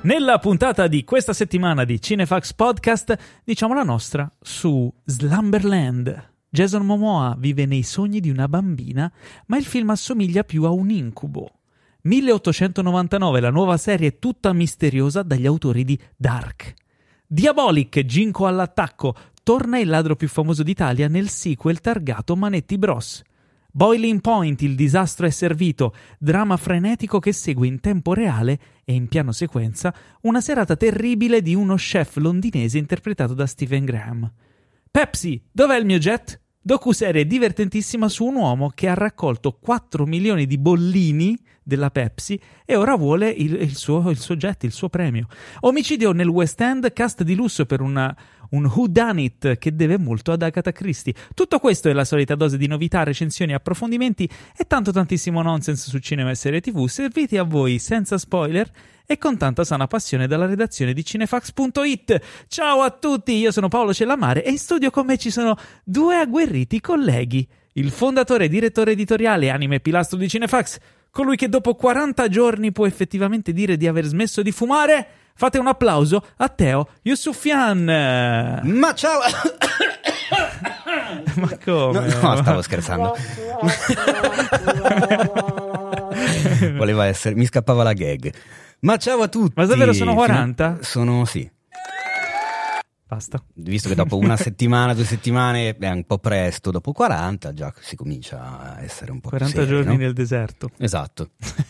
Nella puntata di questa settimana di Cinefax Podcast diciamo la nostra su Slumberland. Jason Momoa vive nei sogni di una bambina, ma il film assomiglia più a un incubo. 1899, la nuova serie tutta misteriosa dagli autori di Dark. Diabolic, Ginko all'attacco, torna il ladro più famoso d'Italia nel sequel targato Manetti Bros. Boiling Point, il disastro è servito, dramma frenetico che segue in tempo reale e in piano sequenza una serata terribile di uno chef londinese interpretato da Stephen Graham. Pepsi, dov'è il mio jet? Docuserie divertentissima su un uomo che ha raccolto 4 milioni di bollini della Pepsi e ora vuole il suo jet, il suo premio. Omicidio nel West End, cast di lusso per un whodunit che deve molto ad Agatha Christie. Tutto questo è la solita dose di novità, recensioni, approfondimenti e tantissimo nonsense su cinema e serie TV, serviti a voi senza spoiler e con tanta sana passione dalla redazione di cinefax.it. Ciao a tutti, io sono Paolo Cellamare e in studio con me ci sono due agguerriti colleghi. Il fondatore e direttore editoriale, anime pilastro di Cinefax, colui che dopo 40 giorni può effettivamente dire di aver smesso di fumare. Fate un applauso a Teo Yusufian. Ma ciao! Ma come? No, stavo scherzando. Voleva essere, mi scappava la gag. Ma ciao a tutti! Ma davvero sono 40? Sono, sì. Basta. Visto che dopo una settimana, 2 settimane è un po' presto, dopo 40 già si comincia a essere un po' 40 serio, giorni no? nel deserto. Esatto.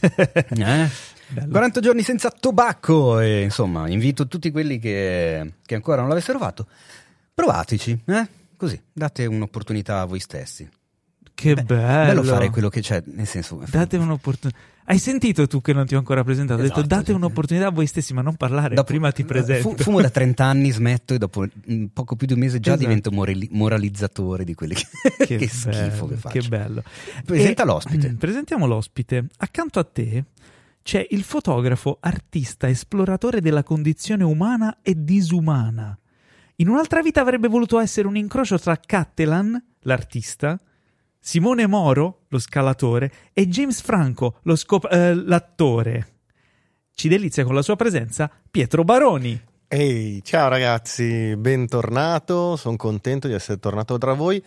40 giorni senza tobacco e insomma invito tutti quelli che ancora non l'avessero fatto, provateci, così, date un'opportunità a voi stessi. Che bello fare quello che c'è, nel senso, date un'opportunità. Hai sentito tu che non ti ho ancora presentato? Esatto, ho detto date sì. un'opportunità a voi stessi, ma non parlare, prima ti presento. Fumo da 30 anni, smetto e dopo poco più di un mese già divento moralizzatore di quelli che Che schifo che faccio. Che bello. Presenta l'ospite. Presentiamo l'ospite. Accanto a te c'è il fotografo, artista, esploratore della condizione umana e disumana. In un'altra vita avrebbe voluto essere un incrocio tra Cattelan, l'artista, Simone Moro, lo scalatore, e James Franco, l'attore. Ci delizia con la sua presenza Pietro Baroni. Ehi, ciao ragazzi, bentornato, sono contento di essere tornato tra voi.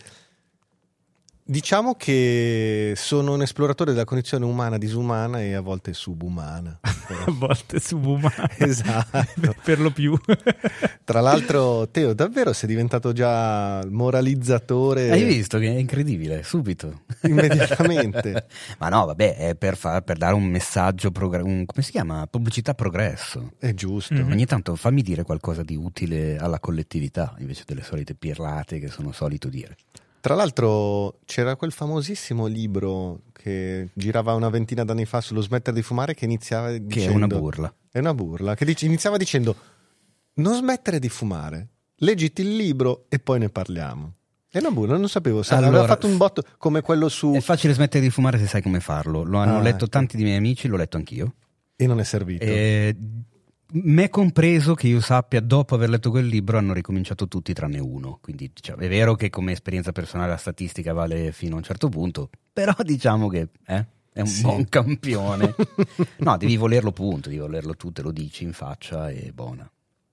Diciamo che sono un esploratore della condizione umana, disumana e a volte subumana. A volte subumana. Esatto. Per lo più. Tra l'altro, Teo, davvero sei diventato già moralizzatore? Hai visto che è incredibile, subito. Immediatamente. Ma no, vabbè, è per dare un messaggio, come si chiama? Pubblicità progresso. È giusto. Ogni tanto fammi dire qualcosa di utile alla collettività, invece delle solite pirlate che sono solito dire. Tra l'altro c'era quel famosissimo libro che girava una ventina d'anni fa sullo smettere di fumare che iniziava dicendo... Che è una burla. È una burla, che iniziava dicendo non smettere di fumare, leggiti il libro e poi ne parliamo. È una burla, non sapevo, aveva fatto un botto come quello su... È facile smettere di fumare se sai come farlo, lo hanno letto tanti di miei amici, l'ho letto anch'io. E non è servito. Me compreso che io sappia, dopo aver letto quel libro hanno ricominciato tutti tranne uno, quindi diciamo, è vero che come esperienza personale la statistica vale fino a un certo punto, però diciamo che è un buon campione. No, devi volerlo, punto, devi volerlo tu, te lo dici in faccia e buona.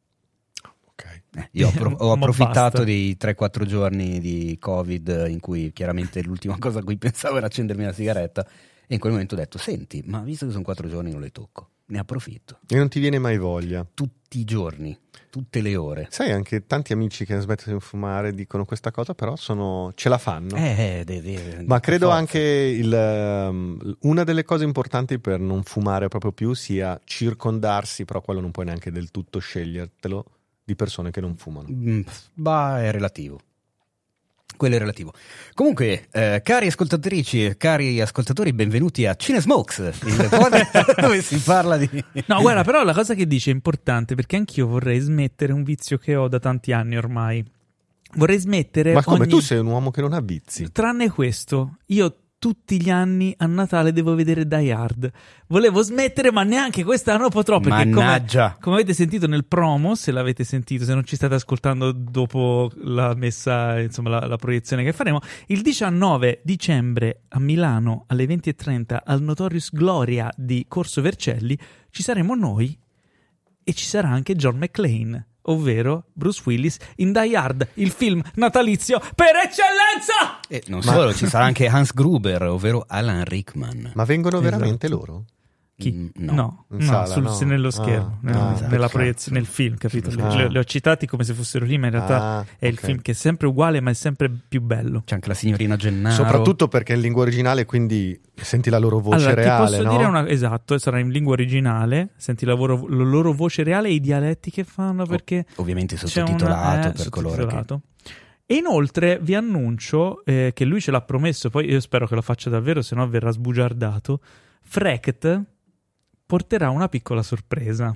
Ok. Io ho approfittato dei 3-4 giorni di Covid in cui chiaramente l'ultima cosa a cui pensavo era accendermi una sigaretta e in quel momento ho detto, senti, ma visto che sono 4 giorni non le tocco. Ne approfitto. E non ti viene mai voglia? Tutti i giorni, tutte le ore. Sai, anche tanti amici che smettono di fumare dicono questa cosa, però ce la fanno. Ma credo anche una delle cose importanti per non fumare proprio più sia circondarsi, però quello non puoi neanche del tutto scegliertelo, di persone che non fumano. Bah, è relativo. Quello è relativo. Comunque, cari ascoltatrici e cari ascoltatori, benvenuti a Cinesmokes, il podcast dove si parla di... No, guarda, però la cosa che dice è importante, perché anch'io vorrei smettere un vizio che ho da tanti anni ormai. Vorrei smettere... Ma come, tu sei un uomo che non ha vizi? Tranne questo, io tutti gli anni a Natale devo vedere Die Hard. Volevo smettere, ma neanche quest'anno potrò, perché mannaggia, come avete sentito nel promo, se l'avete sentito, se non ci state ascoltando dopo la messa, insomma la proiezione che faremo, il 19 dicembre a Milano alle 20:30 al Notorious Gloria di Corso Vercelli ci saremo noi e ci sarà anche John McClane, ovvero Bruce Willis in Die Hard, il film natalizio per eccellenza! E non solo, ci sarà anche Hans Gruber, ovvero Alan Rickman. Ma vengono veramente loro? Chi? No. Nello schermo, nella proiezione, nel film, capito? Li ho citati come se fossero lì, ma in realtà è il film che è sempre uguale, ma è sempre più bello. C'è anche la signorina Gennaro. Soprattutto perché è in lingua originale, quindi senti la loro voce reale, ti posso dire esatto, sarà in lingua originale, senti la loro voce reale e i dialetti che fanno, perché ovviamente sottotitolato per coloro che... E inoltre vi annuncio che lui ce l'ha promesso, poi io spero che lo faccia davvero, se no verrà sbugiardato. Frecht porterà una piccola sorpresa.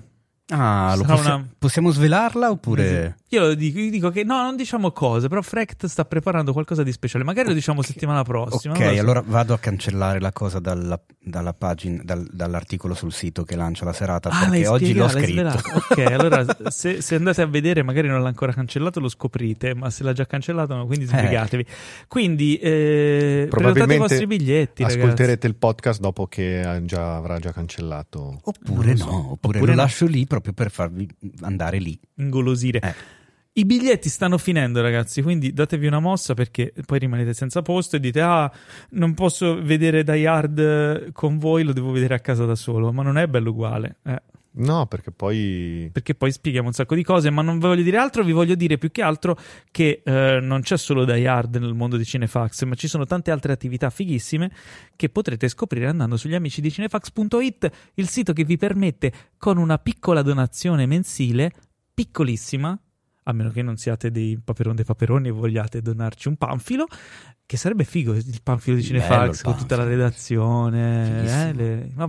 Possiamo svelarla oppure... Io dico che no, non diciamo cose, però Frecht sta preparando qualcosa di speciale, magari lo diciamo settimana prossima. Ok, allora vado a cancellare la cosa dalla pagina, dall'articolo sul sito che lancia la serata, perché oggi l'ho scritto. Ok, allora se andate a vedere, magari non l'ha ancora cancellato, lo scoprite, ma se l'ha già cancellato, no, quindi sbrigatevi. Quindi prenotate i vostri biglietti, ascolterete ragazzi. Il podcast dopo che avrà già cancellato. Oppure oppure lo lascio lì proprio per farvi andare lì. Ingolosire. I biglietti stanno finendo, ragazzi, quindi datevi una mossa, perché poi rimanete senza posto e dite non posso vedere Die Hard con voi, lo devo vedere a casa da solo, ma non è bello uguale. No, perché poi spieghiamo un sacco di cose, ma non vi voglio dire altro, vi voglio dire più che altro che non c'è solo Die Hard nel mondo di Cinefax, ma ci sono tante altre attività fighissime che potrete scoprire andando sugli amici di cinefax.it, il sito che vi permette, con una piccola donazione mensile, piccolissima, a meno che non siate dei paperoni e vogliate donarci un panfilo, che sarebbe figo il panfilo di Cinefax con tutta la redazione,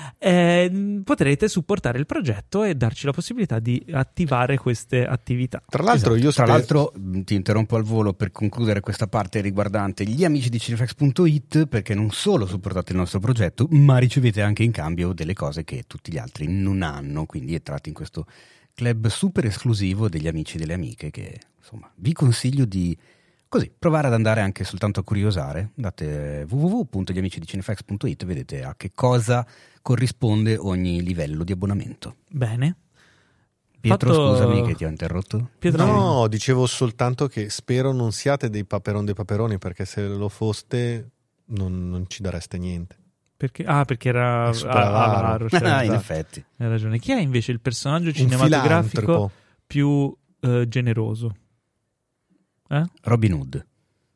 potrete supportare il progetto e darci la possibilità di attivare queste attività. Tra l'altro ti interrompo al volo per concludere questa parte riguardante gli amici di Cinefax.it, perché non solo supportate il nostro progetto, ma ricevete anche in cambio delle cose che tutti gli altri non hanno, quindi entrate in questo club super esclusivo degli amici e delle amiche che, insomma, vi consiglio di provare ad andare anche soltanto a curiosare. Andate www.gliamicidicinefx.it, vedete a che cosa corrisponde ogni livello di abbonamento. Bene. Pietro, scusami che ti ho interrotto. No, dicevo soltanto che spero non siate dei paperoni, perché se lo foste non ci dareste niente. Perché era avaro, in effetti. Hai ragione. Chi è invece il personaggio cinematografico più generoso? Robin Hood.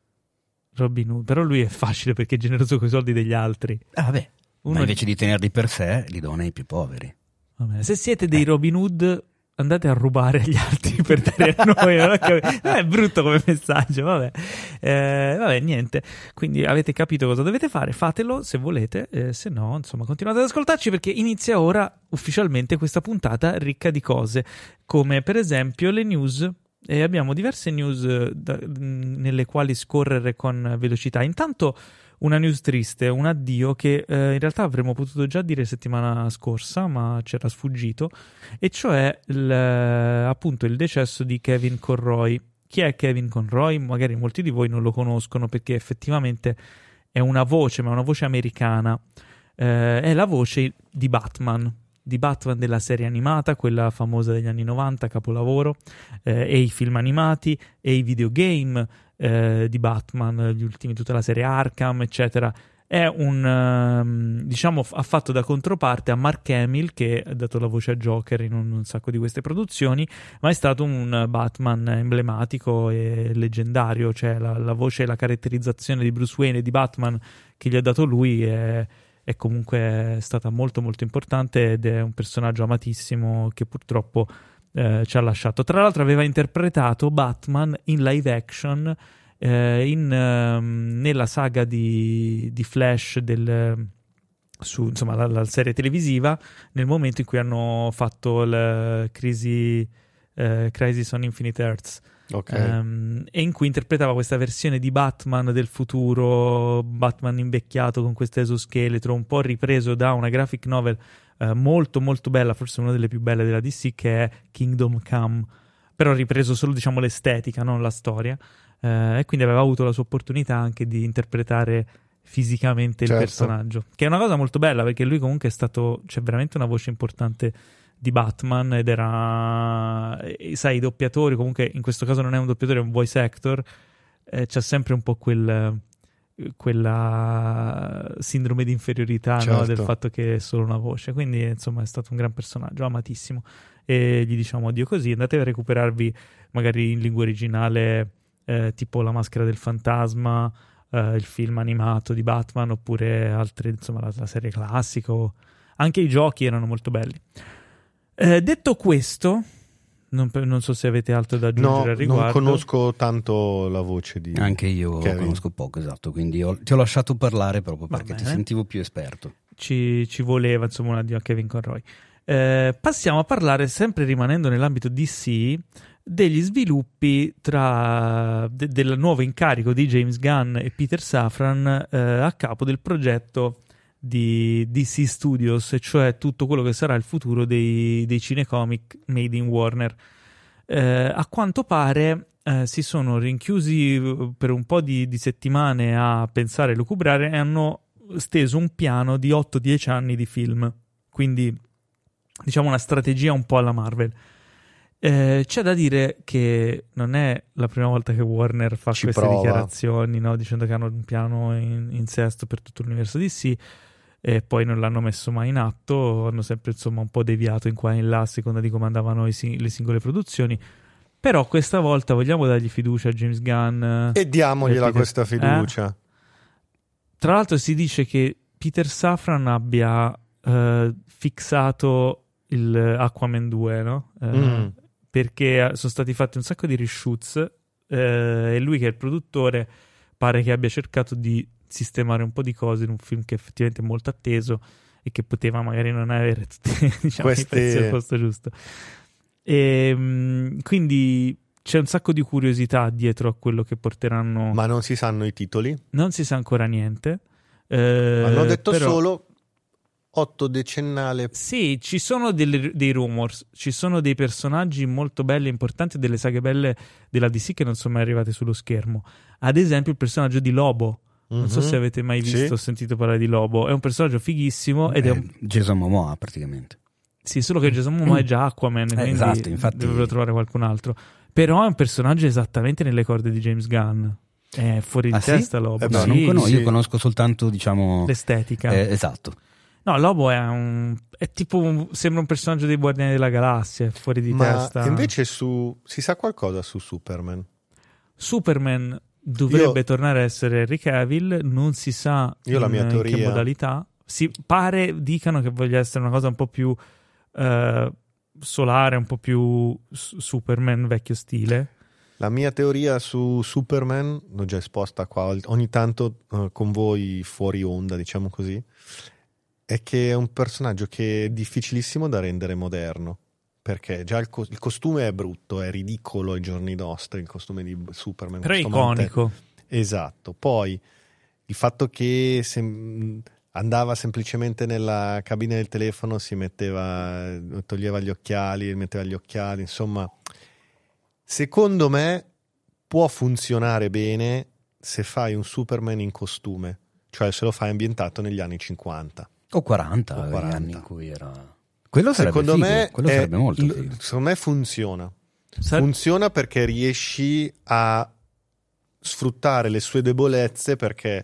Però lui è facile perché è generoso con i soldi degli altri. Ma invece di tenerli per sé, li dona ai più poveri. Vabbè, se siete dei Robin Hood, andate a rubare agli altri per dare a noi. È brutto come messaggio, vabbè, niente. Quindi avete capito cosa dovete fare, fatelo se volete, se no, insomma, continuate ad ascoltarci, perché inizia ora ufficialmente questa puntata ricca di cose, come per esempio le news. E abbiamo diverse news nelle quali scorrere con velocità. Intanto una news triste, un addio che in realtà avremmo potuto già dire settimana scorsa, ma c'era sfuggito, e cioè appunto il decesso di Kevin Conroy. Chi è Kevin Conroy? Magari molti di voi non lo conoscono, perché effettivamente è una voce, ma è una voce americana. È la voce di Batman della serie animata, quella famosa degli anni 90, capolavoro, e i film animati e i videogame di Batman, gli ultimi, tutta la serie Arkham, eccetera. È ha fatto da controparte a Mark Hamill, che ha dato la voce a Joker in un sacco di queste produzioni, ma è stato un Batman emblematico e leggendario, cioè la voce e la caratterizzazione di Bruce Wayne e di Batman che gli ha dato lui è comunque stata molto molto importante, ed è un personaggio amatissimo che purtroppo ci ha lasciato. Tra l'altro aveva interpretato Batman in live action nella saga di Flash insomma la serie televisiva, nel momento in cui hanno fatto il Crisis on Infinite Earths. Okay. E in cui interpretava questa versione di Batman del futuro, Batman invecchiato con questo esoscheletro, un po' ripreso da una graphic novel molto molto bella, forse una delle più belle della DC, che è Kingdom Come, però ripreso solo, diciamo, l'estetica, non la storia, e quindi aveva avuto la sua opportunità anche di interpretare fisicamente il personaggio, che è una cosa molto bella, perché lui comunque è stato, c'è veramente una voce importante di Batman, ed era, sai, i doppiatori, comunque in questo caso non è un doppiatore, è un voice actor, c'è sempre un po' quella sindrome di inferiorità, certo, no? Del fatto che è solo una voce, quindi insomma è stato un gran personaggio, amatissimo, e gli diciamo addio così. Andate a recuperarvi magari in lingua originale tipo La maschera del fantasma, il film animato di Batman, oppure altri, insomma la serie classica, anche i giochi erano molto belli. Detto questo, non so se avete altro da aggiungere al riguardo. Non conosco tanto la voce di anche io Kevin. Conosco poco, esatto, quindi ti ho lasciato parlare proprio perché ti sentivo più esperto. Ci voleva, insomma, un addio a Kevin Conroy. Passiamo a parlare, sempre rimanendo nell'ambito DC, degli sviluppi del nuovo incarico di James Gunn e Peter Safran a capo del progetto di DC Studios, e cioè tutto quello che sarà il futuro dei cinecomic made in Warner. A quanto pare si sono rinchiusi per un po' di settimane a pensare e lucubrare, e hanno steso un piano di 8-10 anni di film, quindi diciamo una strategia un po' alla Marvel. C'è da dire che non è la prima volta che Warner fa queste dichiarazioni, no? Dicendo che hanno un piano in sesto per tutto l'universo DC, e poi non l'hanno messo mai in atto. Hanno sempre, insomma, un po' deviato in qua e in là a seconda di come andavano le singole produzioni. Però questa volta vogliamo dargli fiducia a James Gunn, e diamogliela questa fiducia. Tra l'altro si dice che Peter Safran abbia fissato il Aquaman 2, no? Perché sono stati fatti un sacco di reshoots, e lui, che è il produttore, pare che abbia cercato di sistemare un po' di cose in un film che effettivamente è molto atteso e che poteva magari non avere tutti, diciamo, i pezzi al posto giusto. E quindi c'è un sacco di curiosità dietro a quello che porteranno. Ma non si sanno i titoli? Non si sa ancora niente. Hanno detto però, solo 8-decennale. Sì, ci sono dei rumors, ci sono dei personaggi molto belli e importanti, delle saghe belle della DC che non sono mai arrivate sullo schermo. Ad esempio il personaggio di Lobo. Non so se avete mai visto o sentito parlare di Lobo. È un personaggio fighissimo ed è Jason Momoa praticamente. Sì, solo che Jason Momoa è già Aquaman, quindi esatto, infatti dovrebbero trovare qualcun altro. Però è un personaggio esattamente nelle corde di James Gunn. È fuori di testa Lobo. No, io conosco soltanto, diciamo, l'estetica. Esatto. No, Lobo è tipo sembra un personaggio dei Guardiani della Galassia, è fuori di testa. Ma invece si sa qualcosa su Superman? Superman dovrebbe tornare a essere Henry Cavill, non si sa la mia teoria, in che modalità. Dicano che voglia essere una cosa un po' più solare, un po' più Superman vecchio stile. La mia teoria su Superman, l'ho già esposta qua ogni tanto con voi fuori onda, diciamo così, è che è un personaggio che è difficilissimo da rendere moderno, perché già il costume è brutto, è ridicolo ai giorni nostri, il costume di Superman. Però è iconico. Esatto. Poi il fatto che andava semplicemente nella cabina del telefono, toglieva gli occhiali, metteva gli occhiali, insomma, secondo me può funzionare bene se fai un Superman in costume, cioè se lo fai ambientato negli anni 50. O 40, gli anni in cui era. Quello sarebbe secondo figo. me quello sarebbe molto figo. Secondo me funziona. Funziona perché riesci a sfruttare le sue debolezze, perché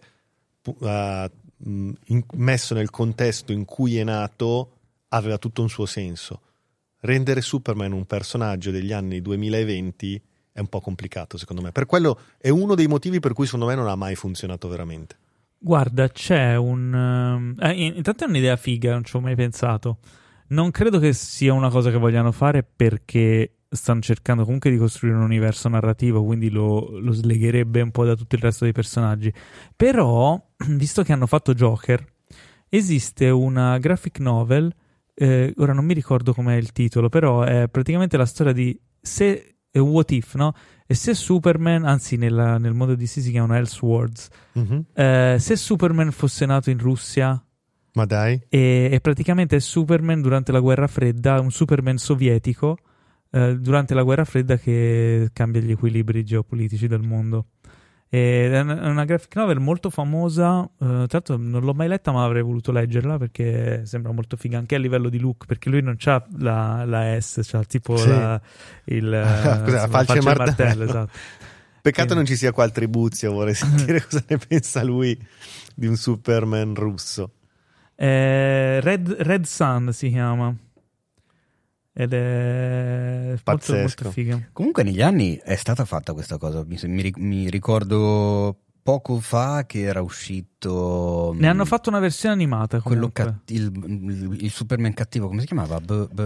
messo nel contesto in cui è nato aveva tutto un suo senso. Rendere Superman un personaggio degli anni 2020 è un po' complicato, secondo me. Per quello è uno dei motivi per cui secondo me non ha mai funzionato veramente. Guarda, c'è intanto è un'idea figa, non ci ho mai pensato. Non credo che sia una cosa che vogliano fare, perché stanno cercando comunque di costruire un universo narrativo, quindi lo slegherebbe un po' da tutto il resto dei personaggi. Però, visto che hanno fatto Joker, esiste una graphic novel, ora non mi ricordo com'è il titolo, però è praticamente la storia di What If, no? E se Superman, anzi nel mondo DC si chiamano Elseworlds, se Superman fosse nato in Russia, ma dai, e praticamente è Superman durante la guerra fredda, un Superman sovietico durante la guerra fredda che cambia gli equilibri geopolitici del mondo. È una graphic novel molto famosa, tra l'altro non l'ho mai letta ma avrei voluto leggerla perché sembra molto figa anche a livello di look, perché lui non c'ha la S, c'ha tipo la falce martello, esatto. Peccato non ci sia qua il Tribuzio, vorrei sentire cosa ne pensa lui di un Superman russo. Red Sun si chiama. Ed è molto, molto figa. Comunque negli anni è stata fatta questa cosa. Mi ricordo poco fa che era uscito. Ne hanno fatto una versione animata. Quello il Superman cattivo, come si chiamava?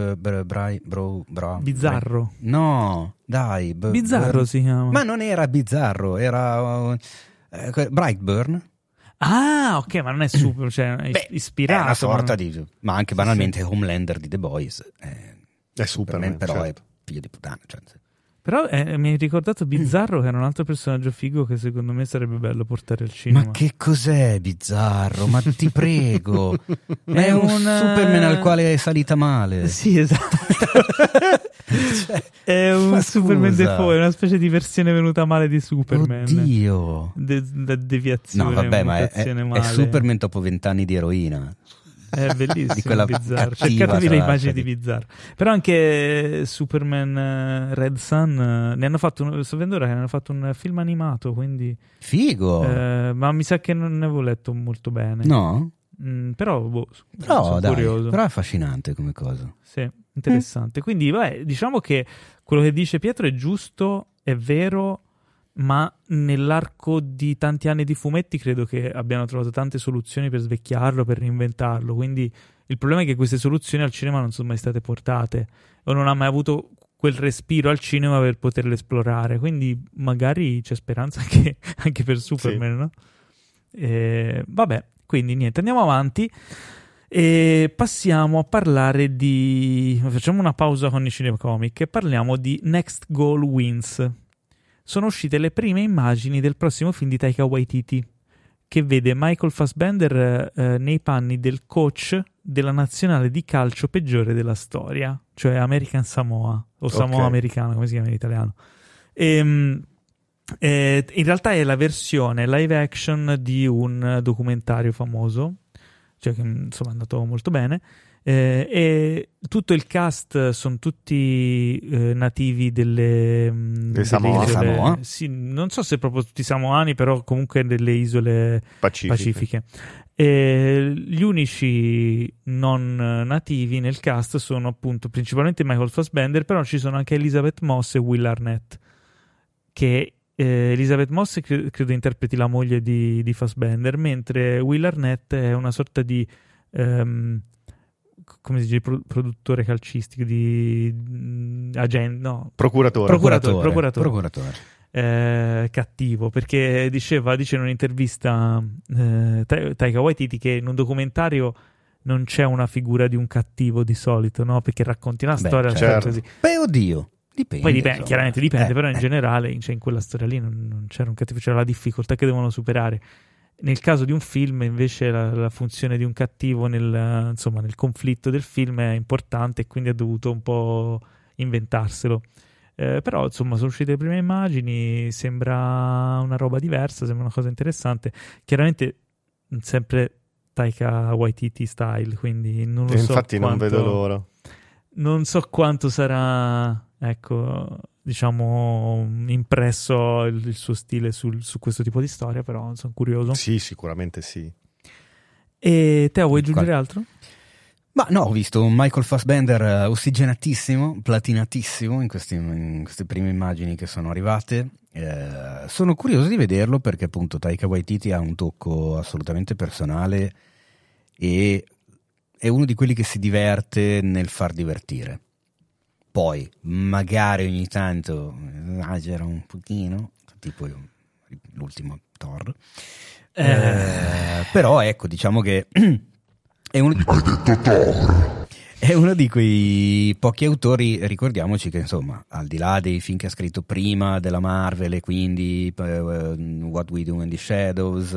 Bizzarro. No, dai. Bizzarro si chiama. Ma non era Bizzarro, era Brightburn. Ah, ok, ma non è super, cioè ispirato. È una sorta di. Ma anche banalmente Homelander di The Boys. È Superman, però certo. È figlio di puttana. Cioè. Però mi hai ricordato Bizzarro, che era un altro personaggio figo che secondo me sarebbe bello portare al cinema. Ma che cos'è Bizzarro? Ma ti prego. È un Superman al quale è salita male. Sì, esatto. Cioè, è un Superman default, è una specie di versione venuta male di Superman. Oddio. Deviazione. No, vabbè, ma è Superman dopo 20 anni di eroina. È bellissimo, di quella Bizzarro. Cattiva, cercatevi le immagini di Bizzarro. Però anche Superman Red Sun ne hanno fatto sto vedendo ora che hanno fatto un film animato, quindi figo. ma mi sa che non ne avevo letto molto bene. No? Però dai, curioso. Però è affascinante come cosa. Sì, interessante. Quindi diciamo che quello che dice Pietro è giusto, è vero, ma nell'arco di tanti anni di fumetti credo che abbiano trovato tante soluzioni per svecchiarlo, per reinventarlo, quindi il problema è che queste soluzioni al cinema non sono mai state portate o non ha mai avuto quel respiro al cinema per poterle esplorare, quindi magari c'è speranza anche per Superman, sì. No? Vabbè, quindi niente, andiamo avanti e passiamo a parlare facciamo una pausa con i cinecomic e parliamo di Next Goal Wins. Sono uscite le prime immagini del prossimo film di Taika Waititi, che vede Michael Fassbender nei panni del coach della nazionale di calcio peggiore della storia, cioè American Samoa, o Samoa americano, come si chiama in italiano. In realtà è la versione live action di un documentario famoso, cioè che insomma è andato molto bene. E tutto il cast sono tutti nativi delle Samoa. Isole, sì, non so se proprio tutti samoani, però comunque delle isole pacifiche. Gli unici non nativi nel cast sono appunto principalmente Michael Fassbender, però ci sono anche Elizabeth Moss e Will Arnett, che Elizabeth Moss credo interpreti la moglie di Fassbender, mentre Will Arnett è una sorta di come si dice, produttore calcistico, procuratore. Cattivo, perché dice in un'intervista Taika Waititi che in un documentario non c'è una figura di un cattivo di solito, no? Perché racconti una storia, certo. Così. Beh, oddio, dipende. Poi chiaramente dipende, però in generale in quella storia lì non c'era un cattivo, c'era la difficoltà che devono superare. Nel caso di un film, invece, la funzione di un cattivo nel conflitto del film è importante e quindi ha dovuto un po' inventarselo. Però, insomma, sono uscite le prime immagini, sembra una roba diversa, sembra una cosa interessante. Chiaramente, sempre Taika Waititi style, quindi non lo so. Infatti non vedo l'ora. Non so quanto sarà, diciamo, impresso il suo stile su questo tipo di storia, però sono curioso. Sì, sicuramente sì. E te vuoi aggiungere altro? Ma no, ho visto un Michael Fassbender ossigenatissimo, platinatissimo in queste prime immagini che sono arrivate. Sono curioso di vederlo perché appunto Taika Waititi ha un tocco assolutamente personale e è uno di quelli che si diverte nel far divertire. Poi magari ogni tanto esagera un pochino, tipo l'ultimo Thor, però ecco, diciamo che è uno di quei pochi autori, ricordiamoci che insomma al di là dei film che ha scritto prima della Marvel e quindi What We Do in the Shadows,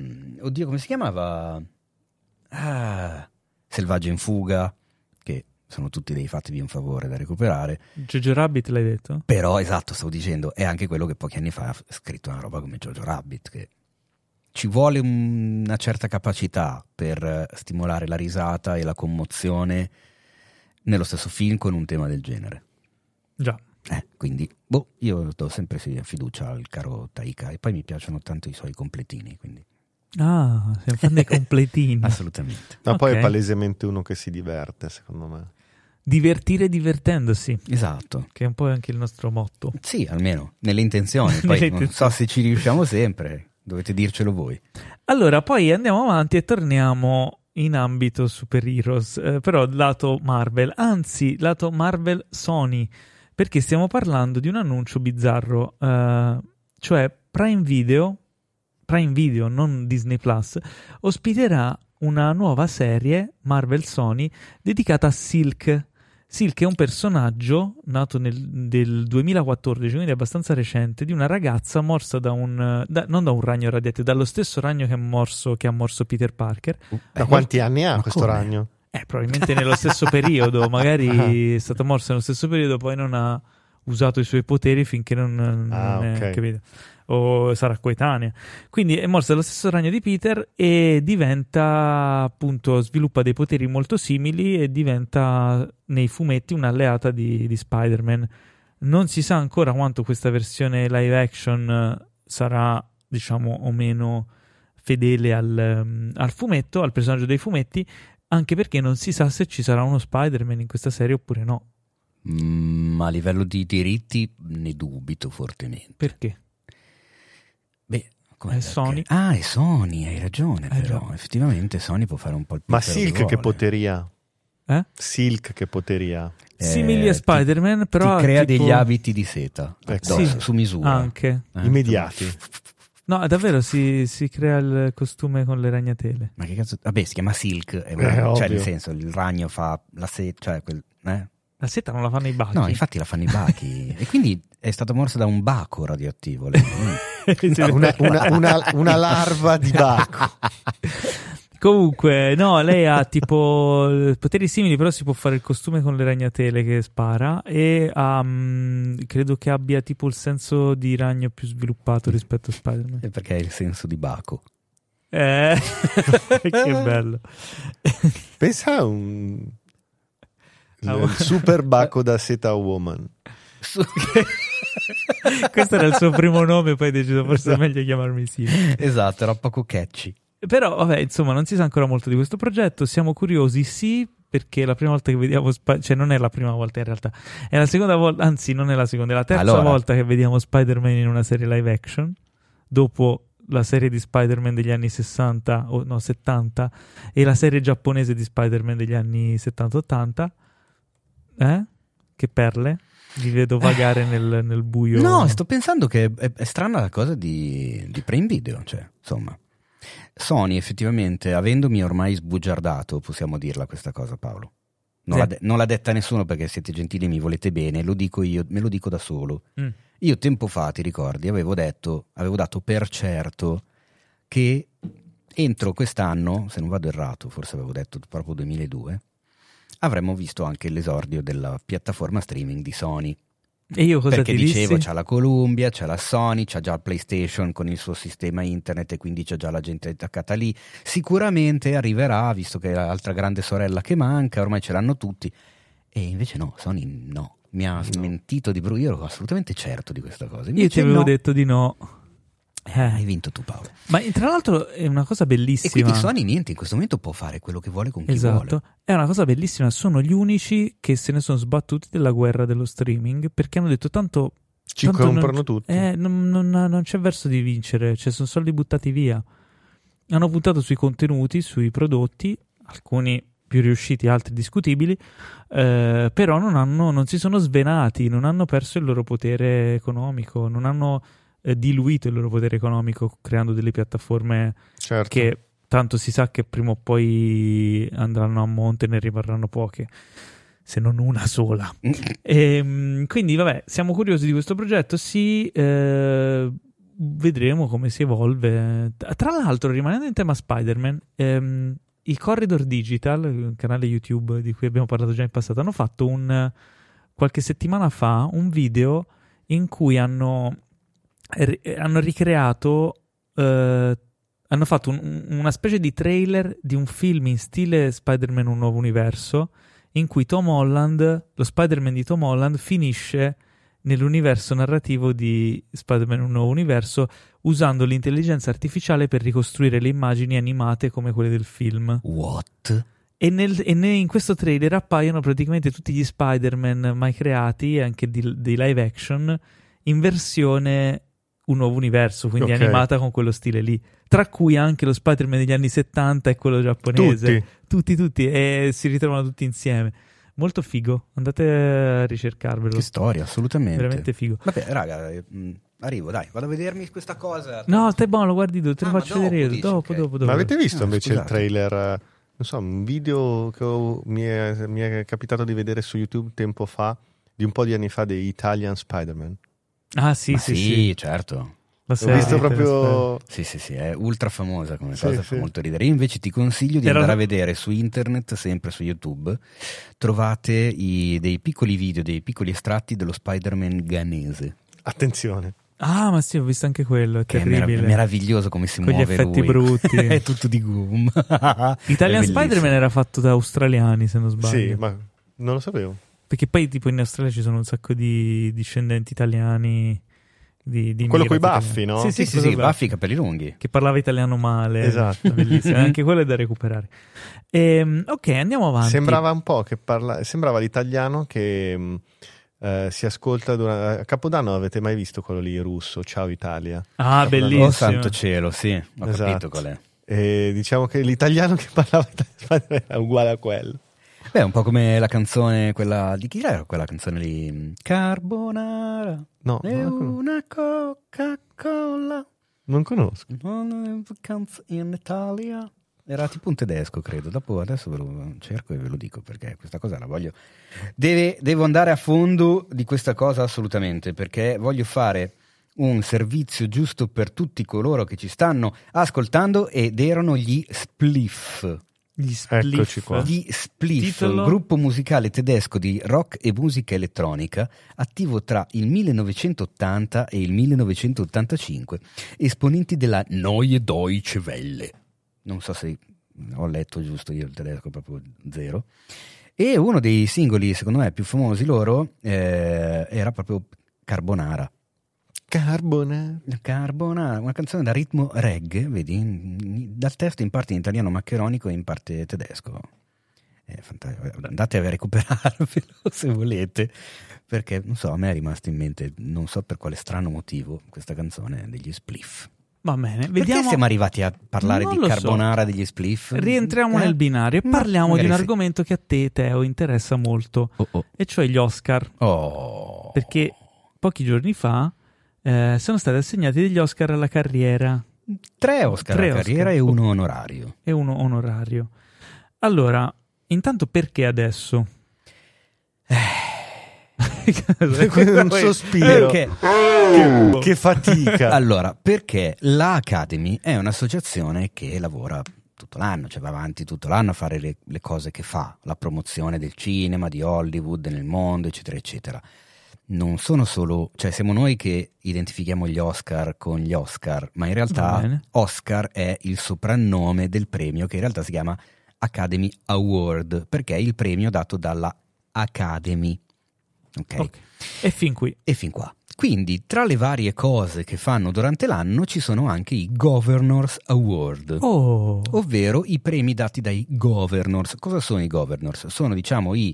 oddio come si chiamava? Selvaggio in fuga, che sono tutti dei fatevi un favore da recuperare. Jojo Rabbit l'hai detto? Però, esatto, stavo dicendo, è anche quello che pochi anni fa ha scritto una roba come Jojo Rabbit, che ci vuole una certa capacità per stimolare la risata e la commozione nello stesso film con un tema del genere. Già. Quindi, io do sempre fiducia al caro Taika, e poi mi piacciono tanto i suoi completini, quindi... Ah, sei un fan dei completini. Assolutamente. Ma poi è palesemente uno che si diverte, secondo me. Divertire divertendosi. Esatto. Che è un po' anche il nostro motto. Sì, almeno nelle intenzioni. Poi non so se ci riusciamo sempre, dovete dircelo voi. Allora, poi andiamo avanti e torniamo in ambito Super Heroes, però lato Marvel, anzi lato Marvel Sony, perché stiamo parlando di un annuncio bizzarro, cioè Prime Video, non Disney Plus, ospiterà una nuova serie Marvel Sony dedicata a Silk. Silk è un personaggio nato del 2014, quindi abbastanza recente, di una ragazza morsa non da un ragno radioattivo, dallo stesso ragno che ha morso Peter Parker. Da quanti anni ha questo ragno? Probabilmente nello stesso periodo, magari è stata morsa nello stesso periodo, poi non ha usato i suoi poteri finché non è, capito? O sarà coetanea. Quindi è morsa dallo stesso ragno di Peter e diventa, appunto, sviluppa dei poteri molto simili e diventa nei fumetti un'alleata di Spider-Man. Non si sa ancora quanto questa versione live action sarà, diciamo, o meno fedele al fumetto, al personaggio dei fumetti, anche perché non si sa se ci sarà uno Spider-Man in questa serie oppure no. Ma a livello di diritti ne dubito fortemente. Perché? È Sony? È Sony, hai ragione, però effettivamente Sony può fare un po' il Ma pensiero Silk che poteria? Silk che poteria? Simili a Spider-Man, però ti crea tipo... degli abiti di seta su misura. Anche. Immediati. No, davvero si crea il costume con le ragnatele. Ma che cazzo? Vabbè, si chiama Silk, cioè nel senso il ragno fa la seta, cioè La seta non la fanno i bachi. No, infatti la fanno i bachi. E quindi è stata morsa da un baco radioattivo. una larva di baco. Comunque, no, lei ha tipo poteri simili, però si può fare il costume con le ragnatele che spara e credo che abbia tipo il senso di ragno più sviluppato rispetto a Spider-Man. Perché è il senso di baco. Che bello. Pensa a il super baco da Seta Woman. Questo era il suo primo nome, poi ha deciso forse è meglio chiamarmi Silk. Esatto, era poco catchy. Però vabbè, insomma, non si sa ancora molto di questo progetto, siamo curiosi, sì, perché la prima volta che vediamo cioè non è la prima volta in realtà, è la seconda volta, anzi non è la seconda, è la terza volta che vediamo Spider-Man in una serie live action, dopo la serie di Spider-Man degli anni 60 o no 70 e la serie giapponese di Spider-Man degli anni 70-80. Che perle? Vi vedo vagare nel buio. No, sto pensando che è strana la cosa di Prime Video, cioè, insomma. Sony effettivamente, avendomi ormai sbugiardato, possiamo dirla questa cosa, Paolo. Non l'ha detta nessuno perché siete gentili e mi volete bene, lo dico io, me lo dico da solo. Io tempo fa, ti ricordi, avevo dato per certo che entro quest'anno, se non vado errato, forse avevo detto proprio 2002, avremmo visto anche l'esordio della piattaforma streaming di Sony. E io cosa perché ti dicevo dissi? c'ha la Columbia, c'ha la Sony, c'ha già il PlayStation con il suo sistema internet e quindi c'è già la gente attaccata lì. Sicuramente arriverà, visto che è l'altra grande sorella che manca, ormai ce l'hanno tutti. E invece no, Sony no. Mi ha smentito di brutto. Io ero assolutamente certo di questa cosa. Invece io ti avevo detto di no. Hai vinto tu, Paolo. Ma tra l'altro è una cosa bellissima. E quindi Sony niente, in questo momento può fare quello che vuole con chi vuole. È una cosa bellissima, sono gli unici che se ne sono sbattuti della guerra dello streaming, perché hanno detto tanto ci comprano tutti. Non c'è verso di vincere, cioè sono soldi buttati via. Hanno puntato sui contenuti, sui prodotti, alcuni più riusciti, altri discutibili, però non si sono svenati, non hanno perso il loro potere economico, non hanno diluito il loro potere economico creando delle piattaforme che tanto si sa che prima o poi andranno a monte e ne rimarranno poche, se non una sola. Quindi vabbè, siamo curiosi di questo progetto, sì, vedremo come si evolve. Tra l'altro, rimanendo in tema Spider-Man, i Corridor Digital, un canale YouTube di cui abbiamo parlato già in passato, hanno fatto qualche settimana fa un video in cui hanno ricreato, hanno fatto una specie di trailer di un film in stile Spider-Man Un Nuovo Universo, in cui Tom Holland, lo Spider-Man di Tom Holland, finisce nell'universo narrativo di Spider-Man Un Nuovo Universo usando l'intelligenza artificiale per ricostruire le immagini animate come quelle del film. What? E in questo trailer appaiono praticamente tutti gli Spider-Man mai creati, anche dei live action, in versione Un Nuovo Universo, quindi animata con quello stile lì. Tra cui anche lo Spider-Man degli anni 70 e quello giapponese. Tutti, e si ritrovano tutti insieme. Molto figo, andate a ricercarvelo. Che storia, assolutamente. Veramente figo. Vabbè, raga, arrivo, dai, vado a vedermi questa cosa. No, stai buono, lo guardi tu, te lo faccio vedere dopo. Ma avete visto invece il trailer, non so, un video che mi è capitato di vedere su YouTube tempo fa, di un po' di anni fa, dei Italian Spider-Man? Ah sì, certo. Ho visto proprio... Sì, è ultra famosa come cosa, fa molto ridere. Io invece ti consiglio di andare a vedere su internet, sempre su YouTube, trovate dei piccoli video, dei piccoli estratti dello Spider-Man ghanese. Attenzione. Ah, ma sì, ho visto anche quello, è che terribile. È meraviglioso come si con muove gli effetti lui. brutti. È tutto di gum. Italian Spider-Man era fatto da australiani, se non sbaglio. Sì, ma non lo sapevo. Perché poi tipo in Australia ci sono un sacco di discendenti italiani. Di quello coi baffi, no? Sì, baffi, capelli lunghi. Che parlava italiano male. Esatto. Bellissimo. Anche quello è da recuperare. Ok, andiamo avanti. Sembrava un po' sembrava l'italiano che si ascolta a Capodanno. Avete mai visto quello lì russo? Ciao Italia. Ah, bellissimo. Oh santo cielo, sì, ho capito qual è. E diciamo che l'italiano che parlava italiano era uguale a quello. Beh, un po' come la canzone, quella di chi era quella canzone lì? Carbonara. No, e una Coca-Cola. Non conosco. In Italia. Era tipo un tedesco, credo. Adesso ve lo cerco e ve lo dico, perché questa cosa la voglio. Devo andare a fondo di questa cosa assolutamente, perché voglio fare un servizio giusto per tutti coloro che ci stanno ascoltando, ed erano gli Spliff. Eccoci qua. Gli Spliff, un gruppo musicale tedesco di rock e musica elettronica attivo tra il 1980 e il 1985, esponenti della Neue Deutsche Welle. Non so se ho letto giusto io il tedesco, proprio zero. E uno dei singoli secondo me più famosi loro era proprio Carbonara, una canzone da ritmo reggae, vedi, dal testo in parte in italiano maccheronico e in parte tedesco. È fantastico. Andate a recuperarvelo se volete, perché non so, a me è rimasto in mente, non so per quale strano motivo, questa canzone degli Spliff. Va bene, vediamo. Perché siamo arrivati a parlare di Carbonara degli Spliff? Rientriamo nel binario e parliamo di un argomento che a te, Teo, interessa molto, e cioè gli Oscar. Perché pochi giorni fa sono stati assegnati degli Oscar alla carriera. 3 Oscar alla carriera e uno onorario. Allora, intanto perché adesso? Un sospiro. Che fatica. Allora, perché la Academy è un'associazione che lavora tutto l'anno, cioè va avanti tutto l'anno a fare le cose che fa, la promozione del cinema, di Hollywood nel mondo, eccetera eccetera. Non sono solo, cioè siamo noi che identifichiamo gli Oscar con gli Oscar, ma in realtà Oscar è il soprannome del premio, che in realtà si chiama Academy Award, perché è il premio dato dalla Academy. Ok. E fin qui. E fin qua. Quindi tra le varie cose che fanno durante l'anno ci sono anche i Governors Award, ovvero i premi dati dai governors. Cosa sono i governors? Sono, diciamo, i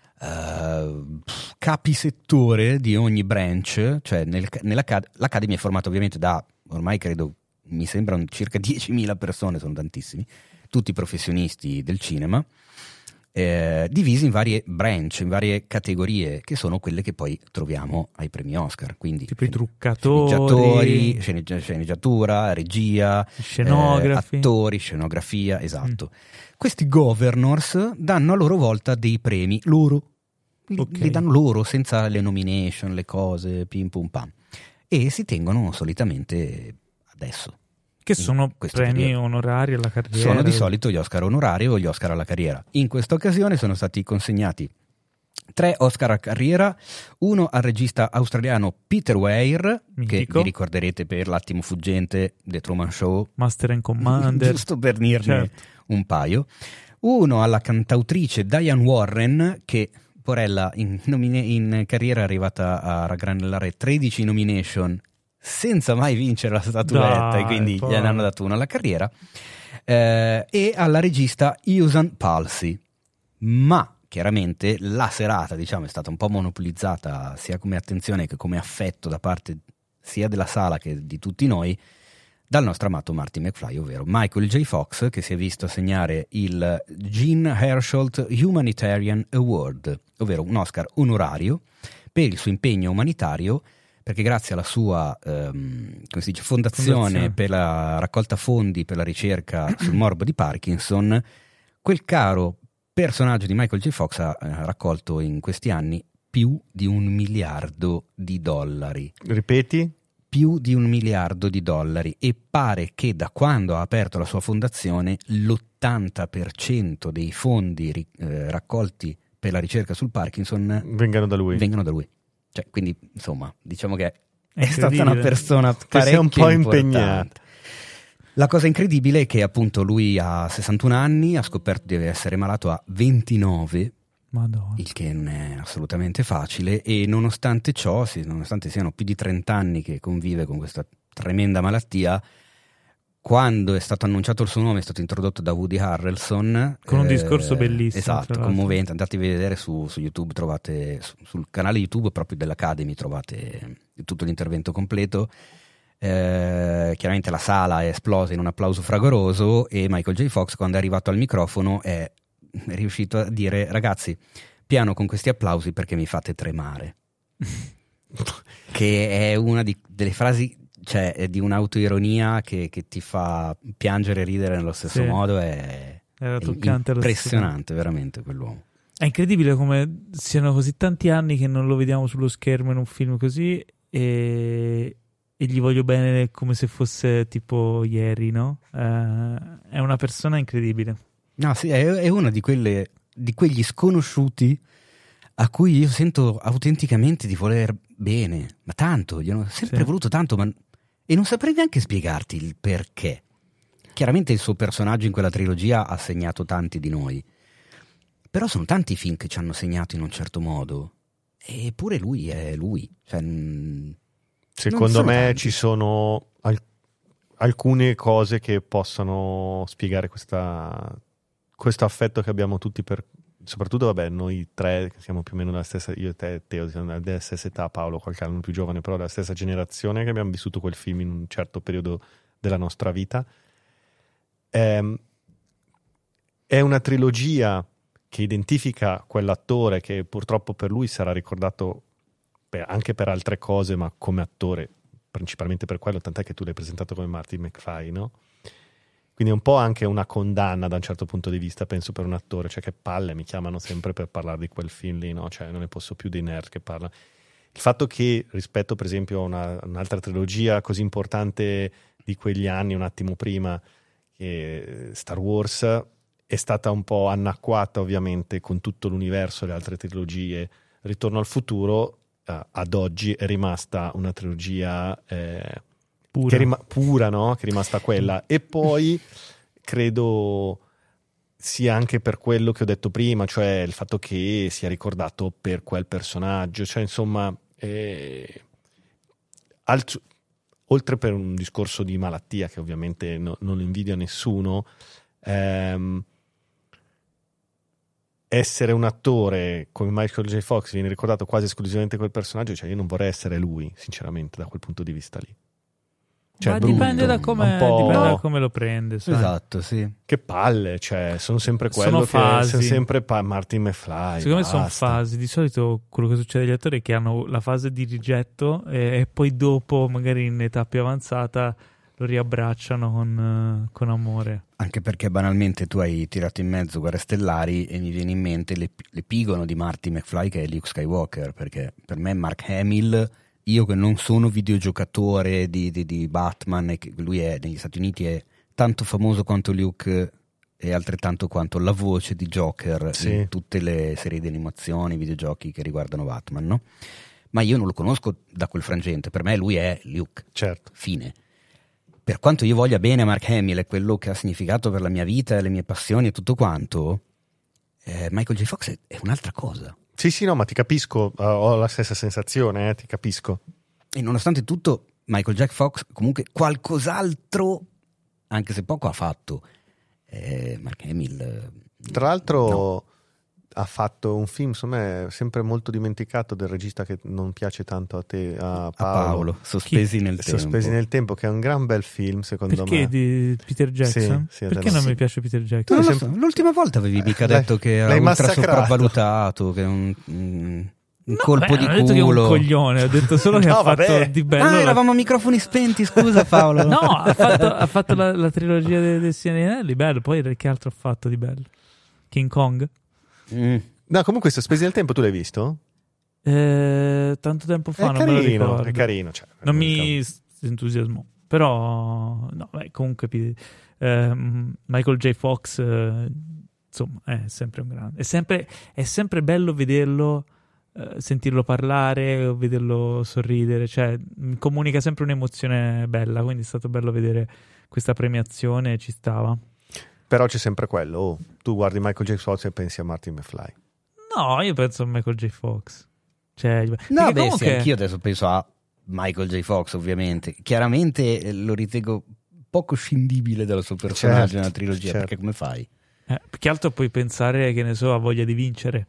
capisettore di ogni branch, cioè l'Academy è formata ovviamente da, ormai credo, mi sembrano circa 10.000 persone, sono tantissimi, tutti professionisti del cinema, divisi in varie branch, in varie categorie, che sono quelle che poi troviamo ai premi Oscar, quindi tipo i truccatori, sceneggiatura, regia, scenografi, attori, scenografia, esatto. Questi governors danno a loro volta dei premi loro, li danno loro senza le nomination, le cose, pim pum pam, e si tengono solitamente adesso, Che sono premi onorari alla carriera. Sono di solito gli Oscar onorari o gli Oscar alla carriera. In questa occasione sono stati consegnati 3 Oscar a carriera, uno al regista australiano Peter Weir, mitico, che vi ricorderete per L'attimo fuggente, The Truman Show, Master and Commander, giusto per dirne un paio. Uno alla cantautrice Diane Warren, che porella in carriera è arrivata a raggranellare 13 nomination senza mai vincere la statuetta, e quindi gli hanno dato uno alla carriera, e alla regista Susan Palsy. Ma chiaramente la serata, diciamo, è stata un po' monopolizzata sia come attenzione che come affetto da parte sia della sala che di tutti noi dal nostro amato Marty McFly, ovvero Michael J. Fox, che si è visto assegnare il Jean Hersholt Humanitarian Award, ovvero un Oscar onorario per il suo impegno umanitario, perché grazie alla sua come si dice, fondazione per la raccolta fondi per la ricerca sul morbo di Parkinson, quel caro personaggio di Michael J. Fox ha raccolto in questi anni più di $1 miliardo. Ripeti? Più di $1 miliardo, e pare che da quando ha aperto la sua fondazione l'80% dei fondi raccolti per la ricerca sul Parkinson vengano da lui. Cioè, quindi insomma, diciamo che è stata una persona che si è un po' impegnata. La cosa incredibile è che appunto lui ha 61 anni, ha scoperto di essere malato a 29, Madonna. Il che non è assolutamente facile, e nonostante ciò, nonostante siano più di 30 anni che convive con questa tremenda malattia, quando è stato annunciato il suo nome è stato introdotto da Woody Harrelson con un discorso bellissimo, esatto, commovente. Andate a vedere su YouTube, trovate sul canale YouTube proprio dell'Academy, trovate tutto l'intervento completo. Chiaramente la sala è esplosa in un applauso fragoroso, e Michael J. Fox, quando è arrivato al microfono, è riuscito a dire: ragazzi, piano con questi applausi perché mi fate tremare. Che è una delle frasi, cioè, è di un'autoironia che ti fa piangere e ridere nello stesso modo. Era toccante, impressionante veramente quell'uomo. È incredibile come siano così tanti anni che non lo vediamo sullo schermo in un film così, e gli voglio bene come se fosse tipo ieri, no? È una persona incredibile. No, sì, è una di quegli sconosciuti a cui io sento autenticamente di voler bene, ma tanto, gli ho sempre voluto tanto, e non saprei neanche spiegarti il perché. Chiaramente il suo personaggio in quella trilogia ha segnato tanti di noi, però sono tanti i film che ci hanno segnato in un certo modo, eppure lui è lui. Cioè, secondo me tanti. Ci sono alcune cose che possono spiegare questo affetto che abbiamo tutti per, soprattutto vabbè, noi tre che siamo più o meno della stessa, io e te, Teo, siamo della stessa età, Paolo qualche anno più giovane, però della stessa generazione, che abbiamo vissuto quel film in un certo periodo della nostra vita. È una trilogia che identifica quell'attore che purtroppo per lui sarà ricordato anche per altre cose, ma come attore principalmente per quello, tant'è che tu l'hai presentato come Marty McFly, no? Quindi è un po' anche una condanna da un certo punto di vista, penso, per un attore, cioè che palle, mi chiamano sempre per parlare di quel film lì, no? Cioè non ne posso più dei nerd che parlano. Il fatto che rispetto per esempio a un'altra trilogia così importante di quegli anni, un attimo prima, che Star Wars, è stata un po' annacquata ovviamente con tutto l'universo, le altre trilogie. Ritorno al futuro ad oggi è rimasta una trilogia pura, no? Che è rimasta quella. E poi credo sia anche per quello che ho detto prima, cioè il fatto che sia ricordato per quel personaggio, cioè insomma oltre per un discorso di malattia che ovviamente non invidio a nessuno, essere un attore come Michael J. Fox viene ricordato quasi esclusivamente quel personaggio, cioè io non vorrei essere lui, sinceramente, da quel punto di vista lì. Cioè, ma brutto, dipende da come lo prende, sai. Esatto, sì. Che palle, cioè sono sempre quello sono sempre Marty McFly. Secondo me sono fasi. Di solito quello che succede agli attori è che hanno la fase di rigetto e poi dopo, magari in età più avanzata, lo riabbracciano con amore. Anche perché banalmente tu hai tirato in mezzo Guerre Stellari e mi viene in mente l'epigono di Marty McFly, che è Luke Skywalker, perché per me Mark Hamill io che non sono videogiocatore di Batman, e che lui negli Stati Uniti è tanto famoso quanto Luke e altrettanto quanto la voce di Joker in tutte le serie di animazioni, videogiochi che riguardano Batman, no? Ma io non lo conosco da quel frangente, per me lui è Luke, certo. Fine. Per quanto io voglia bene a Mark Hamill e quello che ha significato per la mia vita e le mie passioni e tutto quanto, Michael J. Fox è un'altra cosa. Sì, no, ma ti capisco, ho la stessa sensazione, ti capisco. E nonostante tutto, Michael J. Fox comunque qualcos'altro, anche se poco, ha fatto. Mark Hamill, tra l'altro, no. Ha fatto un film, insomma, è sempre molto dimenticato, del regista che non piace tanto a te, a Paolo. Sospesi nel tempo. Sospesi nel tempo, che è un gran bel film, secondo me. Perché di Peter Jackson? Sì, perché non mi piace Peter Jackson? Non lo so. L'ultima volta avevi mica detto che era ultra sopravvalutato, che è un colpo di culo. Non ho detto che è un coglione, ho detto solo che ha fatto di bello. Eravamo a microfoni spenti, scusa Paolo. No, ha fatto la trilogia dei Signori degli Anelli, bello. Poi che altro ha fatto di bello? King Kong? No, comunque Sospesi nel tempo tu l'hai visto? Tanto tempo fa, non me lo ricordo. È carino, cioè, non mi entusiasmò, però no, comunque Michael J. Fox insomma è sempre un grande, è sempre bello vederlo, sentirlo parlare, vederlo sorridere, cioè comunica sempre un'emozione bella, quindi è stato bello vedere questa premiazione, ci stava. Però c'è sempre quello, tu guardi Michael J. Fox e pensi a Martin McFly. No, io penso a Michael J. Fox. Cioè, no, comunque... sì, anch'io adesso penso a Michael J. Fox, ovviamente. Chiaramente lo ritengo poco scindibile dal suo personaggio nella trilogia, perché come fai? Più che altro puoi pensare, che ne so, ha voglia di vincere.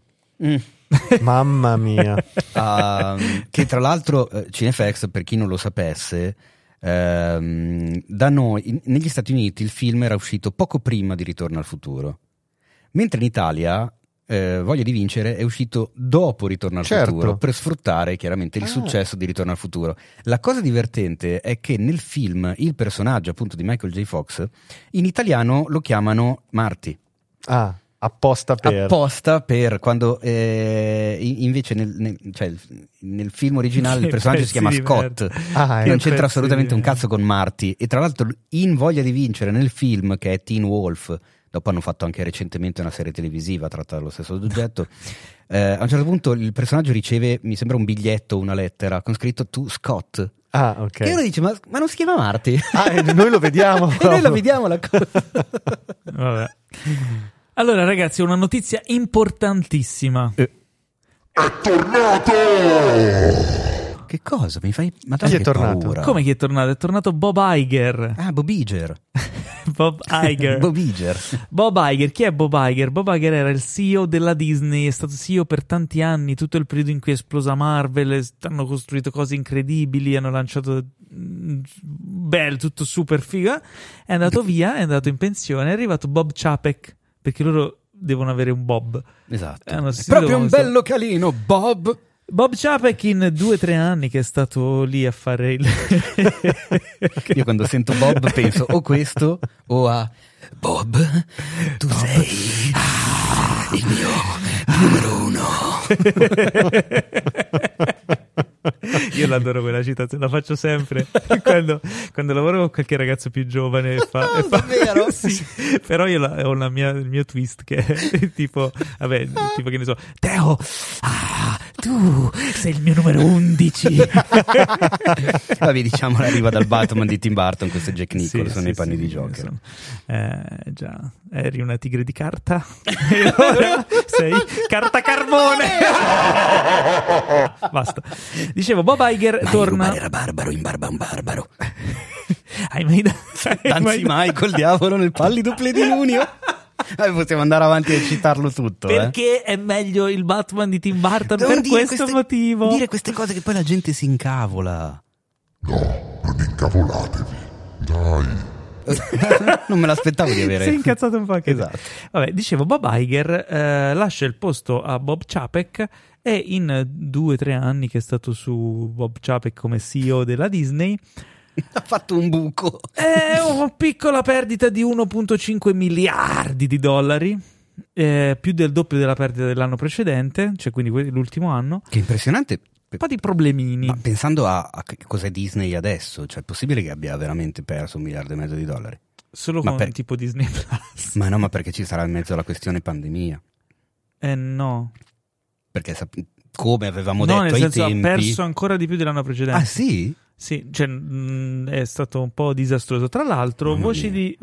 Mamma mia. Che tra l'altro Cinefx, per chi non lo sapesse, da noi negli Stati Uniti il film era uscito poco prima di Ritorno al futuro, mentre in Italia Voglia di vincere è uscito dopo Ritorno al futuro, per sfruttare chiaramente il successo di Ritorno al futuro. La cosa divertente è che nel film il personaggio appunto di Michael J. Fox in italiano lo chiamano Marty. Apposta per quando invece nel film originale il personaggio si chiama Scott, che non c'entra assolutamente un cazzo con Marty. E tra l'altro in Voglia di vincere, nel film, che è Teen Wolf, dopo hanno fatto anche recentemente una serie televisiva tratta dallo stesso soggetto, a un certo punto il personaggio riceve, mi sembra, un biglietto, una lettera con scritto "To Scott". Ok. E uno dice ma non si chiama Marty? Noi lo vediamo. E noi lo vediamo la cosa. Vabbè. Allora ragazzi, una notizia importantissima. È tornato! Che cosa? Mi fai... Ma chi è tornato? Paura. Come chi è tornato? È tornato Bob Iger. Bob Iger. Bob Iger. Bob Iger. Bob Iger. Chi è Bob Iger? Bob Iger era il CEO della Disney, è stato CEO per tanti anni, tutto il periodo in cui è esplosa Marvel, hanno costruito cose incredibili, hanno lanciato tutto super figa. È andato via, è andato in pensione, è arrivato Bob Chapek, perché loro devono avere un Bob. Esatto. È proprio un bello calino, Bob. Bob Chapek in 2 o 3 anni che è stato lì a fare il... Io quando sento Bob penso o questo o a Bob, tu sei il mio numero 1. Io l'adoro quella citazione, la faccio sempre quando lavoro con qualche ragazzo più giovane davvero? Sì, però io ho il mio twist che è tipo tipo che ne so, Teo, tu sei il mio numero 11. Vabbè, diciamo arriva dal Batman di Tim Burton, questo è Jack Nicholson nei panni di Joker. Già, eri una tigre di carta e ora sei carta carbone. Basta. Dicevo, Bob Iger torna. Era barbaro in barba un barbaro. Hai mai Danzi mai col diavolo nel pallido plenilunio? Possiamo andare avanti a citarlo tutto. Perché è meglio il Batman di Tim Burton per questo motivo. Dire queste cose che poi la gente si incavola. No, non incavolatevi. Dai. Non me l'aspettavo di avere. Si è incazzato un po' anche. Esatto. Vabbè, dicevo, Bob Iger lascia il posto a Bob Chapek e in 2 o 3 anni che è stato su Bob Chapek come CEO della Disney ha fatto un buco. È una piccola perdita di 1,5 miliardi di dollari, più del doppio della perdita dell'anno precedente, cioè quindi l'ultimo anno. Che impressionante. un po' di problemini. Ma pensando a cos'è Disney adesso, cioè è possibile che abbia veramente perso $1,5 miliardi? Solo con tipo Disney Plus? Ma no, ma perché ci sarà in mezzo la questione pandemia? No. Perché come avevamo detto nel ai senso, tempi... ha perso ancora di più dell'anno precedente. Ah sì? Sì, cioè, è stato un po' disastroso. Tra l'altro, voci di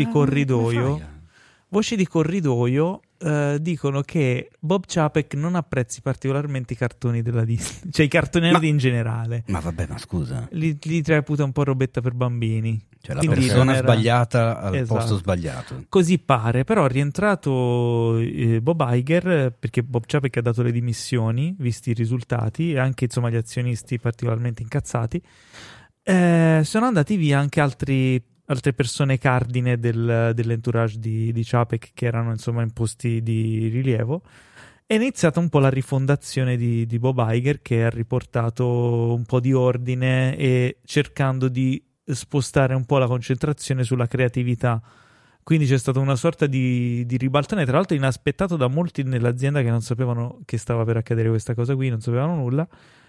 corridoio dicono che Bob Chapek non apprezzi particolarmente i cartoni della Disney, cioè i cartoni animati in generale. Ma vabbè, ma scusa. Li reputa un po' robetta per bambini. Cioè la persona sbagliata al posto sbagliato. Così pare, però è rientrato Bob Iger, perché Bob Chapek ha dato le dimissioni, visti i risultati, e anche insomma gli azionisti particolarmente incazzati. Sono andati via anche altre persone cardine dell'entourage di Chapek, che erano insomma in posti di rilievo. È iniziata un po' la rifondazione di Bob Iger, che ha riportato un po' di ordine e cercando di spostare un po' la concentrazione sulla creatività. Quindi c'è stata una sorta di ribaltone, tra l'altro inaspettato da molti nell'azienda, che non sapevano che stava per accadere questa cosa qui, non sapevano nulla.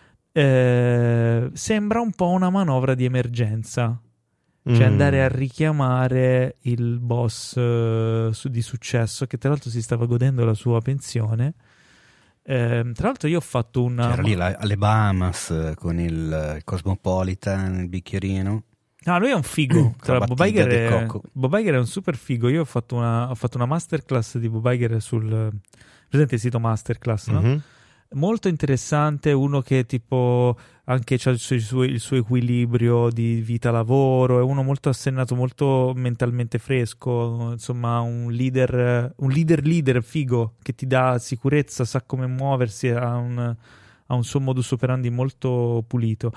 Sembra un po' una manovra di emergenza, cioè andare a richiamare il boss di successo, che tra l'altro si stava godendo la sua pensione. Tra l'altro io ho fatto c'era lì alle Bahamas con il Cosmopolitan, il bicchierino. No, lui è un figo. Bob Iger è un super figo. Io ho fatto una masterclass di Bob Iger presente il sito Masterclass, no? Molto interessante, uno che tipo anche c'ha il suo equilibrio di vita-lavoro, è uno molto assennato, molto mentalmente fresco, insomma un leader figo, che ti dà sicurezza, sa come muoversi, ha un suo modus operandi molto pulito,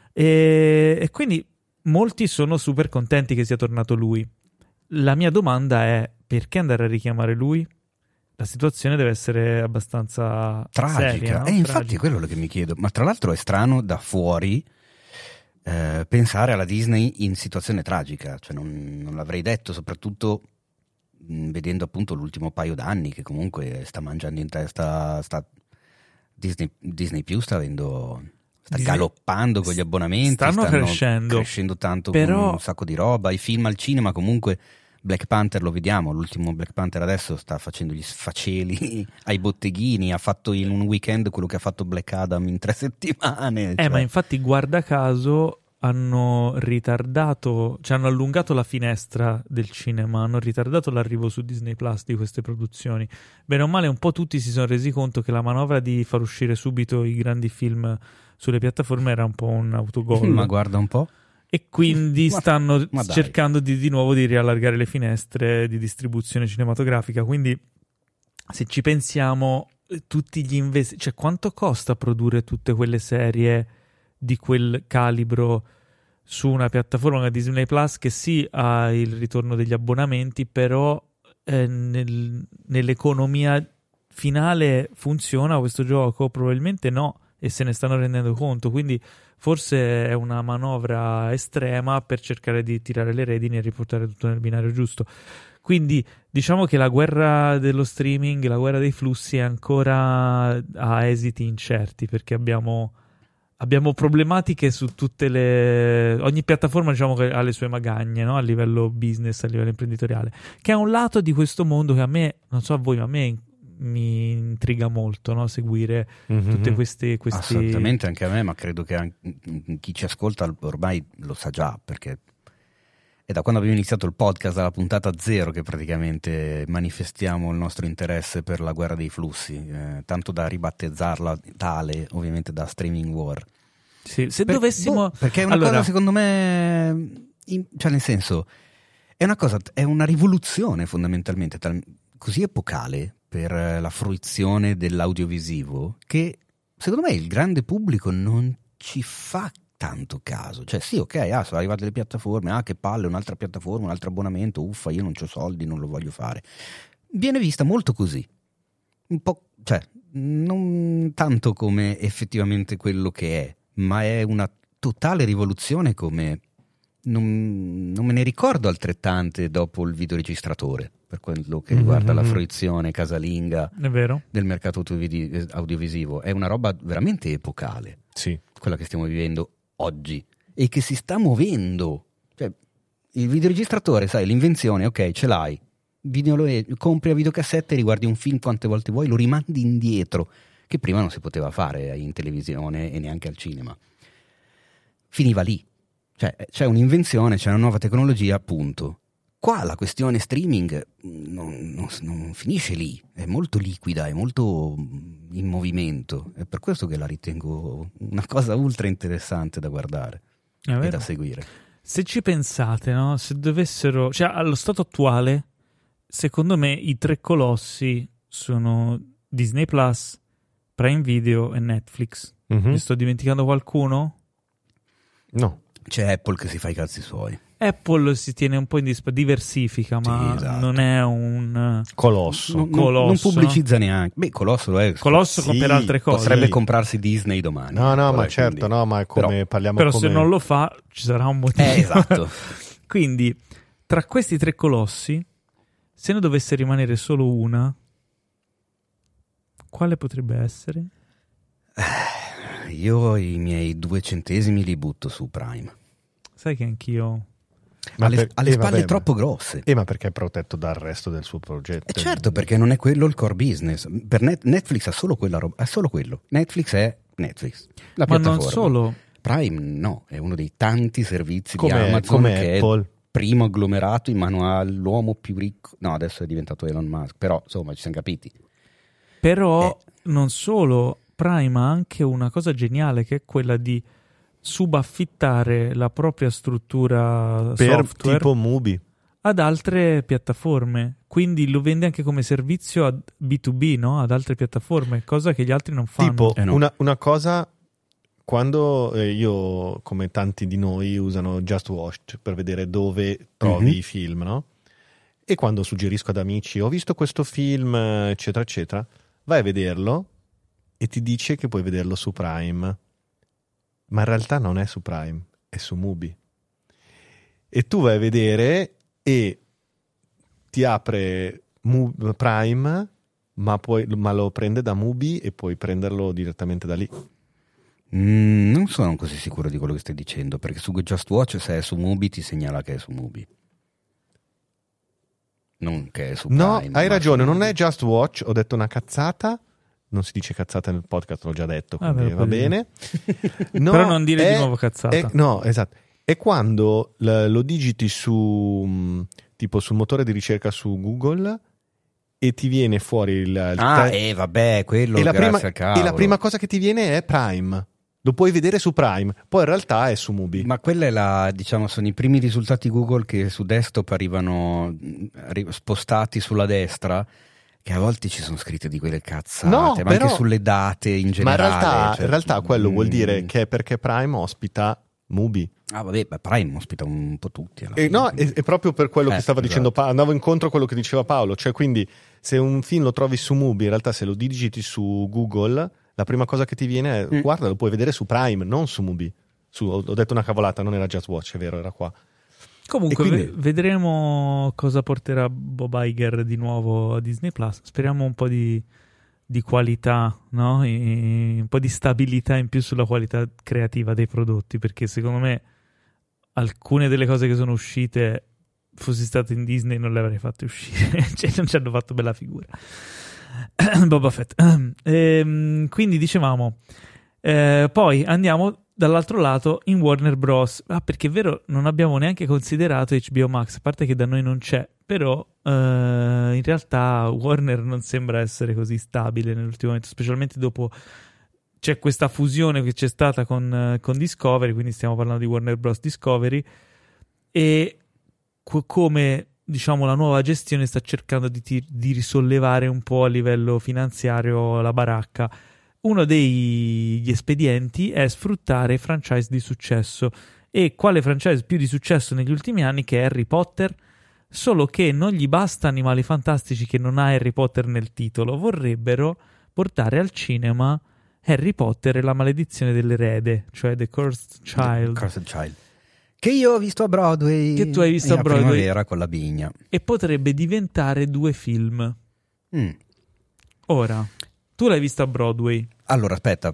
e quindi molti sono super contenti che sia tornato lui. La mia domanda è: perché andare a richiamare lui? La situazione deve essere abbastanza tragica, seria, no? Infatti è quello che mi chiedo. Ma tra l'altro è strano da fuori pensare alla Disney in situazione tragica, cioè non l'avrei detto, soprattutto vedendo appunto l'ultimo paio d'anni che comunque sta mangiando in testa, Disney Plus sta galoppando con gli abbonamenti, stanno crescendo tanto, però... con un sacco di roba, i film al cinema comunque. Black Panther lo vediamo, l'ultimo Black Panther adesso sta facendo gli sfaceli ai botteghini, ha fatto in un weekend quello che ha fatto Black Adam in 3 settimane. Ma infatti guarda caso hanno ritardato, cioè hanno allungato la finestra del cinema, hanno ritardato l'arrivo su Disney Plus di queste produzioni. Bene o male un po' tutti si sono resi conto che la manovra di far uscire subito i grandi film sulle piattaforme era un po' un autogol. Ma guarda un po'. E quindi stanno cercando di nuovo di riallargare le finestre di distribuzione cinematografica. Quindi se ci pensiamo, tutti gli cioè quanto costa produrre tutte quelle serie di quel calibro su una piattaforma come Disney Plus, che sì ha il ritorno degli abbonamenti, però nell'economia finale funziona questo gioco? Probabilmente no, e se ne stanno rendendo conto. Quindi forse è una manovra estrema per cercare di tirare le redini e riportare tutto nel binario giusto. Quindi diciamo che la guerra dello streaming, la guerra dei flussi è ancora a esiti incerti, perché abbiamo problematiche su tutte ogni piattaforma, diciamo che ha le sue magagne, no? A livello business, a livello imprenditoriale, che è un lato di questo mondo che a me, non so a voi, ma a me mi intriga molto, no? Seguire tutte questi assolutamente, anche a me, ma credo che anche chi ci ascolta ormai lo sa già, perché è da quando abbiamo iniziato il podcast, dalla puntata 0, che praticamente manifestiamo il nostro interesse per la guerra dei flussi, tanto da ribattezzarla tale, ovviamente, da streaming war. Sì, se dovessimo... perché è una cosa, secondo me, cioè nel senso, è una rivoluzione fondamentalmente, così epocale per la fruizione dell'audiovisivo, che secondo me il grande pubblico non ci fa tanto caso. Cioè sì, ok, sono arrivate le piattaforme, che palle, un'altra piattaforma, un altro abbonamento, uffa, io non c'ho soldi, non lo voglio fare. Viene vista molto così, un po', cioè non tanto come effettivamente quello che è, ma è una totale rivoluzione, come non me ne ricordo altrettante dopo il videoregistratore, per quello che riguarda la fruizione casalinga è vero, del mercato audiovisivo. È una roba veramente epocale. Sì. Quella che stiamo vivendo oggi e che si sta muovendo. Cioè, il videoregistratore, sai, l'invenzione, ok, ce l'hai, compri la videocassetta e riguardi un film quante volte vuoi, lo rimandi indietro, che prima non si poteva fare in televisione e neanche al cinema. Finiva lì. Cioè, c'è un'invenzione, c'è una nuova tecnologia, appunto. Qua la questione streaming non finisce lì, è molto liquida, è molto in movimento. È per questo che la ritengo una cosa ultra interessante da guardare e da seguire. Se ci pensate, no? Se dovessero... Cioè, allo stato attuale, secondo me i tre colossi sono Disney Plus, Prime Video e Netflix. Mi sto dimenticando qualcuno? No. C'è Apple che si fa i cazzi suoi. Apple si tiene un po' diversifica, ma sì, esatto. non è un colosso. Non pubblicizza neanche. Beh, Colosso lo è. Colosso sì, per altre cose. Potrebbe comprarsi Disney domani. No, ma certo, quindi... no, ma è come parliamo però come... se non lo fa ci sarà un motivo. Esatto. Quindi, tra questi tre colossi, se ne dovesse rimanere solo una, quale potrebbe essere? Io i miei 2 centesimi li butto su Prime. Sai che anch'io... Ma alle spalle troppo grosse. Ma perché è protetto dal resto del suo progetto? Certo, perché non è quello il core business. Per Netflix ha solo quella roba, ha solo quello. Netflix è Netflix. La ma piattaforma. Non solo. Prime no, è uno dei tanti servizi come, di Amazon come che Apple. È primo agglomerato in mano all'uomo più ricco. No, adesso è diventato Elon Musk, però insomma ci siamo capiti. Però non solo, Prime ha anche una cosa geniale che è quella di subaffittare la propria struttura per software tipo Mubi ad altre piattaforme, quindi lo vende anche come servizio ad B2B, no? Ad altre piattaforme, cosa che gli altri non fanno. tipo no. una cosa, quando io, come tanti di noi, usano Just Watch per vedere dove trovi i film, no? E quando suggerisco ad amici ho visto questo film eccetera eccetera, vai a vederlo e ti dice che puoi vederlo su Prime. Ma in realtà non è su Prime, è su Mubi. E tu vai a vedere e ti apre Prime, ma lo prende da Mubi e puoi prenderlo direttamente da lì. Non sono così sicuro di quello che stai dicendo, perché su Just Watch, se è su Mubi, ti segnala che è su Mubi. Non che è su Prime. No, hai ragione, non è Just Watch, ho detto una cazzata. Non si dice cazzata nel podcast, l'ho già detto, quindi va bene. No, però non dire di nuovo cazzata. No, esatto. È quando lo digiti su tipo sul motore di ricerca su Google e ti viene fuori il vabbè, quello e grazie al cavolo. E la prima cosa che ti viene è Prime. Lo puoi vedere su Prime, poi in realtà è su Mubi. Ma quella è sono i primi risultati Google che su desktop arrivano spostati sulla destra. Che a volte ci sono scritte di quelle cazzate, ma anche sulle date in generale. Ma in realtà quello vuol dire che è perché Prime ospita Mubi. Ah vabbè, Prime ospita un po' tutti. No, è proprio per quello che stava dicendo Paolo. Andavo incontro a quello che diceva Paolo. Cioè, quindi, se un film lo trovi su Mubi, in realtà se lo digiti su Google, la prima cosa che ti viene è guarda, lo puoi vedere su Prime, non su Mubi. Ho detto una cavolata, non era Just Watch, è vero, era qua. Comunque quindi... vedremo cosa porterà Bob Iger di nuovo a Disney Plus. Speriamo un po' di qualità, no? Un po' di stabilità in più sulla qualità creativa dei prodotti, perché secondo me alcune delle cose che sono uscite, fossi stato in Disney non le avrei fatte uscire. Cioè non ci hanno fatto bella figura. Boba Fett. Quindi dicevamo poi andiamo dall'altro lato in Warner Bros. Perché è vero, non abbiamo neanche considerato HBO Max, a parte che da noi non c'è, però in realtà Warner non sembra essere così stabile nell'ultimo momento, specialmente dopo c'è questa fusione che c'è stata con Discovery, quindi stiamo parlando di Warner Bros. Discovery, e come diciamo la nuova gestione sta cercando di risollevare un po' a livello finanziario la baracca. Uno degli espedienti è sfruttare franchise di successo. E quale franchise più di successo negli ultimi anni che Harry Potter? Solo che non gli basta Animali Fantastici che non ha Harry Potter nel titolo. Vorrebbero portare al cinema Harry Potter e la maledizione dell'erede, cioè The Cursed Child. The Cursed Child. Che io ho visto a Broadway. Che tu hai visto a Broadway. Primavera con la Bigna. E potrebbe diventare 2 film. Ora, tu l'hai visto a Broadway. Allora, aspetta.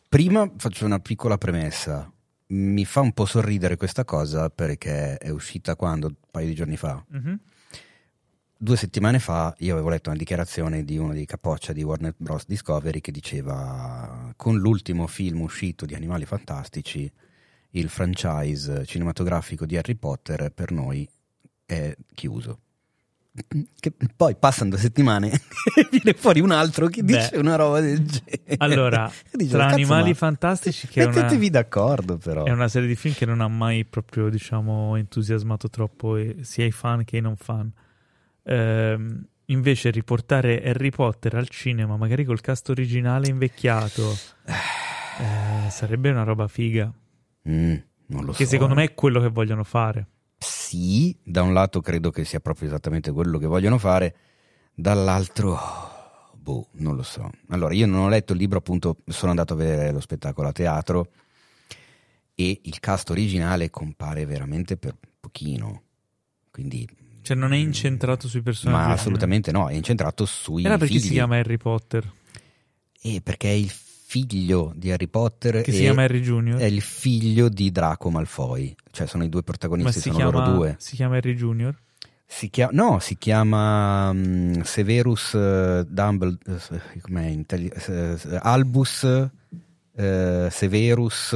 Prima faccio una piccola premessa. Mi fa un po' sorridere questa cosa perché è uscita quando? Un paio di giorni fa. 2 settimane fa io avevo letto una dichiarazione di uno dei capoccia di Warner Bros. Discovery che diceva: con l'ultimo film uscito di Animali Fantastici il franchise cinematografico di Harry Potter per noi è chiuso. Che poi passano 2 settimane e viene fuori un altro che dice una roba del genere. Allora, dice, tra Animali Fantastici, che mettetevi d'accordo, però è una serie di film che non ha mai proprio, diciamo, entusiasmato troppo sia i fan che i non fan. Invece riportare Harry Potter al cinema, magari col cast originale invecchiato, sarebbe una roba figa. Non lo che so, secondo me è quello che vogliono fare. Sì, da un lato credo che sia proprio esattamente quello che vogliono fare, dall'altro non lo so. Allora, io non ho letto il libro, appunto, sono andato a vedere lo spettacolo a teatro e il cast originale compare veramente per pochino, quindi cioè non è incentrato sui personaggi. Ma assolutamente no, è incentrato sui Era perché figli. Si chiama Harry Potter? Perché è il figlio di Harry Potter che si chiama Harry Junior? È il figlio di Draco Malfoy, cioè sono i 2 protagonisti, sono loro 2. Si chiama Harry Junior? Si chiama Severus Dumbledore, Albus Severus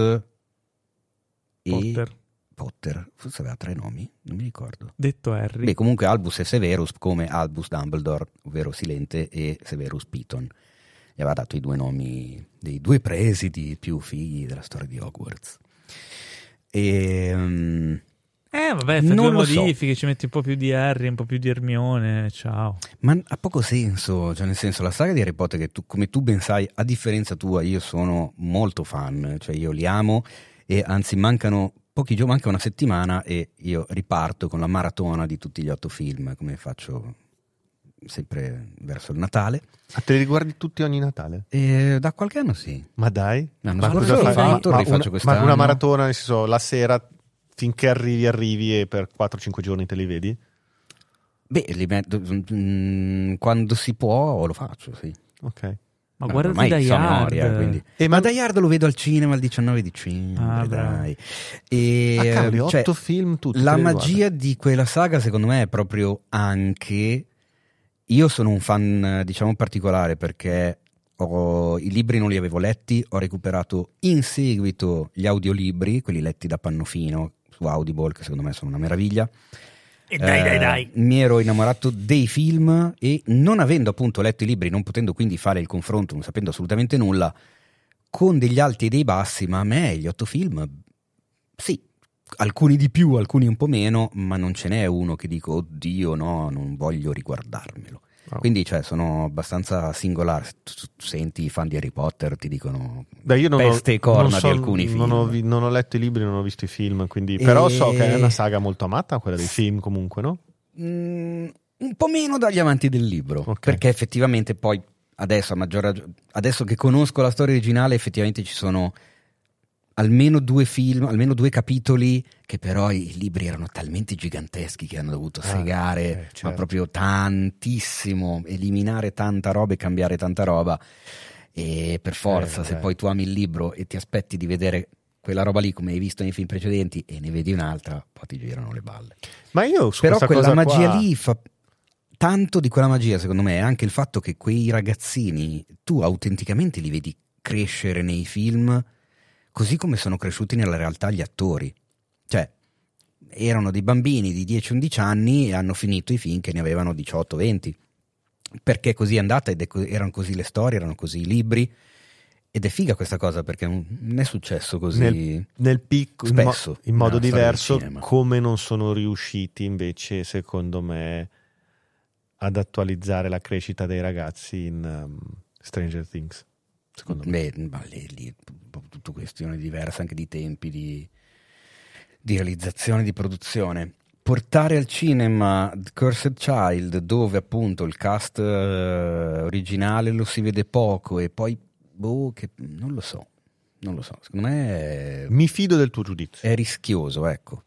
Potter, forse aveva 3 nomi, non mi ricordo. Detto Harry. Beh, comunque Albus e Severus come Albus Dumbledore, ovvero Silente, e Severus Piton. Gli aveva dato i 2 nomi dei 2 presidi più figli della storia di Hogwarts. Vabbè, fai 2 modifiche, ci metti un po' più di Harry, un po' più di Hermione, ciao. Ma ha poco senso, cioè nel senso, la saga di Harry Potter, che come tu ben sai, a differenza tua, io sono molto fan, cioè io li amo, e anzi mancano pochi giorni, manca una settimana e io riparto con la maratona di tutti gli 8 film, come faccio sempre verso il Natale. Te li riguardi tutti ogni Natale? Da qualche anno sì. Ma dai? L'anno scorso l'ho fatto, rifaccio quest'anno. Ma una maratona, nel senso, la sera finché arrivi e per 4-5 giorni te li vedi? Beh, li metto, quando si può lo faccio, sì. Ok. Ma guardati Die Hard. Quindi. Ma Die Hard lo vedo al cinema il 19 dicembre, dai. Cavoli, 8 film tutti. La magia di quella saga secondo me è proprio anche... Io sono un fan, diciamo, particolare perché i libri non li avevo letti, ho recuperato in seguito gli audiolibri, quelli letti da Pannofino su Audible, che secondo me sono una meraviglia. E dai. Mi ero innamorato dei film e non avendo appunto letto i libri, non potendo quindi fare il confronto, non sapendo assolutamente nulla, con degli alti e dei bassi, ma a me gli 8 film, sì, alcuni di più, alcuni un po' meno, ma non ce n'è uno che dico oddio no, non voglio riguardarmelo. Quindi cioè, sono abbastanza singolare. Tu senti i fan di Harry Potter ti dicono peste e corna di alcuni film. Non ho letto i libri, non ho visto i film, quindi però so che è una saga molto amata quella dei film comunque, no? Un po' meno dagli amanti del libro, okay. Perché effettivamente poi adesso a maggior ragione, adesso che conosco la storia originale, effettivamente ci sono almeno 2 film, almeno 2 capitoli che però i libri erano talmente giganteschi che hanno dovuto segare certo. Ma proprio tantissimo, eliminare tanta roba e cambiare tanta roba, e per forza se poi tu ami il libro e ti aspetti di vedere quella roba lì come hai visto nei film precedenti e ne vedi un'altra, poi ti girano le balle. Ma io su però questa quella cosa magia qua... lì fa tanto di quella magia, secondo me, è anche il fatto che quei ragazzini tu autenticamente li vedi crescere nei film così come sono cresciuti nella realtà gli attori. Cioè, erano dei bambini di 10-11 anni e hanno finito i film che ne avevano 18-20. Perché così è andata ed erano così le storie, erano così i libri. Ed è figa questa cosa perché non è successo così nel piccolo, spesso. In modo diverso, come non sono riusciti invece, secondo me, ad attualizzare la crescita dei ragazzi in Stranger Things. Secondo me. Lì è tutta questione diversa anche di tempi di realizzazione, di produzione. Portare al cinema The Cursed Child, dove appunto il cast originale lo si vede poco e poi che non lo so, secondo me mi fido del tuo giudizio. È rischioso, ecco.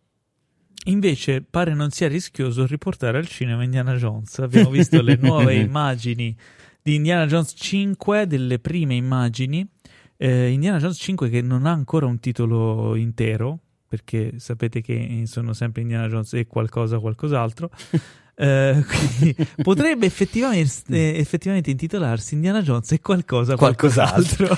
Invece pare non sia rischioso riportare al cinema Indiana Jones. Abbiamo visto le nuove immagini di Indiana Jones 5, delle prime immagini, Indiana Jones 5 che non ha ancora un titolo intero, perché sapete che sono sempre Indiana Jones e qualcos'altro. Quindi potrebbe effettivamente intitolarsi Indiana Jones e qualcos'altro.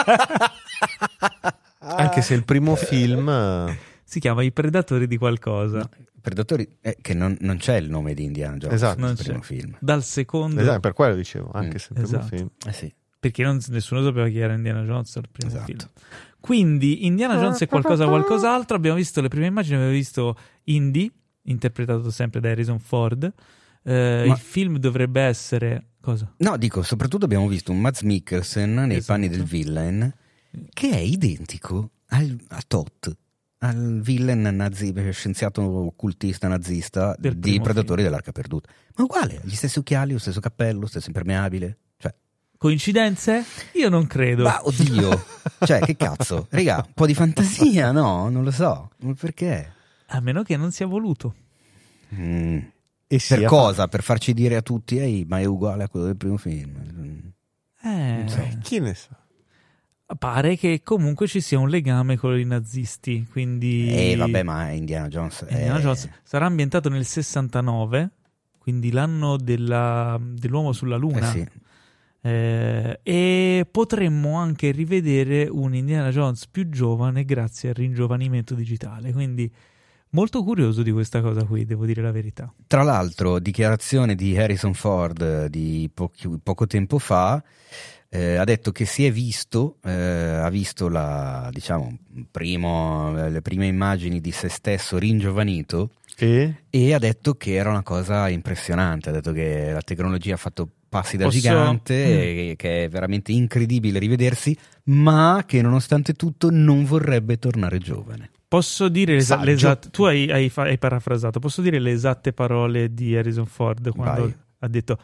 Anche se il primo film si chiama I Predatori di qualcosa. No, Predatori che non c'è il nome di Indiana Jones, esatto, nel primo film. Dal secondo, esatto, per quello dicevo, anche se il primo esatto. film Sì. Perché nessuno sapeva chi era Indiana Jones al primo Esatto. film. Quindi Indiana Jones e qualcos'altro. Abbiamo visto le prime immagini, abbiamo visto Indy, interpretato sempre da Harrison Ford. Il film dovrebbe essere cosa? No, dico, soprattutto abbiamo visto un Mads Mikkelsen nei panni del villain che è identico a Toth, al villain scienziato occultista nazista di Predatori dell'Arca Perduta. Ma uguale, gli stessi occhiali, lo stesso cappello, lo stesso impermeabile. Cioè, coincidenze? Io non credo. Ma oddio, cioè che cazzo, raga, un po' di fantasia, no? Non lo so, perché? A meno che non sia voluto. E per cosa? Per farci dire a tutti, ehi, ma è uguale a quello del primo film. Non so. Chi ne sa? Pare che comunque ci sia un legame con i nazisti, quindi... vabbè, ma Indiana Jones... Indiana Jones sarà ambientato nel 69, quindi l'anno dell'uomo sulla Luna. Sì. E potremmo anche rivedere un Indiana Jones più giovane grazie al ringiovanimento digitale, quindi molto curioso di questa cosa qui, devo dire la verità. Tra l'altro, dichiarazione di Harrison Ford di poco tempo fa, ha detto che si è visto, ha visto le prime immagini di se stesso ringiovanito e ha detto che era una cosa impressionante, ha detto che la tecnologia ha fatto passi da gigante e che è veramente incredibile rivedersi, ma che nonostante tutto non vorrebbe tornare giovane. Posso dire le esatte, tu hai parafrasato, posso dire le esatte parole di Harrison Ford quando ha detto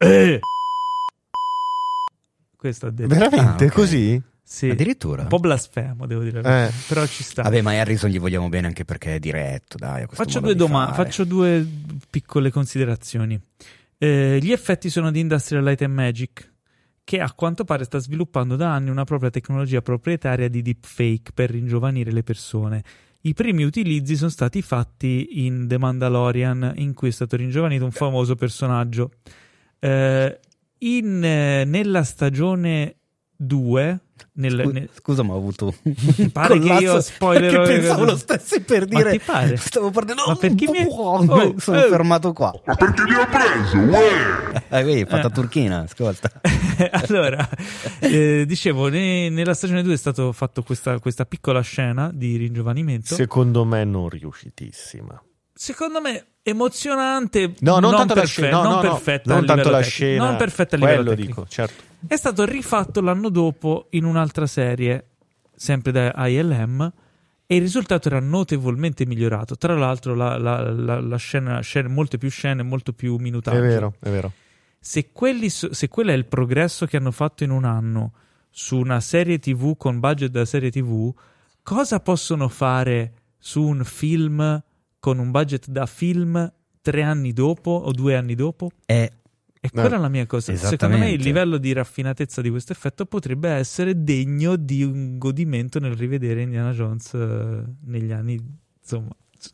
questo ha detto. Veramente? Okay. Così? Sì, addirittura un po' blasfemo, devo dire, però ci sta. Vabbè, ma Harrison gli vogliamo bene anche perché è diretto, dai. Faccio due piccole considerazioni. Gli effetti sono di Industrial Light and Magic, che a quanto pare sta sviluppando da anni una propria tecnologia proprietaria di deepfake per ringiovanire le persone. I primi utilizzi sono stati fatti in The Mandalorian, in cui è stato ringiovanito un famoso personaggio. Nella stagione 2 scusa, ma ho avuto pare che io spoilerò, perché pensavo lo stessi per dire. Ma ti pare? Stavo perdendo. Ma perché sono fermato qua. Ma perché mi ha preso? Fatta turchina, ascolta. Allora, dicevo, nella stagione 2 è stato fatto questa piccola scena di ringiovanimento. Secondo me non riuscitissima. Secondo me emozionante, non tanto perfetta, non perfetta, non tanto la scena, non perfetta a livello quello tecnico. Dico, certo. È stato rifatto l'anno dopo in un'altra serie, sempre da ILM, e il risultato era notevolmente migliorato. Tra l'altro la scena, molte più scene, molto più minutaggio. È vero. Se quello è il progresso che hanno fatto in un anno su una serie TV con budget da serie TV, cosa possono fare su un film con un budget da film 3 anni dopo o 2 anni dopo? E quella è la mia cosa. Secondo me il livello di raffinatezza di questo effetto potrebbe essere degno di un godimento nel rivedere Indiana Jones negli anni, insomma.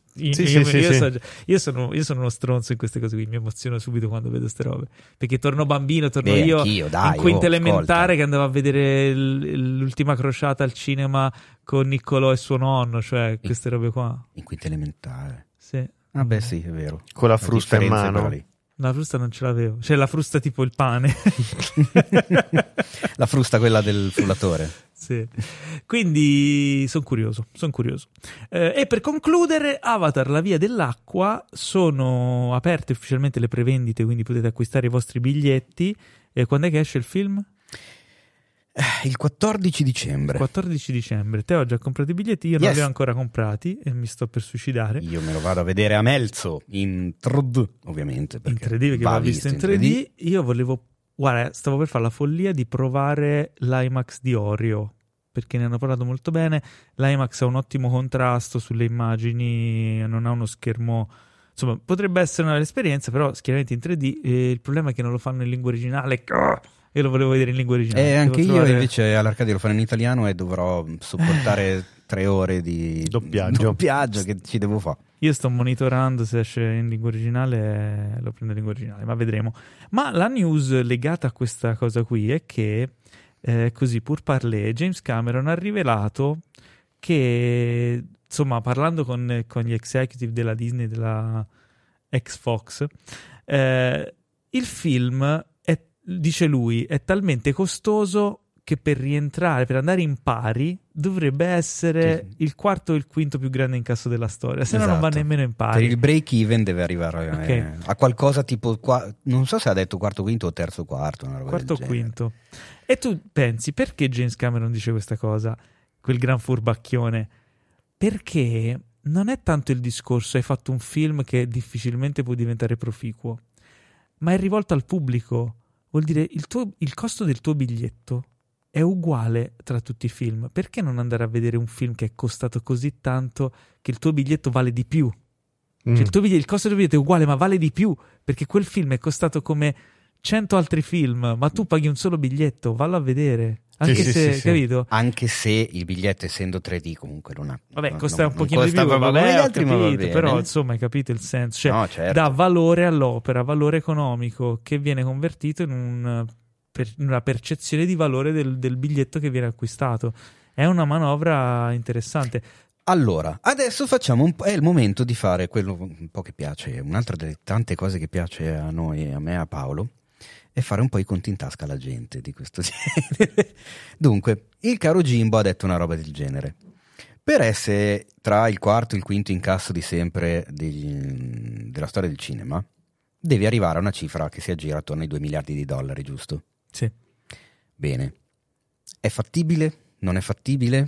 Io sono uno stronzo in queste cose qui, mi emoziono subito quando vedo ste robe, perché torno bambino, in quinta elementare che andavo a vedere l'ultima crociata al cinema con Niccolò e suo nonno, cioè queste robe qua. In quinta elementare? Sì. Vabbè, sì, è vero. Con la frusta in mano. La frusta non ce l'avevo, cioè la frusta tipo il pane. La frusta quella del frullatore. Sì. Quindi sono curioso. E per concludere, Avatar, la via dell'acqua, sono aperte ufficialmente le prevendite, quindi potete acquistare i vostri biglietti. Quando è che esce il film? Il 14 dicembre. 14 dicembre. Te ho già comprato i biglietti, io non li ho ancora comprati e mi sto per suicidare. Io me lo vado a vedere a Melzo in 3D, ovviamente. In 3D, perché va visto in 3D. Io stavo per fare la follia di provare l'IMAX di Oreo, perché ne hanno parlato molto bene. L'IMAX ha un ottimo contrasto sulle immagini, non ha uno schermo, insomma potrebbe essere una bella esperienza, però chiaramente in 3D. Il problema è che non lo fanno in lingua originale, Io lo volevo vedere in lingua originale. Anche io invece all'Arcadia lo fanno in italiano e dovrò sopportare 3 ore di doppiaggio che ci devo fare. Io sto monitorando se esce in lingua originale, lo prendo in lingua originale, ma vedremo. Ma la news legata a questa cosa qui è che, così pur parler, James Cameron ha rivelato che, insomma, parlando con gli executive della Disney, della ex-Fox, il film, dice lui, è talmente costoso che per rientrare, per andare in pari, dovrebbe essere il quarto o il quinto più grande incasso della storia, se no non va nemmeno in pari. Per il break even deve arrivare a qualcosa tipo, non so se ha detto quarto quinto o terzo quarto, una roba quarto del quinto. E tu pensi, perché James Cameron dice questa cosa, quel gran furbacchione? Perché non è tanto il discorso hai fatto un film che difficilmente può diventare proficuo, ma è rivolto al pubblico. Vuol dire il costo del tuo biglietto è uguale tra tutti i film. Perché non andare a vedere un film che è costato così tanto che il tuo biglietto vale di più? Cioè il costo del biglietto è uguale ma vale di più, perché quel film è costato come 100 altri film, ma tu paghi un solo biglietto, vallo a vedere. Anche se, capito? Anche se il biglietto, essendo 3D, comunque non ha. Vabbè, costa un pochino di più, vabbè, ho capito, però insomma hai capito il senso. Cioè, no, certo. Dà valore all'opera, valore economico, che viene convertito in una percezione di valore del biglietto che viene acquistato. È una manovra interessante. Allora, adesso facciamo è il momento di fare quello un po' che piace, un'altra delle tante cose che piace a noi, a me e a Paolo, e fare un po' i conti in tasca alla gente di questo genere. Dunque, il caro Jimbo ha detto una roba del genere. Per essere tra il quarto e il quinto incasso di sempre della storia del cinema, devi arrivare a una cifra che si aggira attorno ai $2 miliardi, giusto? Sì. Bene. È fattibile? Non è fattibile?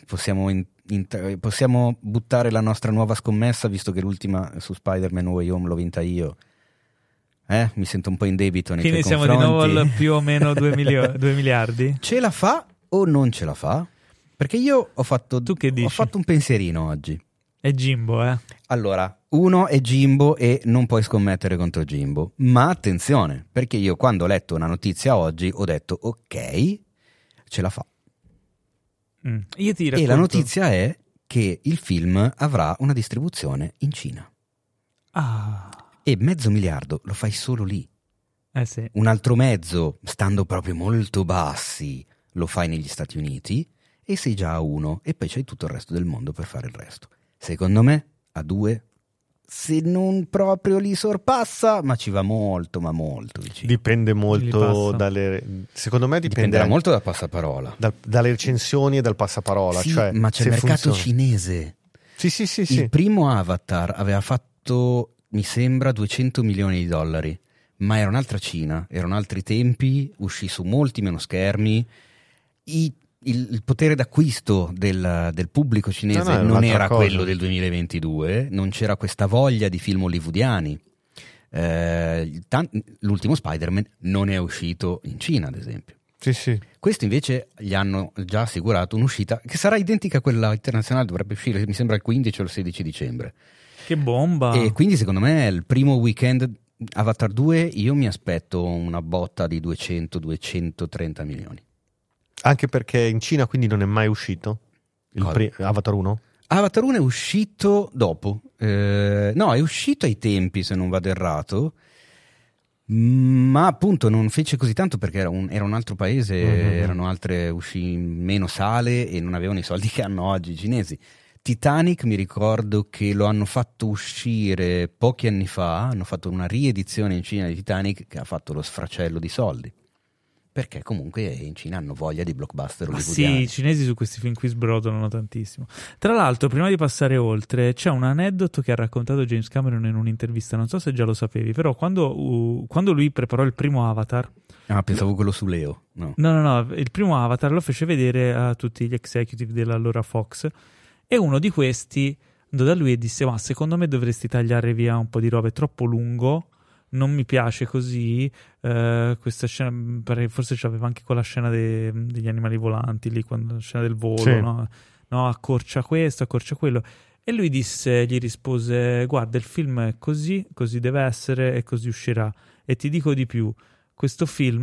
Possiamo buttare la nostra nuova scommessa, visto che l'ultima su Spider-Man No Way Home l'ho vinta io? Mi sento un po' in debito nei tuoi confronti. Quindi siamo di nuovo al più o meno 2 miliardi? Ce la fa o non ce la fa? Perché io ho fatto un pensierino oggi. È Jimbo, Allora, uno è Jimbo e non puoi scommettere contro Jimbo. Ma attenzione, perché io quando ho letto una notizia oggi ho detto ok, ce la fa. Io ti racconto. E la notizia è che il film avrà una distribuzione in Cina. E $500 milioni lo fai solo lì. Sì. Un altro mezzo, stando proprio molto bassi, lo fai negli Stati Uniti e sei già a 1 e poi c'hai tutto il resto del mondo per fare il resto. Secondo me a 2, se non proprio li sorpassa, ma ci va molto, ma molto vicino. Dipende molto secondo me dipenderà molto dal passaparola, dalle recensioni e dal passaparola. Sì, cioè, ma c'è il mercato cinese. Sì. Il primo Avatar aveva fatto, mi sembra, $200 milioni, ma era un'altra Cina, erano altri tempi, uscì su molti meno schermi. Il potere d'acquisto del pubblico cinese non era quello del 2022, non c'era questa voglia di film hollywoodiani. L'ultimo Spider-Man non è uscito in Cina, ad esempio. Sì. Questo invece gli hanno già assicurato un'uscita che sarà identica a quella internazionale, dovrebbe uscire, mi sembra, il 15 o il 16 dicembre. Che bomba! E quindi secondo me il primo weekend Avatar 2 io mi aspetto una botta di 200-230 milioni. Anche perché in Cina quindi non è mai uscito Avatar 1? Avatar 1 è uscito dopo. No, è uscito ai tempi, se non vado errato, ma appunto non fece così tanto perché era un altro paese, erano altre, uscì meno sale e non avevano i soldi che hanno oggi i cinesi. Titanic mi ricordo che lo hanno fatto uscire pochi anni fa, hanno fatto una riedizione in Cina di Titanic che ha fatto lo sfracello di soldi. Perché comunque in Cina hanno voglia di blockbuster hollywoodiani. Sì, i cinesi su questi film qui sbrodolano tantissimo. Tra l'altro, prima di passare oltre, c'è un aneddoto che ha raccontato James Cameron in un'intervista, non so se già lo sapevi, però quando lui preparò il primo Avatar... pensavo quello su Leo. No, il primo Avatar lo fece vedere a tutti gli executive dell'allora Fox e uno di questi andò da lui e disse: ma secondo me dovresti tagliare via un po' di roba, è troppo lungo, non mi piace così, questa scena, forse c'aveva anche quella scena degli animali volanti lì, la scena del volo, sì. no, accorcia questo, accorcia quello, e lui gli rispose: guarda, il film è così deve essere e così uscirà, e ti dico di più, questo film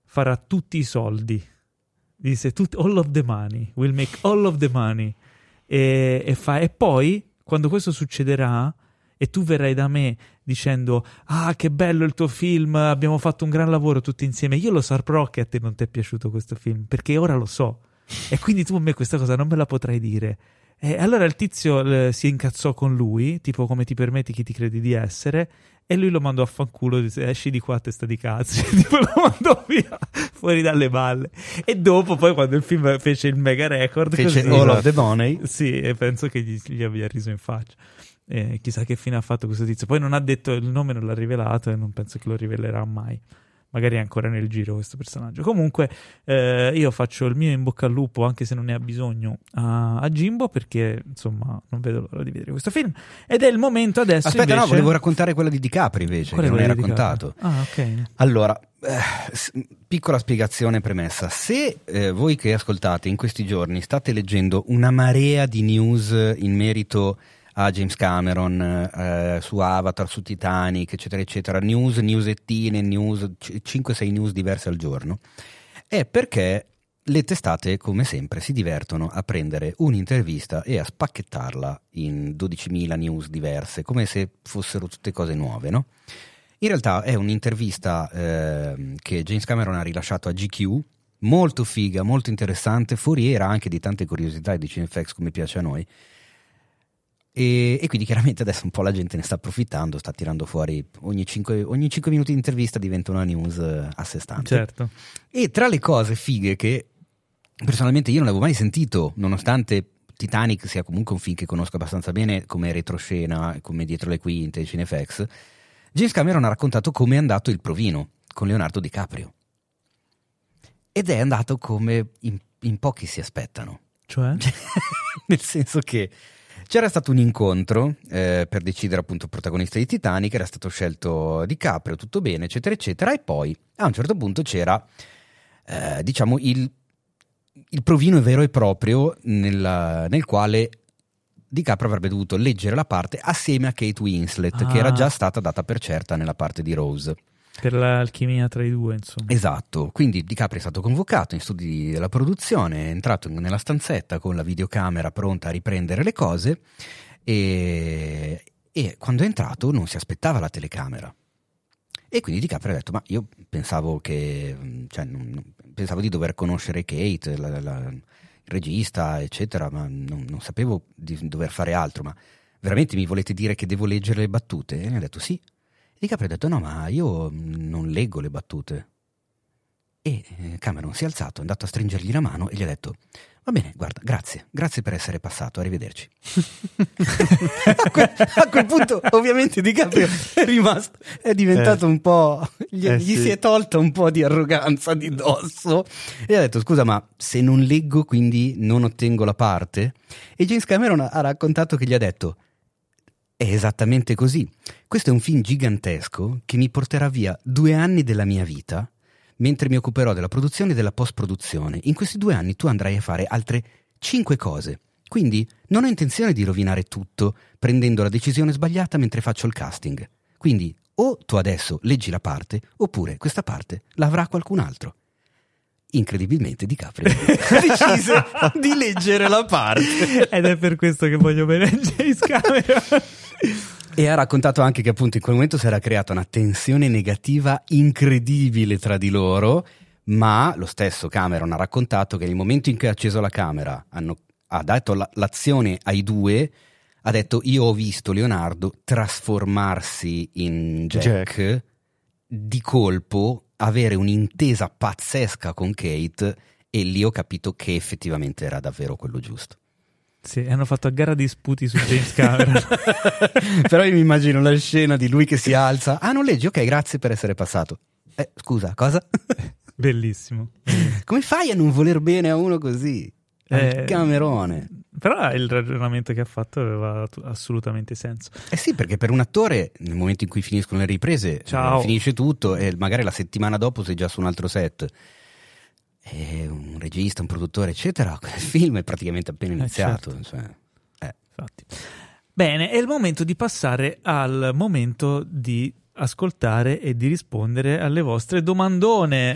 farà tutti i soldi. Disse all of the money, we'll make all of the money. E poi, quando questo succederà, e tu verrai da me dicendo che bello il tuo film, abbiamo fatto un gran lavoro tutti insieme, io lo saprò che a te non ti è piaciuto questo film, perché ora lo so. E quindi tu a me questa cosa non me la potrai dire. E allora il tizio si incazzò con lui, tipo come ti permetti, chi ti credi di essere, e lui lo mandò a fanculo, disse esci di qua testa di cazzo, tipo lo mandò via fuori dalle balle. E dopo poi quando il film fece il mega record, fece così, All of the Money, sì, e penso che gli abbia riso in faccia. Chissà che fine ha fatto questo tizio. Poi non ha detto il nome, non l'ha rivelato e non penso che lo rivelerà mai. Magari è ancora nel giro questo personaggio. Comunque io faccio il mio in bocca al lupo, anche se non ne ha bisogno, a Jimbo, perché insomma non vedo l'ora di vedere questo film. Ed è il momento adesso. Aspetta, invece... no, volevo raccontare quella di DiCaprio invece, che non hai raccontato. Ok. Allora, piccola spiegazione premessa. Se voi che ascoltate in questi giorni state leggendo una marea di news in merito a James Cameron, su Avatar, su Titanic, eccetera eccetera, newsettine, 5-6 news diverse al giorno, è perché le testate come sempre si divertono a prendere un'intervista e a spacchettarla in 12.000 news diverse, come se fossero tutte cose nuove, no? In realtà è un'intervista che James Cameron ha rilasciato a GQ, molto figa, molto interessante, foriera anche di tante curiosità di Cinefax, come piace a noi. E quindi chiaramente adesso un po' la gente ne sta approfittando, sta tirando fuori ogni 5 minuti di intervista diventa una news a sé stante. Certo. E tra le cose fighe che personalmente io non avevo mai sentito, nonostante Titanic sia comunque un film che conosco abbastanza bene come retroscena, come dietro le quinte, Cinefax, James Cameron ha raccontato come è andato il provino con Leonardo DiCaprio. Ed è andato come in pochi si aspettano. Cioè? Nel senso che c'era stato un incontro per decidere appunto il protagonista di Titanic, era stato scelto DiCaprio, tutto bene, eccetera, eccetera, e poi a un certo punto c'era, diciamo, il provino vero e proprio nel quale DiCaprio avrebbe dovuto leggere la parte assieme a Kate Winslet, che era già stata data per certa nella parte di Rose. Per l'alchimia tra i due, insomma. Esatto, quindi DiCaprio è stato convocato in studi della produzione, è entrato nella stanzetta con la videocamera pronta a riprendere le cose e quando è entrato non si aspettava la telecamera. E quindi DiCaprio ha detto, ma io pensavo pensavo di dover conoscere Kate, il regista, eccetera, ma non sapevo di dover fare altro, ma veramente mi volete dire che devo leggere le battute? E mi ha detto sì. DiCaprio ha detto no, ma io non leggo le battute. E Cameron si è alzato, è andato a stringergli la mano e gli ha detto va bene, guarda, grazie per essere passato, arrivederci. a quel punto ovviamente DiCaprio è diventato un po', gli si è tolta un po' di arroganza di dosso e ha detto scusa, ma se non leggo quindi non ottengo la parte? E James Cameron ha raccontato che gli ha detto è esattamente così. Questo è un film gigantesco che mi porterà via 2 anni della mia vita, mentre mi occuperò della produzione e della post-produzione. In questi 2 anni tu andrai a fare altre 5 cose. Quindi non ho intenzione di rovinare tutto prendendo la decisione sbagliata mentre faccio il casting. Quindi o tu adesso leggi la parte, oppure questa parte la avrà qualcun altro. Incredibilmente DiCaprio decise di leggere la parte. Ed è per questo che voglio bene James Cameron. E ha raccontato anche che appunto in quel momento si era creata una tensione negativa incredibile tra di loro, ma lo stesso Cameron ha raccontato che nel momento in cui ha acceso la camera ha dato l'azione ai due, ha detto io ho visto Leonardo trasformarsi in Jack. Di colpo avere un'intesa pazzesca con Kate e lì ho capito che effettivamente era davvero quello giusto. Sì, hanno fatto a gara di sputi su James Cameron. Però io mi immagino la scena di lui che si alza. Ah, non leggi? Ok, grazie per essere passato. Scusa, cosa? Bellissimo. Come fai a non voler bene a uno così? Camerone. Però il ragionamento che ha fatto aveva assolutamente senso. Sì, perché per un attore nel momento in cui finiscono le riprese finisce tutto e magari la settimana dopo sei già su un altro set. E un regista, un produttore, eccetera, il film è praticamente appena iniziato. Certo. Infatti. Bene, è il momento di passare al momento di ascoltare e di rispondere alle vostre domandone.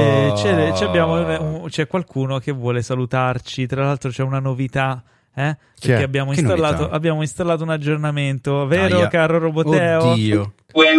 C'è qualcuno che vuole salutarci. Tra l'altro c'è una novità, perché abbiamo installato un aggiornamento, vero caro Roboteo? Oddio.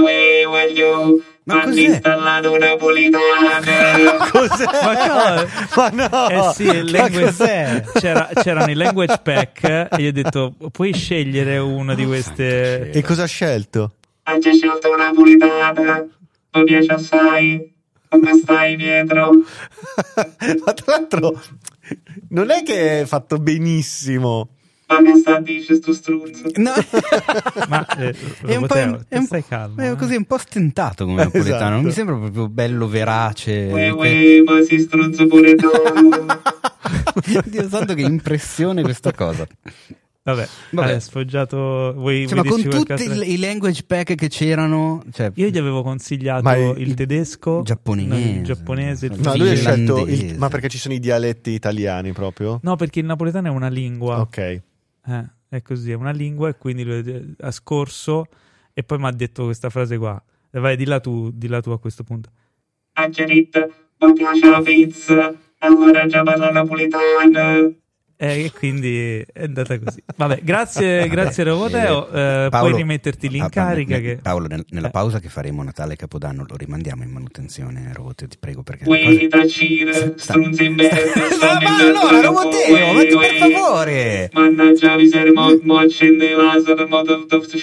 Ma cos'è? Installato Napolitano. Cos'è? Ma no! Sì, c'erano i language pack e gli ho detto puoi scegliere una di queste. E cosa ha scelto? Ha già scelto Napolitana. Mi piace assai. Come stai dietro? Ma tra l'altro non è che è fatto benissimo. Ma che sta a dire sto struzzo? No. Ma è un po', stai calmo. È così un po' stentato come napoletano. Esatto. Non mi sembra proprio bello, verace. Ma si struzzo pure tu. Dio santo, che impressione questa cosa. Vabbè. Hai sfoggiato. Ma con tutti i language pack che c'erano, io gli avevo consigliato il tedesco, il giapponese, il no, lui ha scelto ma perché ci sono i dialetti italiani proprio? No, perché il napoletano è una lingua. Ok. È così, è una lingua, e quindi lui ha scorso e poi mi ha detto questa frase qua. Vai, dilla tu a questo punto. A Gerit, mi piace la pizza, allora già parla napoletano. E quindi è andata così. Vabbè, grazie Roboteo. Puoi rimetterti lì in carica. Paolo, nella pausa che faremo Natale e Capodanno lo rimandiamo in manutenzione, Roboteo, ti prego, perché strunzi in verde. Ma Roboteo, ma per favore. Mannaggia miseria, mo accende vaso per modo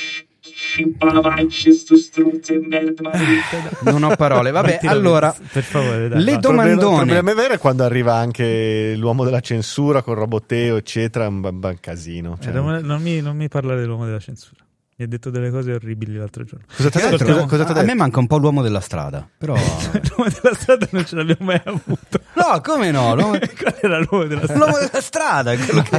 non ho parole. Vabbè, allora per favore, dai, le domandone. Il problema è vero è quando arriva anche l'uomo della censura con Roboteo eccetera, è un casino, cioè. Non mi parlare dell'uomo della censura. Mi ha detto delle cose orribili l'altro giorno. Cosa ti ha detto? A me manca un po' l'uomo della strada, però l'uomo della strada non ce l'abbiamo mai avuto. No, come no? Qual era l'uomo della strada? L'uomo della strada,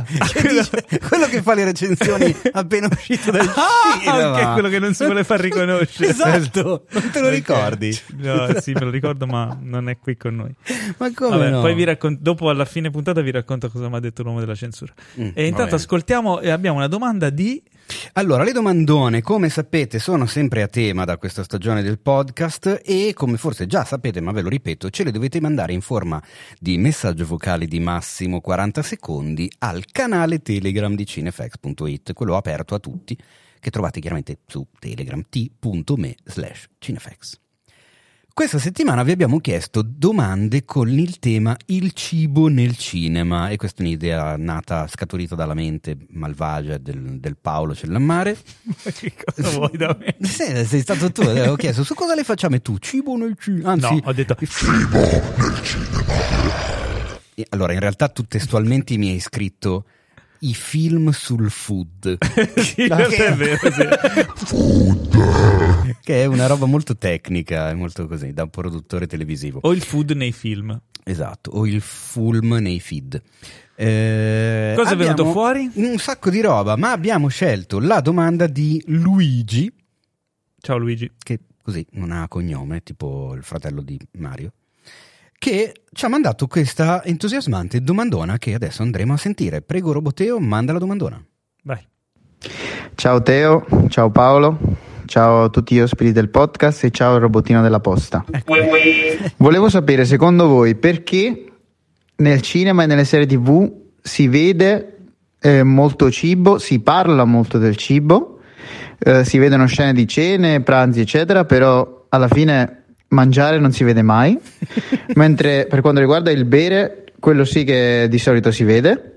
quello che fa le recensioni appena uscito dal cinema. Anche quello che non si vuole far riconoscere. Esatto, non te lo ricordi? No, sì, me lo ricordo, ma non è qui con noi. Ma come no? Poi dopo alla fine puntata vi racconto cosa mi ha detto l'uomo della censura. E intanto ascoltiamo e abbiamo una domanda di... Allora, le domandone, come sapete, sono sempre a tema da questa stagione del podcast e, come forse già sapete, ma ve lo ripeto, ce le dovete mandare in forma di messaggio vocale di massimo 40 secondi al canale Telegram di Cinefax.it, quello aperto a tutti, che trovate chiaramente su Telegram, t.me/Cinefax. Questa settimana vi abbiamo chiesto domande con il tema il cibo nel cinema, e questa è un'idea scaturita dalla mente malvagia del Paolo Cellammare. Ma che cosa vuoi da me? Sei stato tu, ho chiesto su cosa le facciamo tu, cibo nel cinema? Anzi, no, ho detto cibo nel cinema. Allora, in realtà tu testualmente mi hai scritto i film sul food. Sì, è vero, sì. Che è una roba molto tecnica, molto così, da un produttore televisivo. O il food nei film. Esatto, o il film nei feed. Cosa è venuto fuori? Un sacco di roba, ma abbiamo scelto la domanda di Luigi. Ciao Luigi. Che così non ha cognome, tipo il fratello di Mario, che ci ha mandato questa entusiasmante domandona che adesso andremo a sentire. Prego Roboteo, manda la domandona. Vai. Ciao Teo, ciao Paolo, ciao a tutti gli ospiti del podcast e ciao il robotino della posta. Volevo sapere, secondo voi, perché nel cinema e nelle serie TV si vede molto cibo, si parla molto del cibo, si vedono scene di cene, pranzi eccetera, però alla fine mangiare non si vede mai, mentre per quanto riguarda il bere, quello sì che di solito si vede.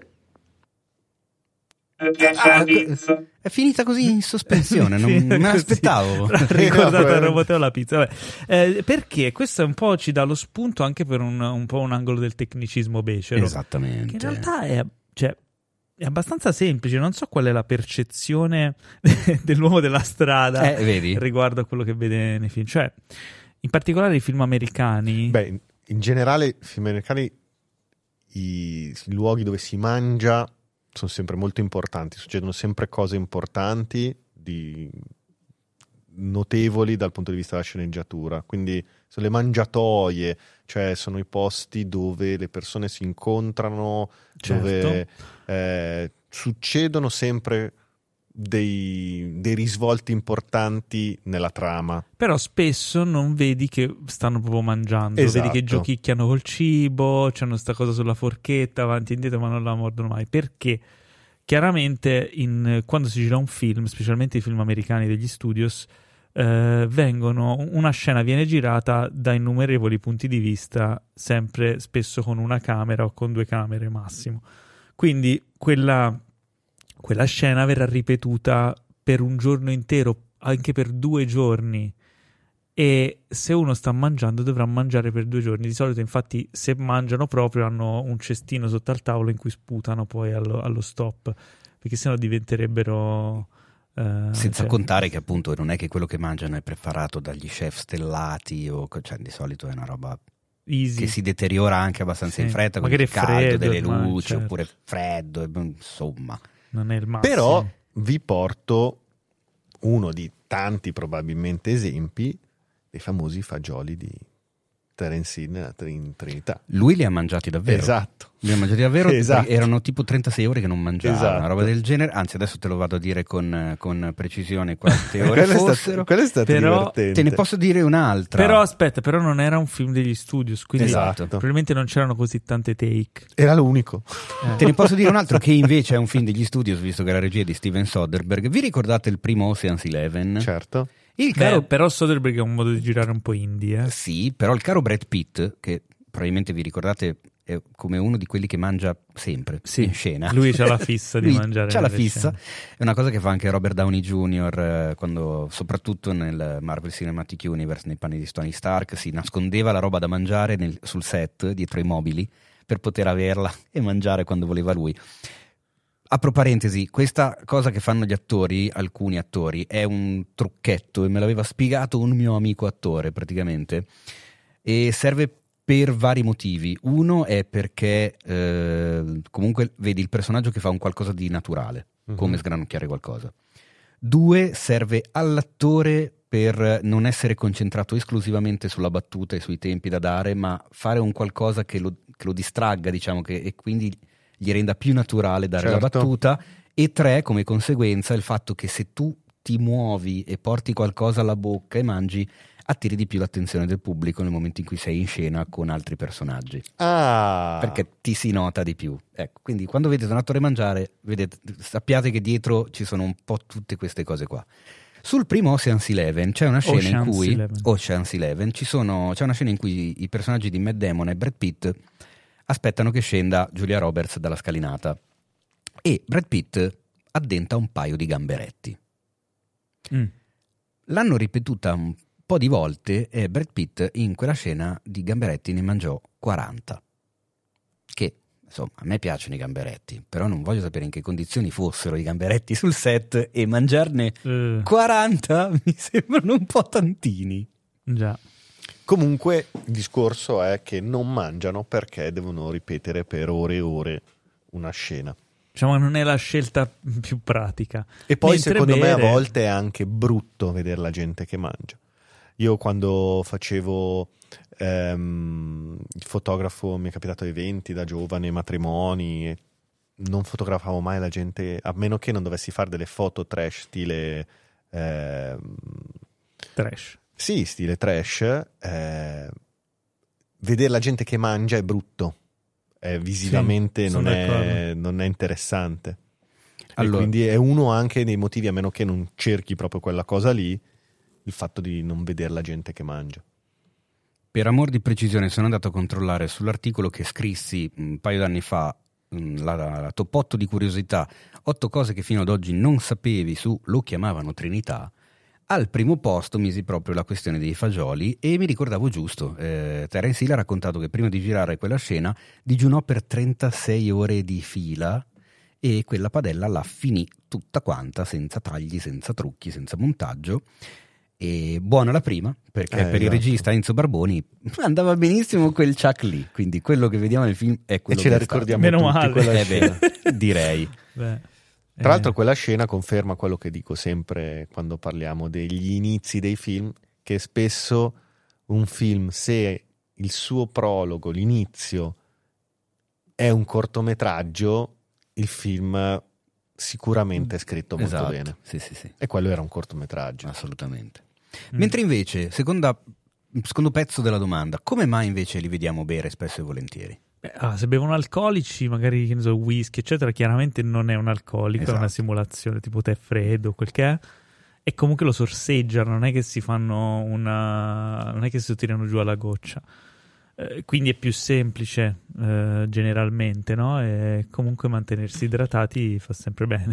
È finita così in sospensione, non me l'aspettavo. Ricordato al Roboteo la pizza. Vabbè. Perché questo un po' ci dà lo spunto anche per un po' un angolo del tecnicismo becero. Esattamente. Che in realtà è abbastanza semplice. Non so qual è la percezione dell'uomo della strada vedi? Riguardo a quello che vede nei film. Cioè, in particolare i film americani. Beh, in generale i film americani, i luoghi dove si mangia sono sempre molto importanti, succedono sempre cose importanti, notevoli dal punto di vista della sceneggiatura, quindi sono le mangiatoie, cioè sono i posti dove le persone si incontrano, certo, dove succedono sempre dei risvolti importanti nella trama. Però spesso non vedi che stanno proprio mangiando, Esatto. Vedi che giochicchiano col cibo, c'hanno sta cosa sulla forchetta avanti e indietro, ma non la mordono mai, perché chiaramente quando si gira un film, specialmente i film americani degli studios, una scena viene girata da innumerevoli punti di vista, sempre spesso con una camera o con 2 camere massimo, quindi quella scena verrà ripetuta per un giorno intero, anche per 2 giorni, e se uno sta mangiando dovrà mangiare per 2 giorni. Di solito infatti se mangiano proprio hanno un cestino sotto al tavolo in cui sputano poi allo stop, perché sennò diventerebbero senza contare che appunto non è che quello che mangiano è preparato dagli chef stellati cioè di solito è una roba easy, che si deteriora anche abbastanza in fretta, magari con il caldo freddo, delle luci, certo. oppure freddo, insomma non è il massimo. Però vi porto uno di tanti probabilmente esempi dei famosi fagioli di Terence Hill in Trinità. Lui li ha mangiati davvero. Esatto. Li ha mangiati davvero. Esatto. Erano tipo 36 ore che non mangiava, Esatto. una roba del genere. Anzi, adesso te lo vado a dire con precisione quante ore fossero. Quello è stato Però divertente. Te ne posso dire un'altra. Però aspetta, però non era un film degli studios, quindi Esatto. probabilmente non c'erano così tante take. Era l'unico. Te ne posso dire un altro che invece è un film degli studios, visto che la regia è di Steven Soderbergh. Vi ricordate il primo Ocean's 11? Certo. Però Soderbergh è un modo di girare un po' indie, Sì, però il caro Brad Pitt, che probabilmente vi ricordate è come uno di quelli che mangia sempre in scena. Lui c'ha la fissa di mangiare. C'ha la nelle fissa. scene. È una cosa che fa anche Robert Downey Jr. Quando, soprattutto nel Marvel Cinematic Universe, nei panni di Tony Stark, si nascondeva la roba da mangiare sul set, dietro i mobili, per poter averla e mangiare quando voleva lui. Apro parentesi, questa cosa che fanno gli attori, alcuni attori, è un trucchetto e me l'aveva spiegato un mio amico attore praticamente, e serve per vari motivi. Uno è perché comunque vedi il personaggio che fa un qualcosa di naturale, come sgranocchiare qualcosa. 2, serve all'attore per non essere concentrato esclusivamente sulla battuta e sui tempi da dare, ma fare un qualcosa che lo distragga, diciamo, e quindi gli renda più naturale dare la battuta. E 3, come conseguenza, il fatto che se tu ti muovi e porti qualcosa alla bocca e mangi, attiri di più l'attenzione del pubblico nel momento in cui sei in scena con altri personaggi. Perché ti si nota di più. Ecco, quindi quando vedete un attore mangiare, sappiate che dietro ci sono un po' tutte queste cose qua. Sul primo Ocean's 11 c'è una scena in cui Ocean's 11 c'è una scena in cui i personaggi di Matt Damon e Brad Pitt aspettano che scenda Julia Roberts dalla scalinata e Brad Pitt addenta un paio di gamberetti. L'hanno ripetuta un po' di volte e Brad Pitt in quella scena di gamberetti ne mangiò 40. Che, insomma, a me piacciono i gamberetti, però non voglio sapere in che condizioni fossero i gamberetti sul set, e mangiarne 40 mi sembrano un po' tantini. Già. Comunque il discorso è che non mangiano perché devono ripetere per ore e ore una scena. Diciamo che non è la scelta più pratica. E poi mentre secondo me a volte è anche brutto vedere la gente che mangia. Io quando facevo il fotografo, mi è capitato eventi da giovane, matrimoni, e non fotografavo mai la gente, a meno che non dovessi fare delle foto trash stile trash. Sì, stile trash. Vedere la gente che mangia è brutto, visivamente sì, non è interessante. Allora, e quindi è uno anche dei motivi, a meno che non cerchi proprio quella cosa lì, il fatto di non vedere la gente che mangia. Per amor di precisione sono andato a controllare sull'articolo che scrissi un paio d'anni fa, la top 8 di curiosità, 8 cose che fino ad oggi non sapevi su Lo chiamavano Trinità. Al primo posto misi proprio la questione dei fagioli e mi ricordavo giusto. Terence Hill ha raccontato che prima di girare quella scena digiunò per 36 ore di fila e quella padella la finì tutta quanta, senza tagli, senza trucchi, senza montaggio. E buona la prima, perché per il regista Enzo Barboni andava benissimo quel Chuck lì, quindi quello che vediamo nel film è quello e ce che la ricordiamo meno tutti, male. quella scena. Direi. Tra l'altro quella scena conferma quello che dico sempre quando parliamo degli inizi dei film, che spesso un film, se il suo prologo, l'inizio è un cortometraggio, il film sicuramente scritto molto bene. Sì. E quello era un cortometraggio. Assolutamente. Mentre invece, secondo pezzo della domanda, come mai invece li vediamo bere spesso e volentieri? Se bevono alcolici, magari che ne so, whisky eccetera, chiaramente non è un alcolico, è una simulazione tipo tè freddo, quel che è. E comunque lo sorseggiano, non è che si fanno non è che si tirano giù alla goccia. Quindi è più semplice generalmente, no? E comunque mantenersi idratati fa sempre bene.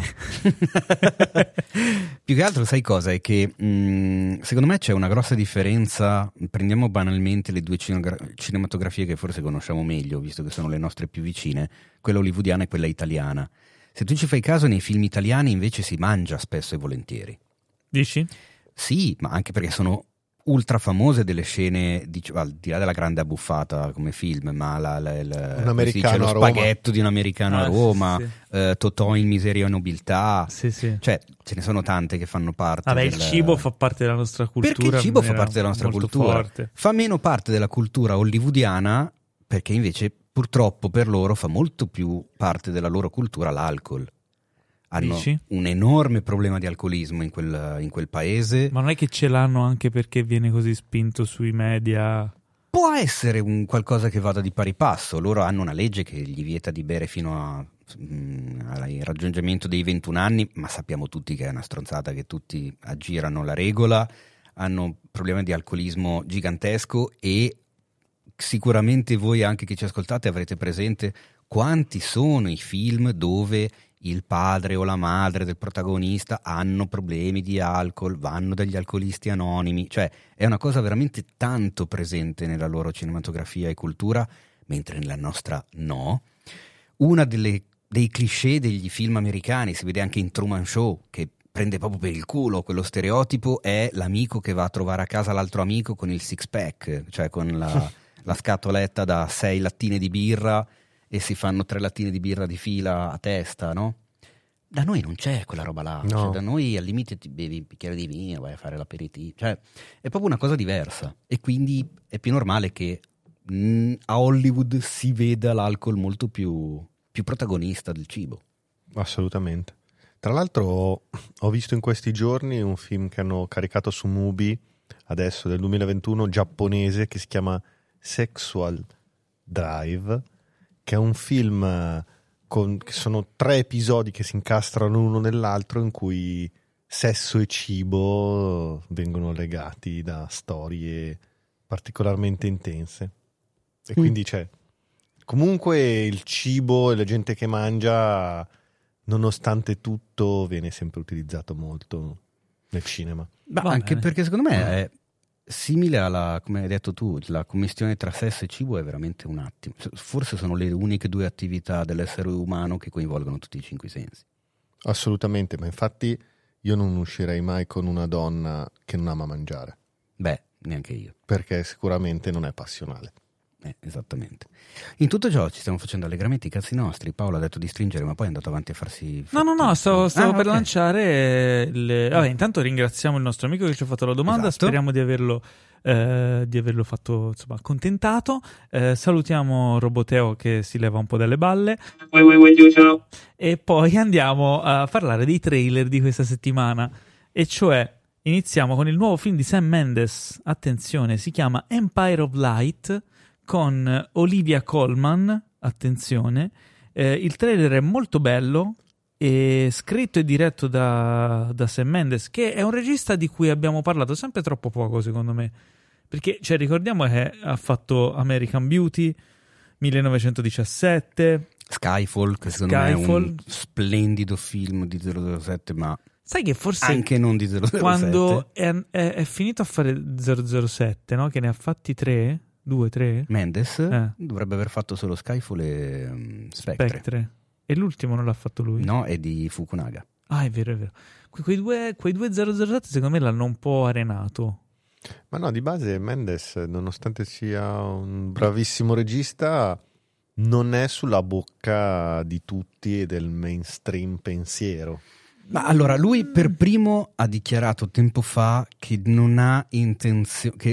Più che altro, sai cosa? È che secondo me c'è una grossa differenza. Prendiamo banalmente le due cinematografie che forse conosciamo meglio, visto che sono le nostre più vicine, quella hollywoodiana e quella italiana. Se tu ci fai caso, nei film italiani invece si mangia spesso e volentieri. Dici? Sì, ma anche perché sono ultra famose delle scene, al di là della grande abbuffata come film, ma un americano lo spaghetto di un americano a Roma, sì. Totò in Miseria e Nobiltà, sì. Cioè ce ne sono tante che fanno parte. Il cibo fa parte della nostra cultura. Perché il cibo fa parte della nostra cultura. Forte. Fa meno parte della cultura hollywoodiana, perché invece purtroppo per loro fa molto più parte della loro cultura l'alcol. Hanno un enorme problema di alcolismo in quel paese. Ma non è che ce l'hanno anche perché viene così spinto sui media? Può essere un qualcosa che vada di pari passo. Loro hanno una legge che gli vieta di bere fino al raggiungimento dei 21 anni, ma sappiamo tutti che è una stronzata, che tutti aggirano la regola, hanno problemi di alcolismo gigantesco e sicuramente voi anche che ci ascoltate avrete presente quanti sono i film dove il padre o la madre del protagonista hanno problemi di alcol, vanno dagli alcolisti anonimi, cioè è una cosa veramente tanto presente nella loro cinematografia e cultura, mentre nella nostra no. Una dei cliché degli film americani, si vede anche in Truman Show, che prende proprio per il culo quello stereotipo, è l'amico che va a trovare a casa l'altro amico con il six pack, cioè con la scatoletta da 6 lattine di birra, e si fanno 3 lattine di birra di fila a testa, no? Da noi non c'è quella roba là, no. Cioè, da noi al limite ti bevi un bicchiere di vino, vai a fare l'aperitivo, cioè è proprio una cosa diversa e quindi è più normale che a Hollywood si veda l'alcol molto più protagonista del cibo. Assolutamente. Tra l'altro ho visto in questi giorni un film che hanno caricato su Mubi adesso del 2021, giapponese, che si chiama Sexual Drive, che è un film che sono 3 episodi che si incastrano uno nell'altro, in cui sesso e cibo vengono legati da storie particolarmente intense. E quindi c'è comunque il cibo e la gente che mangia, nonostante tutto, viene sempre utilizzato molto nel cinema. Ma anche perché secondo me è simile alla, come hai detto tu, la commistione tra sesso e cibo è veramente un attimo. Forse sono le uniche 2 attività dell'essere umano che coinvolgono tutti i 5 sensi. Assolutamente, ma infatti io non uscirei mai con una donna che non ama mangiare. Beh, neanche io. Perché sicuramente non è passionale. Esattamente. In tutto ciò ci stiamo facendo allegramente i cazzi nostri. Paolo ha detto di stringere, ma poi è andato avanti a farsi No, stavo per lanciare Vabbè, intanto ringraziamo il nostro amico che ci ha fatto la domanda. Esatto. Speriamo di averlo fatto, insomma, accontentato. Salutiamo Roboteo che si leva un po' dalle balle. Ciao. E poi andiamo a parlare dei trailer di questa settimana, e cioè iniziamo con il nuovo film di Sam Mendes. Attenzione, si chiama Empire of Light, con Olivia Colman. Attenzione, il trailer è molto bello, e scritto e diretto da Sam Mendes, che è un regista di cui abbiamo parlato sempre troppo poco, secondo me, perché ricordiamo che ha fatto American Beauty, 1917, Skyfall, che secondo me è un splendido film di 007, ma sai che forse anche non di 007. Quando è finito a fare 007, no? Che ne ha fatti 3? 2, 3? Mendes dovrebbe aver fatto solo Skyfall e Spectre. E l'ultimo non l'ha fatto lui? No, è di Fukunaga. Ah, è vero. Quei due 007 secondo me l'hanno un po' arenato. Ma no, di base Mendes, nonostante sia un bravissimo regista, non è sulla bocca di tutti e del mainstream pensiero. Ma allora, lui per primo ha dichiarato tempo fa che non ha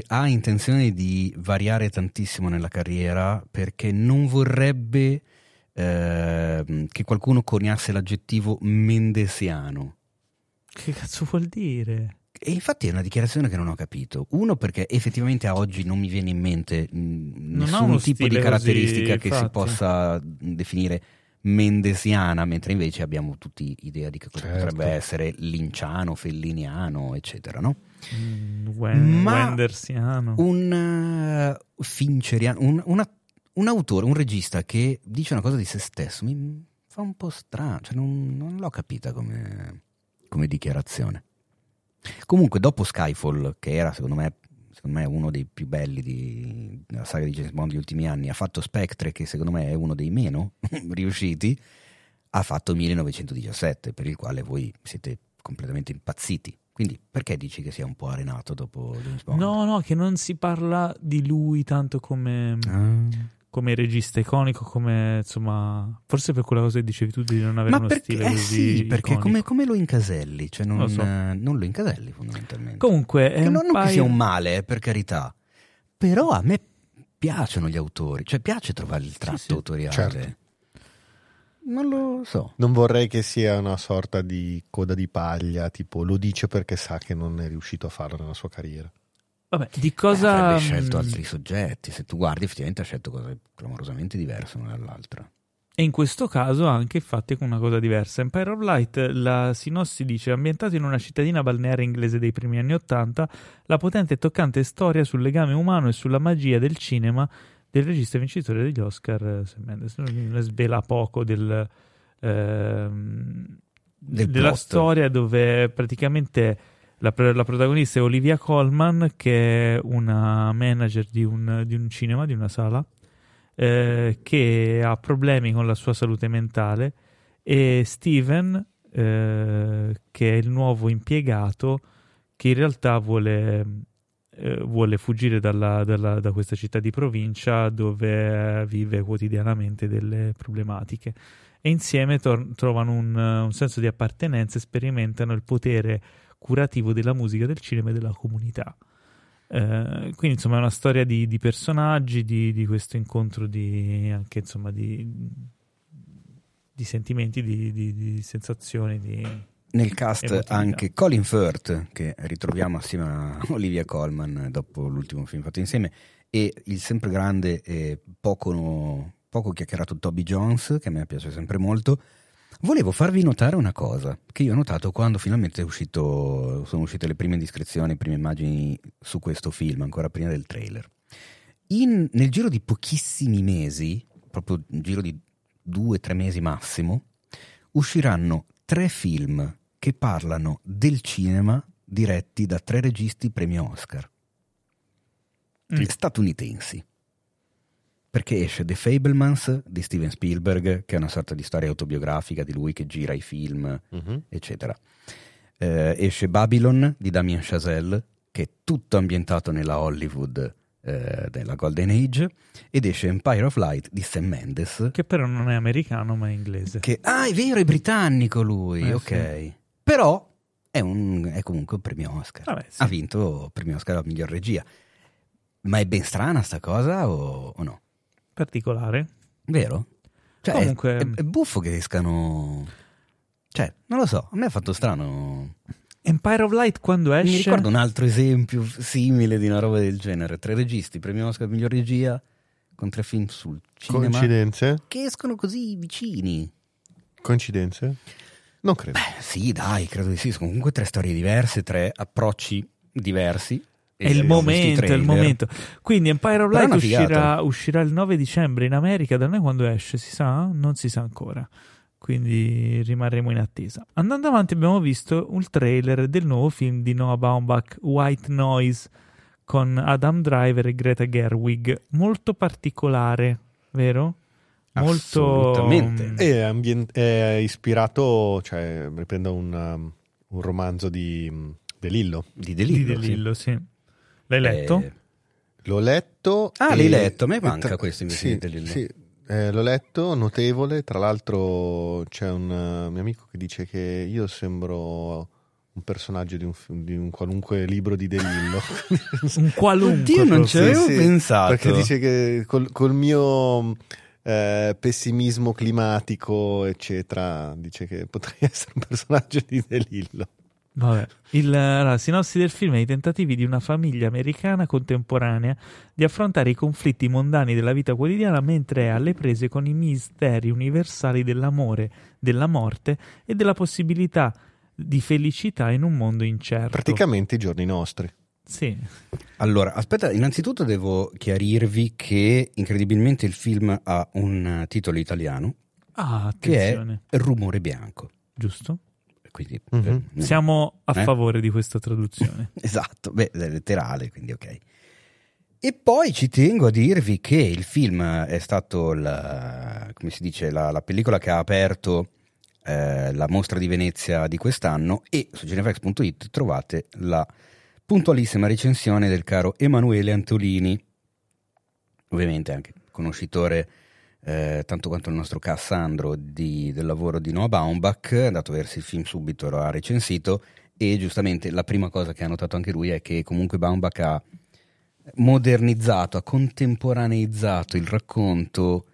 intenzione di variare tantissimo nella carriera, perché non vorrebbe che qualcuno coniasse l'aggettivo mendesiano. Che cazzo vuol dire? E infatti è una dichiarazione che non ho capito. Uno, perché effettivamente a oggi non mi viene in mente nessun tipo di caratteristica che si possa definire mendesiana, mentre invece abbiamo tutti idea di che cosa potrebbe essere linciano, felliniano, eccetera, no? Wendersiano. Un fincheriano, un autore, un regista che dice una cosa di se stesso mi fa un po' strano, cioè non l'ho capita come dichiarazione. Comunque, dopo Skyfall, che era secondo me uno dei più belli della saga di James Bond degli ultimi anni, ha fatto Spectre, che secondo me è uno dei meno riusciti, ha fatto 1917, per il quale voi siete completamente impazziti. Quindi perché dici che sia un po' arenato dopo James Bond? No, che non si parla di lui tanto come regista iconico, come insomma, forse per quella cosa che dicevi tu di non avere uno stile così. Sì, perché come lo incaselli? Cioè non lo incaselli fondamentalmente. Comunque non che sia un male, per carità, però a me piacciono gli autori, cioè piace trovare il tratto autoriale. Certo. Non lo so. Non vorrei che sia una sorta di coda di paglia, tipo lo dice perché sa che non è riuscito a farlo nella sua carriera. Vabbè, di cosa avrebbe scelto altri soggetti. Se tu guardi, effettivamente ha scelto cose clamorosamente diverse l'una dall'altra. E in questo caso anche infatti con una cosa diversa. Empire of Light, la sinossi dice: ambientato in una cittadina balneare inglese dei primi anni '80, la potente e toccante storia sul legame umano e sulla magia del cinema del regista vincitore degli Oscar Sam Mendes. Non svela poco della storia, dove praticamente la protagonista è Olivia Colman, che è una manager di un cinema, di una sala, che ha problemi con la sua salute mentale, e Steven, che è il nuovo impiegato, che in realtà vuole fuggire da questa città di provincia dove vive quotidianamente delle problematiche, e insieme trovano un senso di appartenenza e sperimentano il potere curativo della musica, del cinema e della comunità. Quindi insomma è una storia di personaggi, di questo incontro anche insomma di sentimenti, di sensazioni, nel cast emotività. Anche Colin Firth, che ritroviamo assieme a Olivia Colman dopo l'ultimo film fatto insieme, e il sempre grande e poco chiacchierato Toby Jones, che a me piace sempre molto. Volevo farvi notare una cosa che io ho notato quando finalmente sono uscite le prime indiscrezioni, le prime immagini su questo film, ancora prima del trailer. Nel giro di pochissimi mesi, proprio nel giro di 2-3 mesi massimo, usciranno 3 film che parlano del cinema diretti da 3 registi premio Oscar statunitensi. Perché esce The Fabelmans di Steven Spielberg, che è una sorta di storia autobiografica di lui che gira i film, eccetera. Esce Babylon di Damien Chazelle, che è tutto ambientato nella Hollywood della Golden Age, ed esce Empire of Light di Sam Mendes, che però non è americano ma è inglese. È vero, è britannico lui, ok. Sì. Però è comunque un premio Oscar. Vabbè, sì. Ha vinto il premio Oscar alla miglior regia. Ma è ben strana sta cosa o no? Particolare. Vero? Cioè, comunque è buffo che escano... Cioè, non lo so, a me ha fatto strano. Empire of Light quando esce... Mi ricordo un altro esempio simile di una roba del genere. 3 registi, premio Oscar miglior regia, con 3 film sul cinema. Coincidenze? Che escono così vicini. Coincidenze? Non credo. Sì, dai, credo di sì. Sono comunque 3 storie diverse, 3 approcci diversi. È il momento. Quindi Empire of Light uscirà il 9 dicembre in America. Da noi quando esce, si sa? Non si sa ancora. Quindi rimarremo in attesa. Andando avanti abbiamo visto un trailer del nuovo film di Noah Baumbach, White Noise, con Adam Driver e Greta Gerwig. Molto particolare, vero? Assolutamente. È ispirato, cioè riprende un romanzo di De Lillo. Di De Lillo, sì. L'hai letto? L'ho letto. L'hai letto? A me manca questo invece di De Lillo. Sì, l'ho letto, notevole. Tra l'altro c'è un mio amico che dice che io sembro un personaggio di un qualunque libro di De Lillo. Un qualunque. Oddio, non ci avevo pensato. Perché dice che col mio pessimismo climatico, eccetera. Dice che potrei essere un personaggio di De Lillo. Vabbè. La sinossi del film è i tentativi di una famiglia americana contemporanea di affrontare i conflitti mondani della vita quotidiana mentre è alle prese con i misteri universali dell'amore, della morte e della possibilità di felicità in un mondo incerto. Praticamente i giorni nostri. Sì. Allora, aspetta, innanzitutto devo chiarirvi che incredibilmente il film ha un titolo italiano che è Rumore bianco. Giusto? Quindi, siamo a favore di questa traduzione. Esatto, è letterale, quindi ok. E poi ci tengo a dirvi che il film è stato la pellicola che ha aperto la mostra di Venezia di quest'anno, e su cinefax.it trovate la puntualissima recensione del caro Emanuele Antolini, ovviamente anche conoscitore tanto quanto il nostro Cassandro del lavoro di Noah Baumbach. È andato a vedersi il film subito, lo ha recensito, e giustamente la prima cosa che ha notato anche lui è che comunque Baumbach ha modernizzato, ha contemporaneizzato il racconto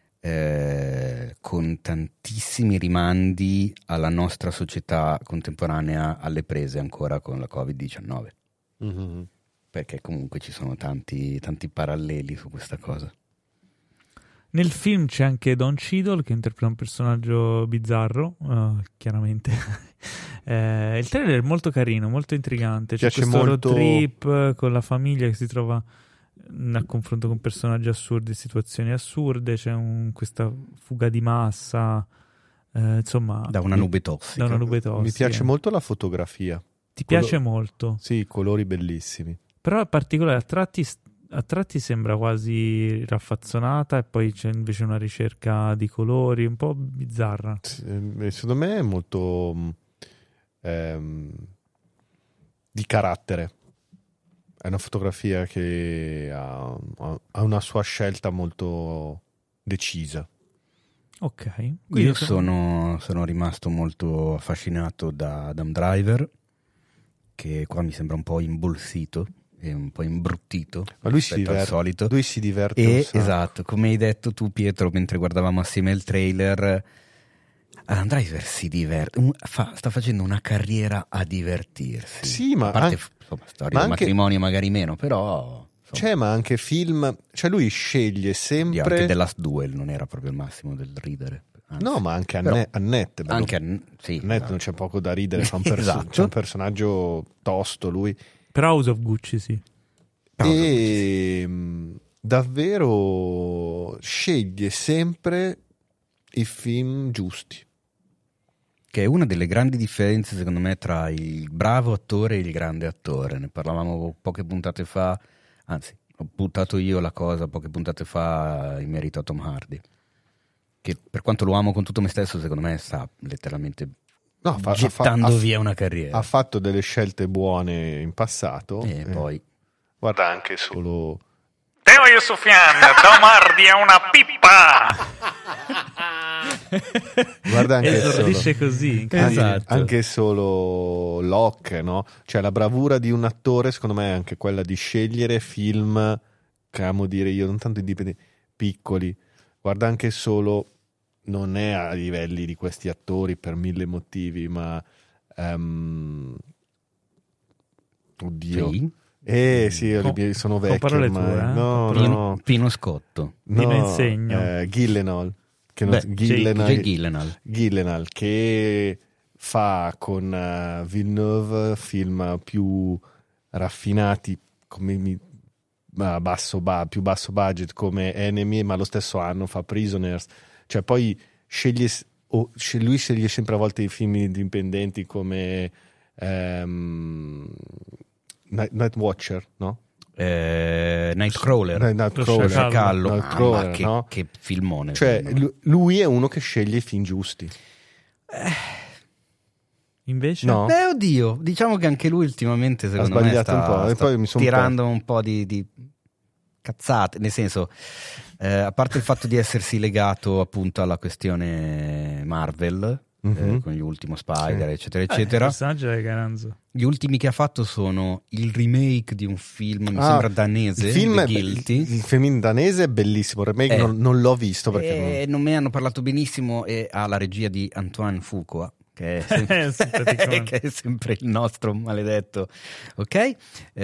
con tantissimi rimandi alla nostra società contemporanea, alle prese ancora con la Covid-19. Mm-hmm. Perché comunque ci sono tanti paralleli su questa cosa. Nel film c'è anche Don Cheadle che interpreta un personaggio bizzarro, chiaramente. Il trailer è molto carino, molto intrigante. C'è questo road trip con la famiglia che si trova a confronto con personaggi assurdi, situazioni assurde. C'è questa fuga di massa, insomma, da una nube tossica. Mi piace molto la fotografia. Ti piace molto? Sì, colori bellissimi. Però in particolare a tratti sembra quasi raffazzonata, e poi c'è invece una ricerca di colori un po' bizzarra. Secondo me è molto di carattere. È una fotografia che ha una sua scelta molto decisa. Ok. Io sono rimasto molto affascinato da Adam Driver, che qua mi sembra un po' imbolsito e un po' imbruttito, ma lui si diverte, al solito. Lui si diverte esatto, come hai detto tu, Pietro, mentre guardavamo assieme il trailer, Adam Driver si diverte, sta facendo una carriera a divertirsi. Sì, ma a parte storia di matrimonio magari meno, però ma anche film, cioè lui sceglie sempre. Anche The Last Duel non era proprio il massimo del ridere. Anzi, no, ma anche Annette. Sì, Annette non c'è poco da ridere, fa c'è un personaggio tosto lui. Per House of Gucci, sì. E davvero sceglie sempre i film giusti. Che è una delle grandi differenze, secondo me, tra il bravo attore e il grande attore. Ne parlavamo poche puntate fa, anzi, ho buttato io la cosa poche puntate fa in merito a Tom Hardy, che per quanto lo amo con tutto me stesso, secondo me sta letteralmente gettando via una carriera. Ha fatto delle scelte buone in passato. E poi guarda anche solo Teo Yusufian, Tom Hardy è una pippa. Guarda anche esordisce così. Esatto. Anche solo Locke, no? Cioè la bravura di un attore, secondo me, è anche quella di scegliere film, che amo dire io, non tanto indipendenti, piccoli. Guarda anche solo, non è a livelli di questi attori per mille motivi, ma oddio. Sì? Sì, sono vecchio ormai. Tue, Pino Scotto. Ti insegno. Gyllenhaal. Gyllenhaal, che fa con Villeneuve film più raffinati, come più basso budget, come Enemy, ma lo stesso anno fa Prisoners. Cioè poi lui sceglie sempre a volte i film indipendenti come Night Watcher, no? Nightcrawler, Nightcrawler, no? Che filmone. Cioè lui è uno che sceglie i film giusti. Invece? No. Oddio, diciamo che anche lui ultimamente secondo me sta tirando un po' di cazzate, nel senso, a parte il fatto di essersi legato appunto alla questione Marvel, con gli ultimo Spider, eccetera, eccetera. Il personaggio è Garanzo. Gli ultimi che ha fatto sono il remake di un film, mi sembra danese, il film Guilty. Il film danese è bellissimo, il remake non l'ho visto perché non me ne hanno parlato benissimo, e ha la regia di Antoine Fuqua, che è sempre il nostro maledetto, ok?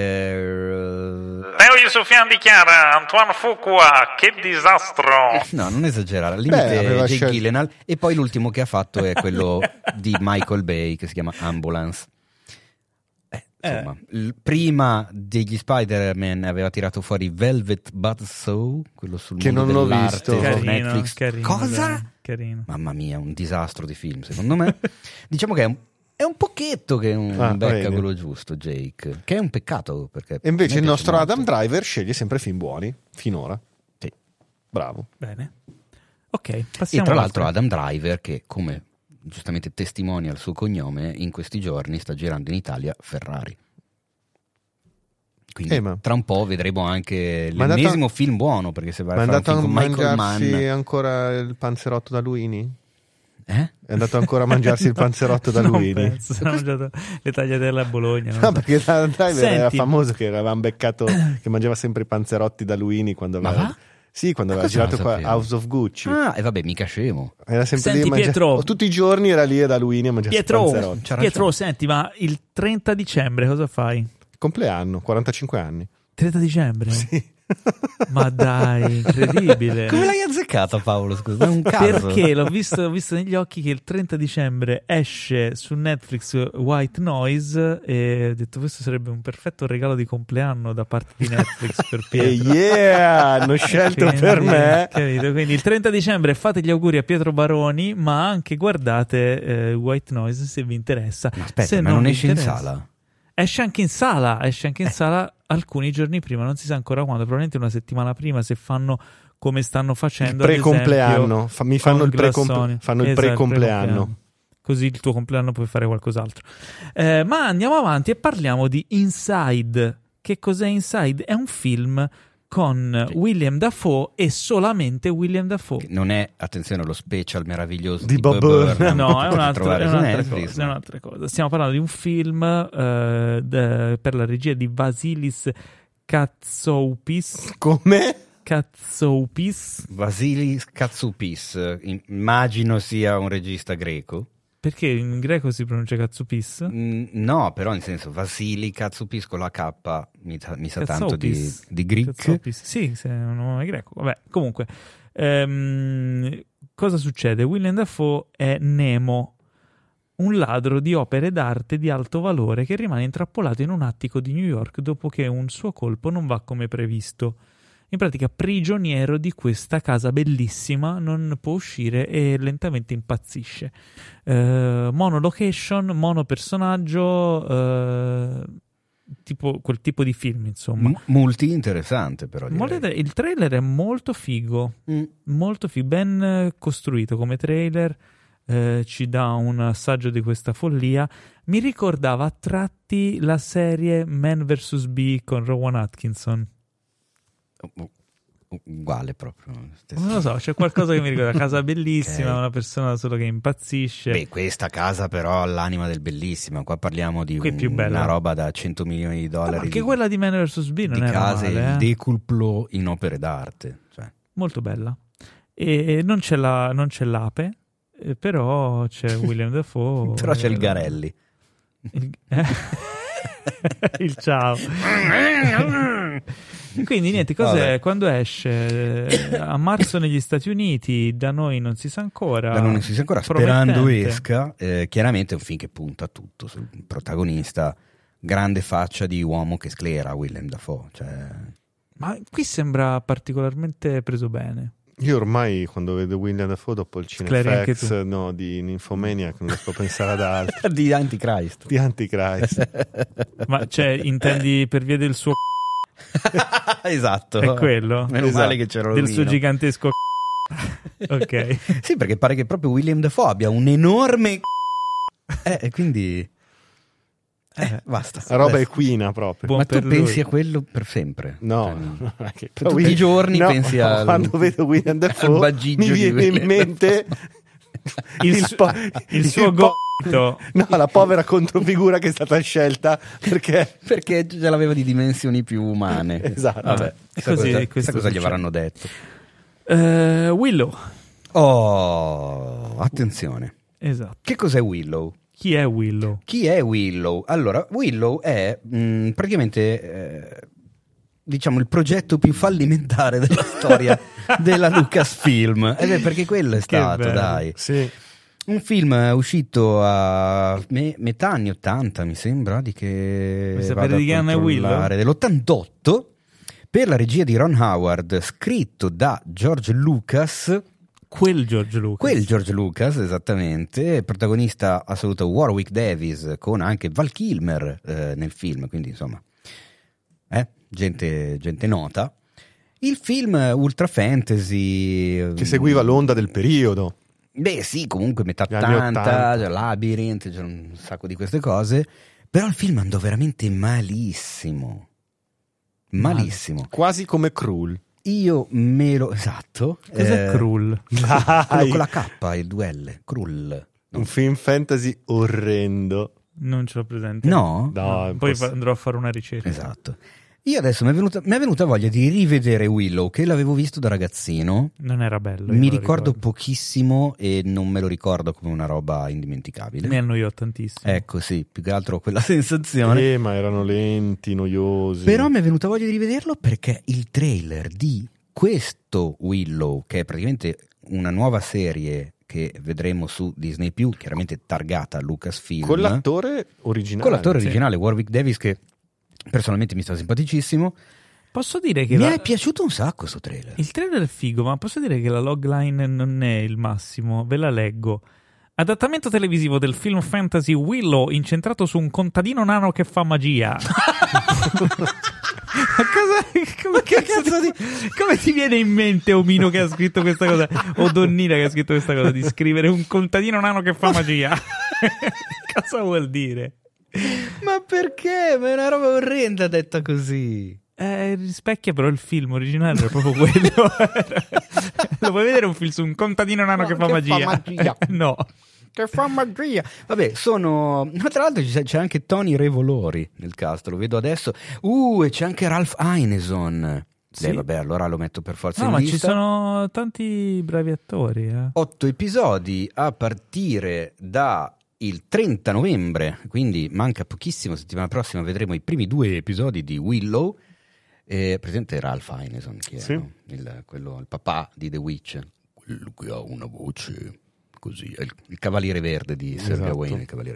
Teo Yusufian dichiara: Antoine Fuqua, che disastro! No, non esagerare, al limite Jake Gyllenhaal. E poi l'ultimo che ha fatto è quello di Michael Bay, che si chiama Ambulance. Insomma, prima degli Spider-Man aveva tirato fuori Velvet Buzzsaw, quello sul che mondo non l'ho dell'arte visto. su Netflix. Carino, Cosa? Carino. Mamma mia, un disastro di film, secondo me. Diciamo che è un pochetto che non becca quello giusto, Jake, che è un peccato, perché e invece il nostro molto. Adam Driver sceglie sempre film buoni finora. Sì. Bravo. Bene. Ok, passiamo. E tra l'altro Adam Driver, che come giustamente testimonia il suo cognome, in questi giorni sta girando in Italia Ferrari. Quindi tra un po' vedremo anche l'ennesimo film buono, perché se va a fare un film con Michael Mann. È ancora il panzerotto da Luini? È andato ancora a mangiarsi il panzerotto da Luini? Penso, si è mangiato le tagliatelle a Bologna. No, perché Adam Driver era famoso che avevamo beccato che mangiava sempre i panzerotti da Luini quando aveva... Sì, quando aveva girato qua House of Gucci. E vabbè, mica scemo. Era sempre senti, lì a Pietro, tutti i giorni era lì da Luini a mangiare panzerotti. Pietro, senti, ma il 30 dicembre cosa fai? Compleanno, 45 anni. 30 dicembre? Sì. Ma dai, incredibile. Come l'hai azzeccata, Paolo? Scusa, è un caso. Perché l'ho visto negli occhi che il 30 dicembre esce su Netflix White Noise e ho detto questo sarebbe un perfetto regalo di compleanno da parte di Netflix per Pietro. Hanno scelto per me. Capito? Quindi il 30 dicembre fate gli auguri a Pietro Baroni, ma anche guardate White Noise se vi interessa. Aspetta, se ma non esce in sala? Esce anche in sala alcuni giorni prima, non si sa ancora quando, probabilmente una settimana prima, se fanno come stanno facendo il pre-compleanno, mi fanno il pre-compleanno. Così il tuo compleanno puoi fare qualcos'altro. Ma andiamo avanti e parliamo di Inside. Che cos'è Inside? È un film con William Dafoe e solamente William Dafoe. Non è, attenzione, lo special meraviglioso di Bob Burnham. No, è un'altra cosa. Stiamo parlando di un film per la regia di Vasilis Katsoupis. Come? Katsoupis. Vasilis Katsoupis. Immagino sia un regista greco. Perché in greco si pronuncia Katsoupis? No, però nel senso Vasili Katsoupis con la K mi sa tanto di Greek. Katsoupis. Sì, se è un nome greco. Vabbè, comunque. Cosa succede? Willem Dafoe è Nemo, un ladro di opere d'arte di alto valore che rimane intrappolato in un attico di New York dopo che un suo colpo non va come previsto. In pratica prigioniero di questa casa bellissima, non può uscire e lentamente impazzisce. Mono location, mono personaggio, tipo quel tipo di film, insomma. Multi interessante però. Il trailer è molto figo, molto figo, ben costruito come trailer, ci dà un assaggio di questa follia. Mi ricordava a tratti la serie Man vs. Bee con Rowan Atkinson. Uguale proprio. Non lo so, c'è qualcosa che mi ricorda. Casa bellissima, una persona solo che impazzisce. Beh, questa casa però ha l'anima del bellissima. Qua parliamo di una roba da $100 milioni. Anche quella di Man vs. Bee non era case, male, il decuplo in opere d'arte. Cioè. Molto bella. E non c'è l'ape, però c'è William Dafoe. Però c'è il Garelli. Il ciao. Quindi niente, cos'è? Quando esce? A marzo negli Stati Uniti, da noi non si sa ancora. Sperando esca. Chiaramente è un film che punta tutto sul protagonista, grande faccia di uomo che sclera, Willem Dafoe. Ma qui sembra particolarmente preso bene. Io ormai quando vedo William Dafoe dopo il Cinefax di Nymphomaniac non riesco a pensare ad altro. Di Antichrist. Ma intendi per via del suo esatto. È quello? Meno male che c'era del suo gigantesco ok. Sì, perché pare che proprio William Dafoe abbia un enorme e quindi basta. La roba equina proprio. Ma tu pensi a quello per sempre? No, tutti i giorni pensi a quando vedo William Dafoe mi viene in mente il suo gomito. No, la povera controfigura che è stata scelta perché ce l'aveva di dimensioni più umane. Esatto. Vabbè, questa cosa gli avranno detto. Willow. Oh, attenzione. Esatto. Che cos'è Willow? Chi è Willow? Allora, Willow è praticamente diciamo il progetto più fallimentare della storia della Lucasfilm. Ed è perché quello è stato, dai. Sì. Un film uscito a metà anni 80, mi sembra, di che sapere di che anno è Willow? Dell'88, per la regia di Ron Howard, scritto da George Lucas. Quel George Lucas, esattamente. Protagonista assoluto Warwick Davis, con anche Val Kilmer nel film, quindi insomma gente nota. Il film ultra fantasy che seguiva l'onda del periodo. Beh sì, comunque metà 80, Labyrinth, c'è un sacco di queste cose. Però il film andò veramente malissimo. Quasi come Krull. Esatto. Cos'è Krull? Quello con la K, il 2L. Krull. No. Un film fantasy orrendo. Non ce l'ho presente. No? Poi andrò a fare una ricerca. Esatto. Io adesso mi è venuta voglia di rivedere Willow, che l'avevo visto da ragazzino. Non era bello. Mi ricordo pochissimo e non me lo ricordo come una roba indimenticabile. Mi annoiò tantissimo. Ecco, sì, più che altro quella sensazione. Ma erano lenti, noiosi. Però mi è venuta voglia di rivederlo perché il trailer di questo Willow, che è praticamente una nuova serie che vedremo su Disney+, chiaramente targata Lucasfilm. Con l'attore originale. Warwick Davis, che personalmente mi sta simpaticissimo. Posso dire che mi è piaciuto un sacco sto trailer. Il trailer è figo, ma posso dire che la logline non è il massimo. Ve la leggo. Adattamento televisivo del film fantasy Willow incentrato su un contadino nano che fa magia. Come ti viene in mente, Omino, che ha scritto questa cosa, o Donnina che ha scritto questa cosa, di scrivere un contadino nano che fa magia? Cosa vuol dire? Ma perché? Ma è una roba orrenda detta così. Rispecchia però il film originale, era proprio quello. Lo puoi vedere un film su un contadino nano che fa magia? No. Che fa magia. Vabbè, ma tra l'altro c'è anche Tony Revolori nel cast, lo vedo adesso. E c'è anche Ralph Ineson. Sì. Vabbè, allora lo metto per forza in lista. Ma ci sono tanti bravi attori. 8 episodi a partire da il 30 novembre, quindi manca pochissimo. Settimana prossima vedremo i primi 2 episodi di Willow. Presente Ralph Ineson, che sì, è il papà di The Witch, quello che ha una voce così, è il Cavaliere Verde di Sylvia Wayne, il Cavaliere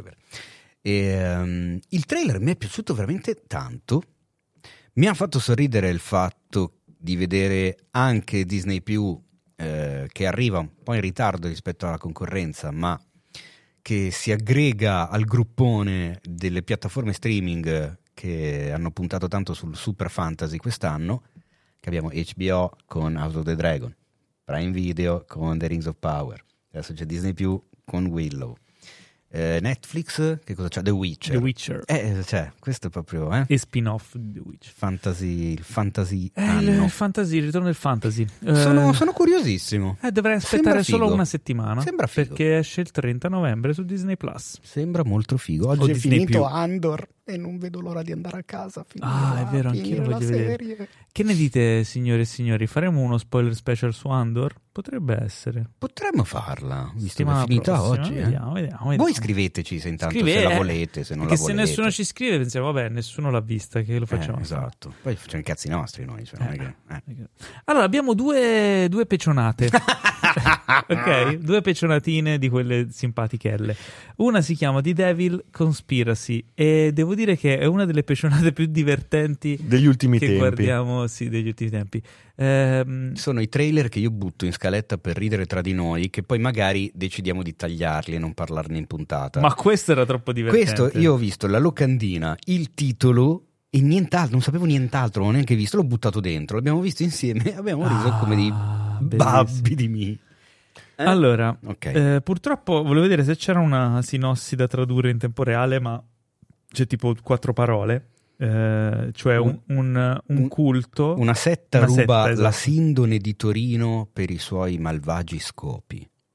Verde. Il trailer mi è piaciuto veramente tanto. Mi ha fatto sorridere il fatto di vedere anche Disney+, che arriva un po' in ritardo rispetto alla concorrenza, ma che si aggrega al gruppone delle piattaforme streaming che hanno puntato tanto sul super fantasy quest'anno, che abbiamo HBO con House of the Dragon, Prime Video con The Rings of Power, adesso c'è Disney+, con Willow, Netflix, che cosa c'è? The Witcher. Cioè, questo è proprio e spin-off di The Witcher. Fantasy il fantasy, il ritorno del fantasy. Sono curiosissimo. Dovrei aspettare solo una settimana. Sembra figo, perché esce il 30 novembre su Disney Plus. Sembra molto figo. Oggi è finito Andor e non vedo l'ora di andare a casa. È vero, anch'io lo voglio vedere. Che ne dite, signore e signori? Faremo uno spoiler special su Andor? Potrebbe essere. Potremmo farla, visto che è finita oggi. Vediamo. Voi scriveteci se intanto se la volete, se non la volete. Perché se nessuno ci scrive pensiamo, vabbè, nessuno l'ha vista, che lo facciamo. Esatto. Poi facciamo i cazzi nostri noi. Cioè, non è che... Allora, abbiamo due pecionate. Ok? 2 pecionatine di quelle simpatichelle. Una si chiama The Devil Conspiracy e devo dire che è una delle pecionate più divertenti degli ultimi tempi. Guardiamo, sì, degli ultimi tempi. Sono i trailer che io butto in scaletta per ridere tra di noi, che poi magari decidiamo di tagliarli e non parlarne in puntata. Ma questo era troppo divertente. Questo io ho visto la locandina, il titolo e nient'altro, non sapevo nient'altro, non ho neanche visto, l'ho buttato dentro, l'abbiamo visto insieme e abbiamo riso come dei babbi di me. Allora, okay. Purtroppo volevo vedere se c'era una sinossi da tradurre in tempo reale, ma c'è tipo 4 parole. Cioè un culto, una setta ruba esatto, la sindone di Torino per i suoi malvagi scopi.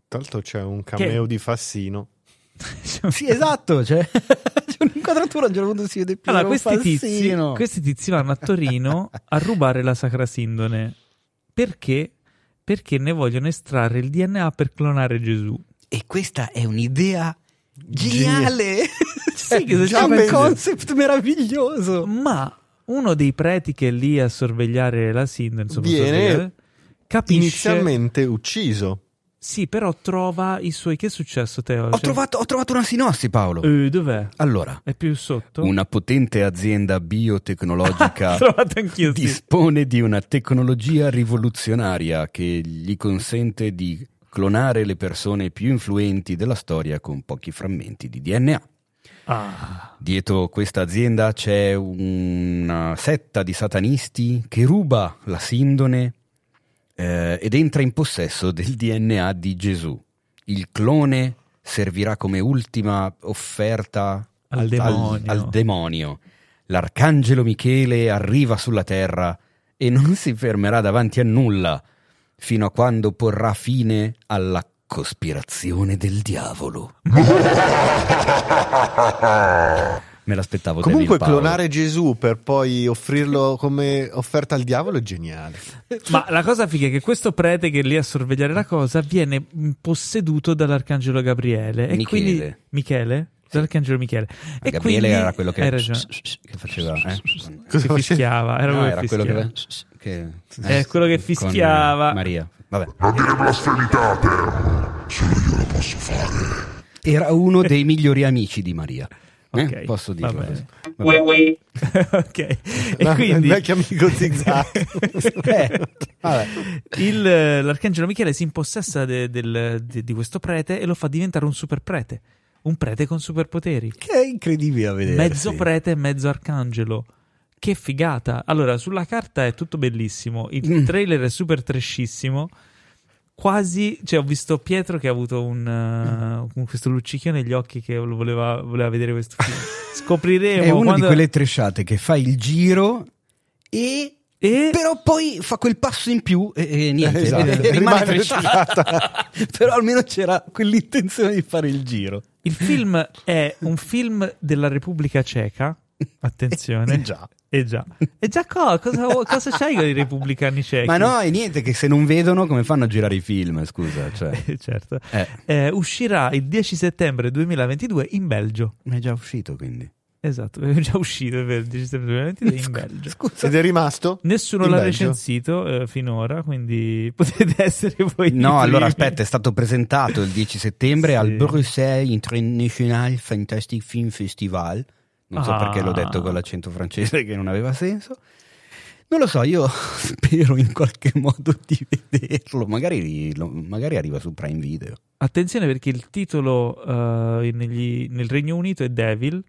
Tra l'altro c'è un cameo di Fassino. Sì, esatto, c'è un'inquadratura, a un certo punto si vede più questi tizi vanno a Torino a rubare la Sacra Sindone. Perché? Perché ne vogliono estrarre il DNA per clonare Gesù. E questa è un'idea geniale! Sì, è un concept meraviglioso! Ma uno dei preti che è lì a sorvegliare la Sindone viene capisce... inizialmente ucciso. Sì, però trova i suoi... Che è successo, Teo? Ho trovato una sinossi, Paolo. Dov'è? Allora, è più sotto? Una potente azienda biotecnologica anch'io, dispone di una tecnologia rivoluzionaria che gli consente di clonare le persone più influenti della storia con pochi frammenti di DNA. Dietro questa azienda c'è una setta di satanisti che ruba la Sindone ed entra in possesso del DNA di Gesù. Il clone servirà come ultima offerta al demonio. L'arcangelo Michele arriva sulla terra e non si fermerà davanti a nulla fino a quando porrà fine alla cospirazione del diavolo. Me l'aspettavo. Comunque clonare Gesù per poi offrirlo come offerta al diavolo è geniale. Ma la cosa figa è che questo prete che è lì a sorvegliare la cosa viene posseduto dall'arcangelo Gabriele. E quindi Michele? Dall'arcangelo Michele. E Gabriele era quello che faceva che fischiava. Era quello che quello che fischiava. Maria. Vabbè. Non dire blasfemitate, solo io lo posso fare. Era uno dei migliori amici di Maria. Okay, posso dirlo così. Ok. E quindi il vecchio amico Zigzag. L'arcangelo Michele si impossessa di questo prete e lo fa diventare un super prete. Un prete con superpoteri. Che è incredibile a vedere. Mezzo prete e mezzo arcangelo. Che figata. Allora, sulla carta è tutto bellissimo. Il trailer è super trashissimo. Quasi, cioè ho visto Pietro che ha avuto questo luccichio negli occhi che voleva vedere questo film. Scopriremo. È una di quelle tresciate che fa il giro e però poi fa quel passo in più e niente, esatto. rimane tresciata. Però almeno c'era quell'intenzione di fare il giro. Il film è un film della Repubblica Ceca. Attenzione. Già. Cosa c'hai con i repubblicani cechi? Ma no, è niente, che se non vedono come fanno a girare i film, scusa. Cioè. Certo. Uscirà il 10 settembre 2022 in Belgio. Ma è già uscito, quindi. Esatto, è già uscito il 10 settembre 2022 in Belgio. Scusa. Ed è rimasto? Nessuno l'ha recensito finora, quindi potete essere voi. No, allora aspetta, è stato presentato il 10 settembre al Bruxelles International Fantastic Film Festival. Non so perché l'ho detto con l'accento francese che non aveva senso. Non lo so, io spero in qualche modo di vederlo. Magari arriva su Prime Video. Attenzione perché il titolo nel Regno Unito è Devil.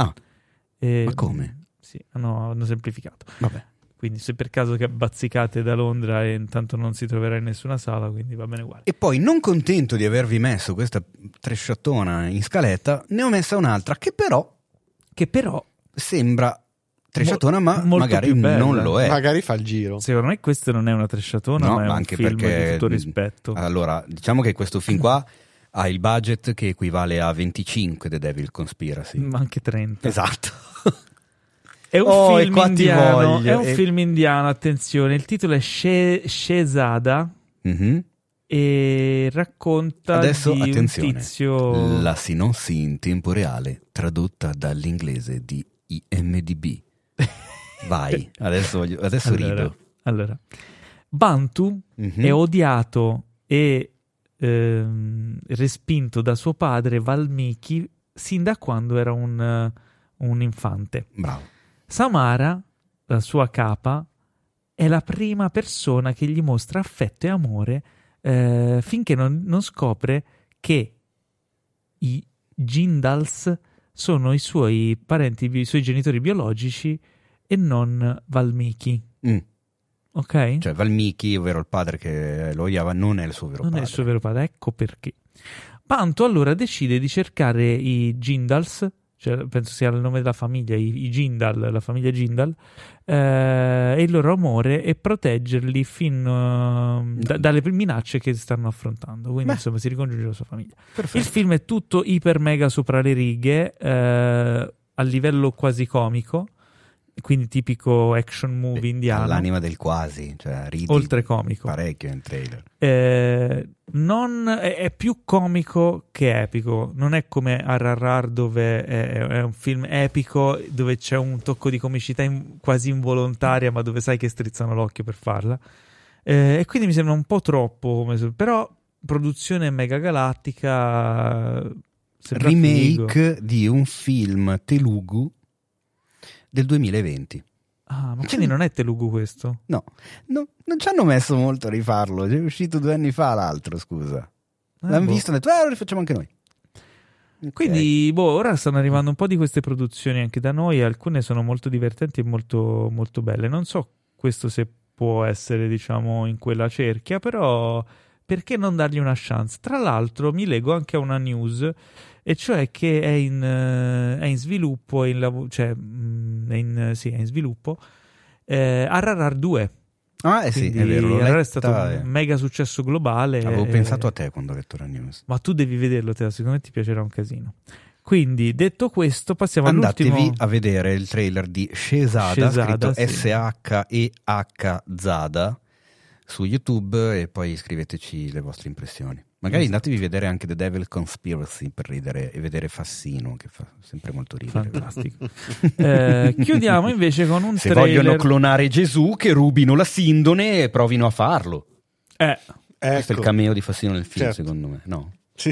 Ma come? Sì, hanno semplificato. Vabbè. Quindi se per caso che bazzicate da Londra e intanto non si troverà in nessuna sala, quindi va bene uguale. E poi, non contento di avervi messo questa tresciatona in scaletta, ne ho messa un'altra che però sembra tresciatona, ma magari non lo è. Magari fa il giro. Secondo me questo non è una tresciatona, ma è anche un film di tutto rispetto. Allora, diciamo che questo film qua ha il budget che equivale a 25 The Devil Conspiracy. Ma anche 30. Esatto. È un film indiano. È un film indiano, attenzione. Il titolo è Shehzada. Mm-hmm. E racconta adesso, di attenzione, un tizio... La sinossi in tempo reale tradotta dall'inglese di IMDb. Vai, adesso rido. Allora, Bantu è odiato e respinto da suo padre Valmiki sin da quando era un infante. Bravo. Samara, la sua capa, è la prima persona che gli mostra affetto e amore finché non scopre che i Jindals sono i suoi parenti, i suoi genitori biologici e non Valmiki. Ok? Cioè Valmiki, ovvero il padre che lo odiava, non è il suo vero padre. Non è il suo vero padre, ecco perché. Bantu allora decide di cercare i Jindals cioè, penso sia il nome della famiglia, i Jindal, la famiglia Jindal, e il loro amore e proteggerli dalle minacce che stanno affrontando. Quindi insomma si ricongiunge la sua famiglia. Perfetto. Il film è tutto iper mega sopra le righe, a livello quasi comico, quindi tipico action movie indiano. All'anima del quasi, cioè ridi oltre comico parecchio in trailer. È più comico che epico, non è come RRR dove è un film epico dove c'è un tocco di comicità quasi involontaria, ma dove sai che strizzano l'occhio per farla, e quindi mi sembra un po' troppo, però produzione mega galattica, remake di un film telugu del 2020. Ah, ma quindi non è Telugu questo? No, non ci hanno messo molto a rifarlo. È uscito 2 anni fa l'altro, scusa. L'hanno visto e hanno detto, lo rifacciamo anche noi. Okay. Quindi, ora stanno arrivando un po' di queste produzioni anche da noi. Alcune sono molto divertenti e molto, molto belle. Non so questo se può essere, diciamo, in quella cerchia, però perché non dargli una chance? Tra l'altro mi lego anche a una news, e cioè che è in sviluppo, è in sviluppo RRR 2. Ah, sì, è vero. RRR è stato un mega successo globale. Avevo pensato a te quando ho letto la news. Ma tu devi vederlo, Teo, secondo me ti piacerà un casino. Quindi, detto questo, passiamo all'ultimo. Andatevi a vedere il trailer di Shehzada, scritto Shehzada, su YouTube, e poi scriveteci le vostre impressioni. Magari andatevi a vedere anche The Devil Conspiracy per ridere e vedere Fassino, che fa sempre molto ridere. Fantastico. Chiudiamo invece con un Se trailer. vogliono clonare Gesù, che rubino la Sindone e provino a farlo. Questo è il cameo di Fassino nel film, secondo me. No? Sì.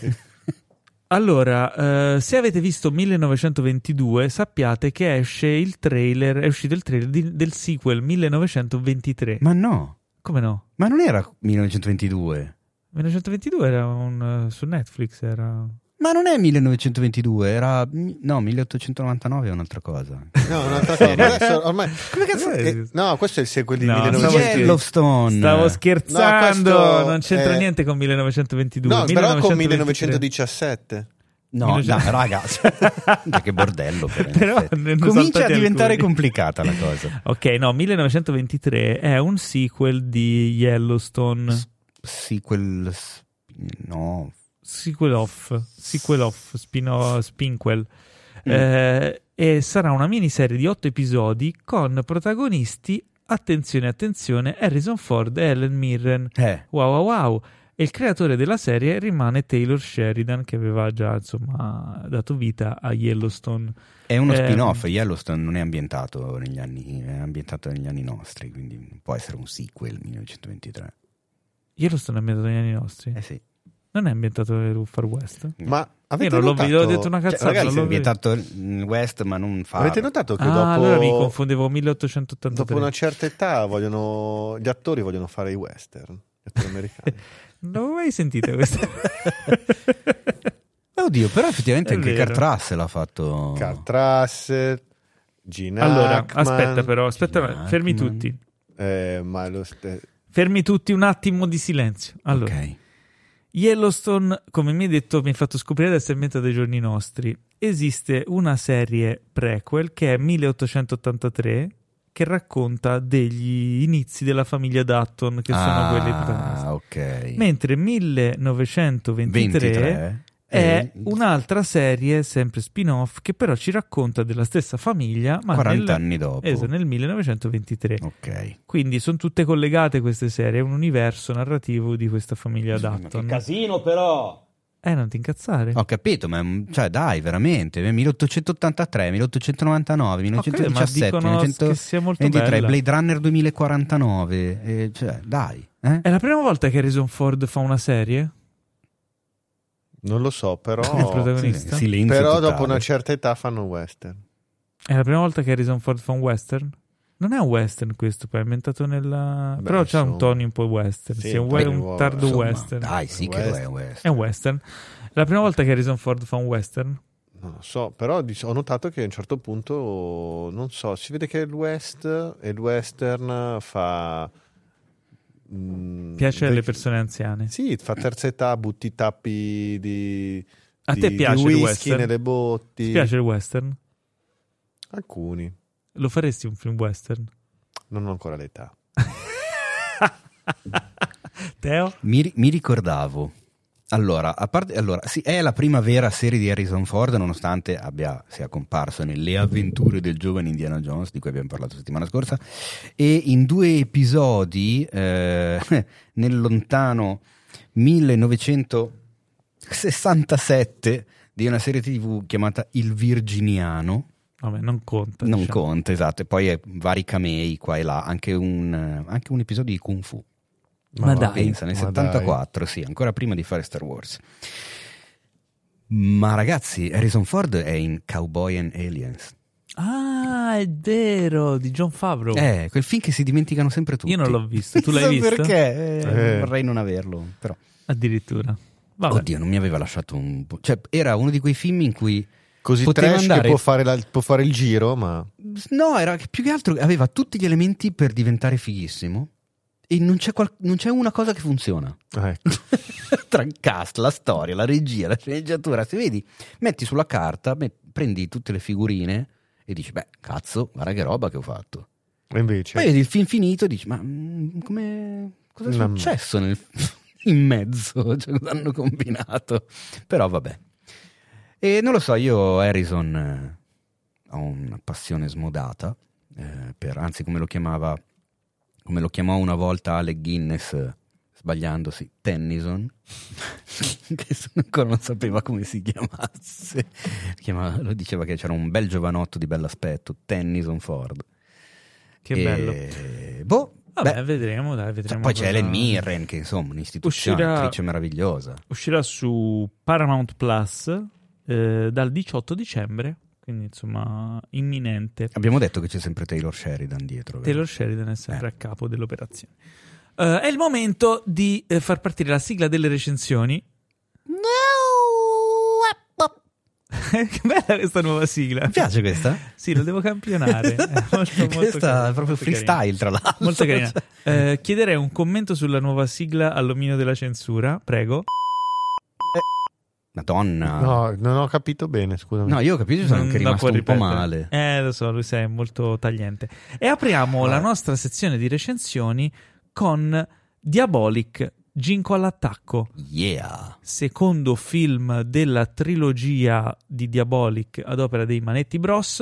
Allora, se avete visto 1922, sappiate che è uscito il trailer del sequel 1923. Ma no. Come no? Ma non era 1922. 1922 era su Netflix, era... Ma non è 1922, era... No, 1899 è un'altra cosa. No, un'altra cosa. Adesso, ormai... Come cazzo no, questo è il sequel di 1922. Yellowstone. Stavo scherzando, no, questo non c'entra niente con 1922. No, però con 1917. No, raga, che bordello. Però comincia a diventare complicata la cosa. Ok, no, 1923 è un sequel di Yellowstone. Sequel off, spinquel. E sarà una miniserie di 8 episodi con protagonisti, attenzione, Harrison Ford e Helen Mirren. Wow. E il creatore della serie rimane Taylor Sheridan, che aveva già dato vita a Yellowstone. È uno spin-off. Yellowstone non è ambientato negli anni, è ambientato negli anni nostri, quindi non può essere un sequel 1923. Yellowstone è ambientato negli anni nostri? Sì. Non è ambientato nel Far West? Ma avete notato? Ho detto una cazzata. Ragazzi, è ambientato nel West, ma non fa. Avete notato che dopo... allora mi confondevo, 1883. Dopo una certa età gli attori vogliono fare i western, gli attori americani. Non ho mai sentito questo. Oddio, però effettivamente anche Kurt Russell ha fatto. Kurt Russell, Gene allora, Hackman, aspetta, fermi tutti. Ma fermi tutti un attimo di silenzio. Allora, ok. Yellowstone, come mi hai detto, mi hai fatto scoprire di essere ambientato dai giorni nostri. Esiste una serie prequel che è 1883, che racconta degli inizi della famiglia Dutton, che sono quelli protagonisti. Ok. Mentre 1923 è un'altra serie, sempre spin-off, che però ci racconta della stessa famiglia, ma 40 anni dopo. Nel 1923. Ok. Quindi sono tutte collegate queste serie, è un universo narrativo di questa famiglia Dutton. Che casino però! Non ti incazzare. Ho capito, ma dai, veramente, 1883, 1899, 1917, 1923, Blade Runner 2049, dai. È la prima volta che Harrison Ford fa una serie? Non lo so, però... Il protagonista? Silenzio però totale. dopo una certa età fanno western. È la prima volta che Harrison Ford fa un western? Non è un western questo, poi è inventato nella... però c'ha un tono un po' western, sì, è un tardo western. Dai, sì che lo è un western. È un western. È la prima volta che Harrison Ford fa un western? Non lo so, però ho notato che a un certo punto, non so, si vede che il western fa... piace alle persone anziane. Sì, fa terza età, butti i tappi A te piace di il whisky western? nelle botti. Ti piace il western? Alcuni. Lo faresti un film western? Non ho ancora l'età. Teo? Mi ricordavo. Allora, sì, è la prima vera serie di Harrison Ford, nonostante sia comparso nelle avventure del giovane Indiana Jones, di cui abbiamo parlato settimana scorsa, e in 2 episodi nel lontano 1967 di una serie TV chiamata Il Virginiano. Vabbè, non conta. Non conta, esatto. E poi vari camei qua e là, anche un episodio di Kung Fu. Ma dai, pensa, nel 74, dai. Sì, ancora prima di fare Star Wars. Ma ragazzi, Harrison Ford è in Cowboy and Aliens. Ah, è vero, di Jon Favreau. Quel film che si dimenticano sempre tutti. Io non l'ho visto, tu l'hai visto? Perché? Vorrei non averlo, però. Addirittura. Vabbè. Oddio, non mi aveva lasciato un po'. Cioè, era uno di quei film in cui così trash andare... che può fare il giro, ma... No, era più che altro aveva tutti gli elementi per diventare fighissimo. E non c'è una cosa che funziona. Ecco. Tra il cast, la storia, la regia, la sceneggiatura. Se vedi, metti sulla carta, prendi tutte le figurine e dici, beh, cazzo, guarda che roba che ho fatto. E invece? Poi vedi il film finito e dici, ma cosa è successo in mezzo? Cioè, cosa hanno combinato? Però vabbè. E non lo so, io Harrison ho una passione smodata, anzi come lo chiamò una volta Alec Guinness, sbagliandosi, Tennyson, che ancora non sapeva come si chiamasse. Lo diceva che c'era un bel giovanotto di bell'aspetto, Tennyson Ford. Che bello. Vabbè, vedremo. Poi c'è Helen Mirren, che insomma un'istituzione, un'attrice meravigliosa. Uscirà su Paramount Plus dal 18 dicembre. Quindi insomma imminente. Abbiamo detto che c'è sempre Taylor Sheridan dietro. Vero? Taylor Sheridan è sempre a capo dell'operazione. È il momento di far partire la sigla delle recensioni. Che bella questa nuova sigla. Mi piace questa? Sì, lo devo campionare. Molto questa è proprio freestyle, tra l'altro. Molto carina. Chiederei un commento sulla nuova sigla all'omino della censura, prego. Madonna. No, non ho capito bene, scusami. No, io ho capito, sono anche rimasto un po' male. Lo so, lui sei molto tagliente. E apriamo la nostra sezione di recensioni con Diabolic, Ginko all'attacco. Yeah. Secondo film della trilogia di Diabolic ad opera dei Manetti Bros,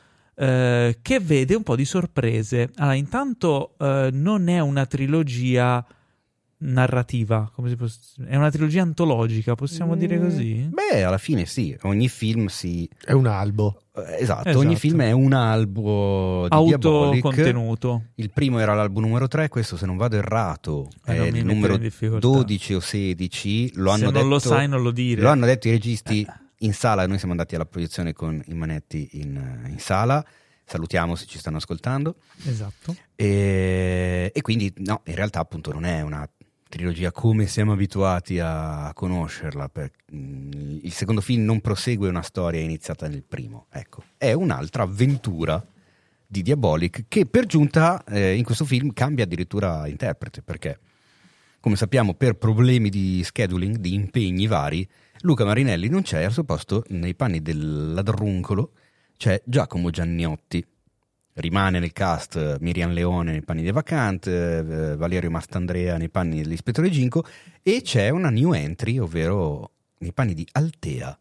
che vede un po' di sorprese. Allora, intanto non è una trilogia narrativa, è una trilogia antologica, possiamo dire così? Beh, alla fine sì, ogni film è un albo. Esatto, ogni film è un albo di autocontenuto. Il primo era l'albo numero 3, questo se non vado errato è il numero 12 o 16. Se non lo sai non lo dire. Lo hanno detto i registi in sala, noi siamo andati alla proiezione con i Manetti in sala. Salutiamo se ci stanno ascoltando. Esatto. E quindi no, in realtà appunto non è una trilogia come siamo abituati a conoscerla. Il secondo film non prosegue una storia iniziata nel primo. Ecco, è un'altra avventura di Diabolic che per giunta in questo film cambia addirittura interprete, perché come sappiamo per problemi di scheduling, di impegni vari, Luca Marinelli non c'è, al suo posto nei panni del ladruncolo c'è Giacomo Gianniotti. Rimane nel cast Miriam Leone nei panni di Vacant, Valerio Mastandrea nei panni dell'ispettore Ginko, e c'è una new entry, ovvero nei panni di Altea,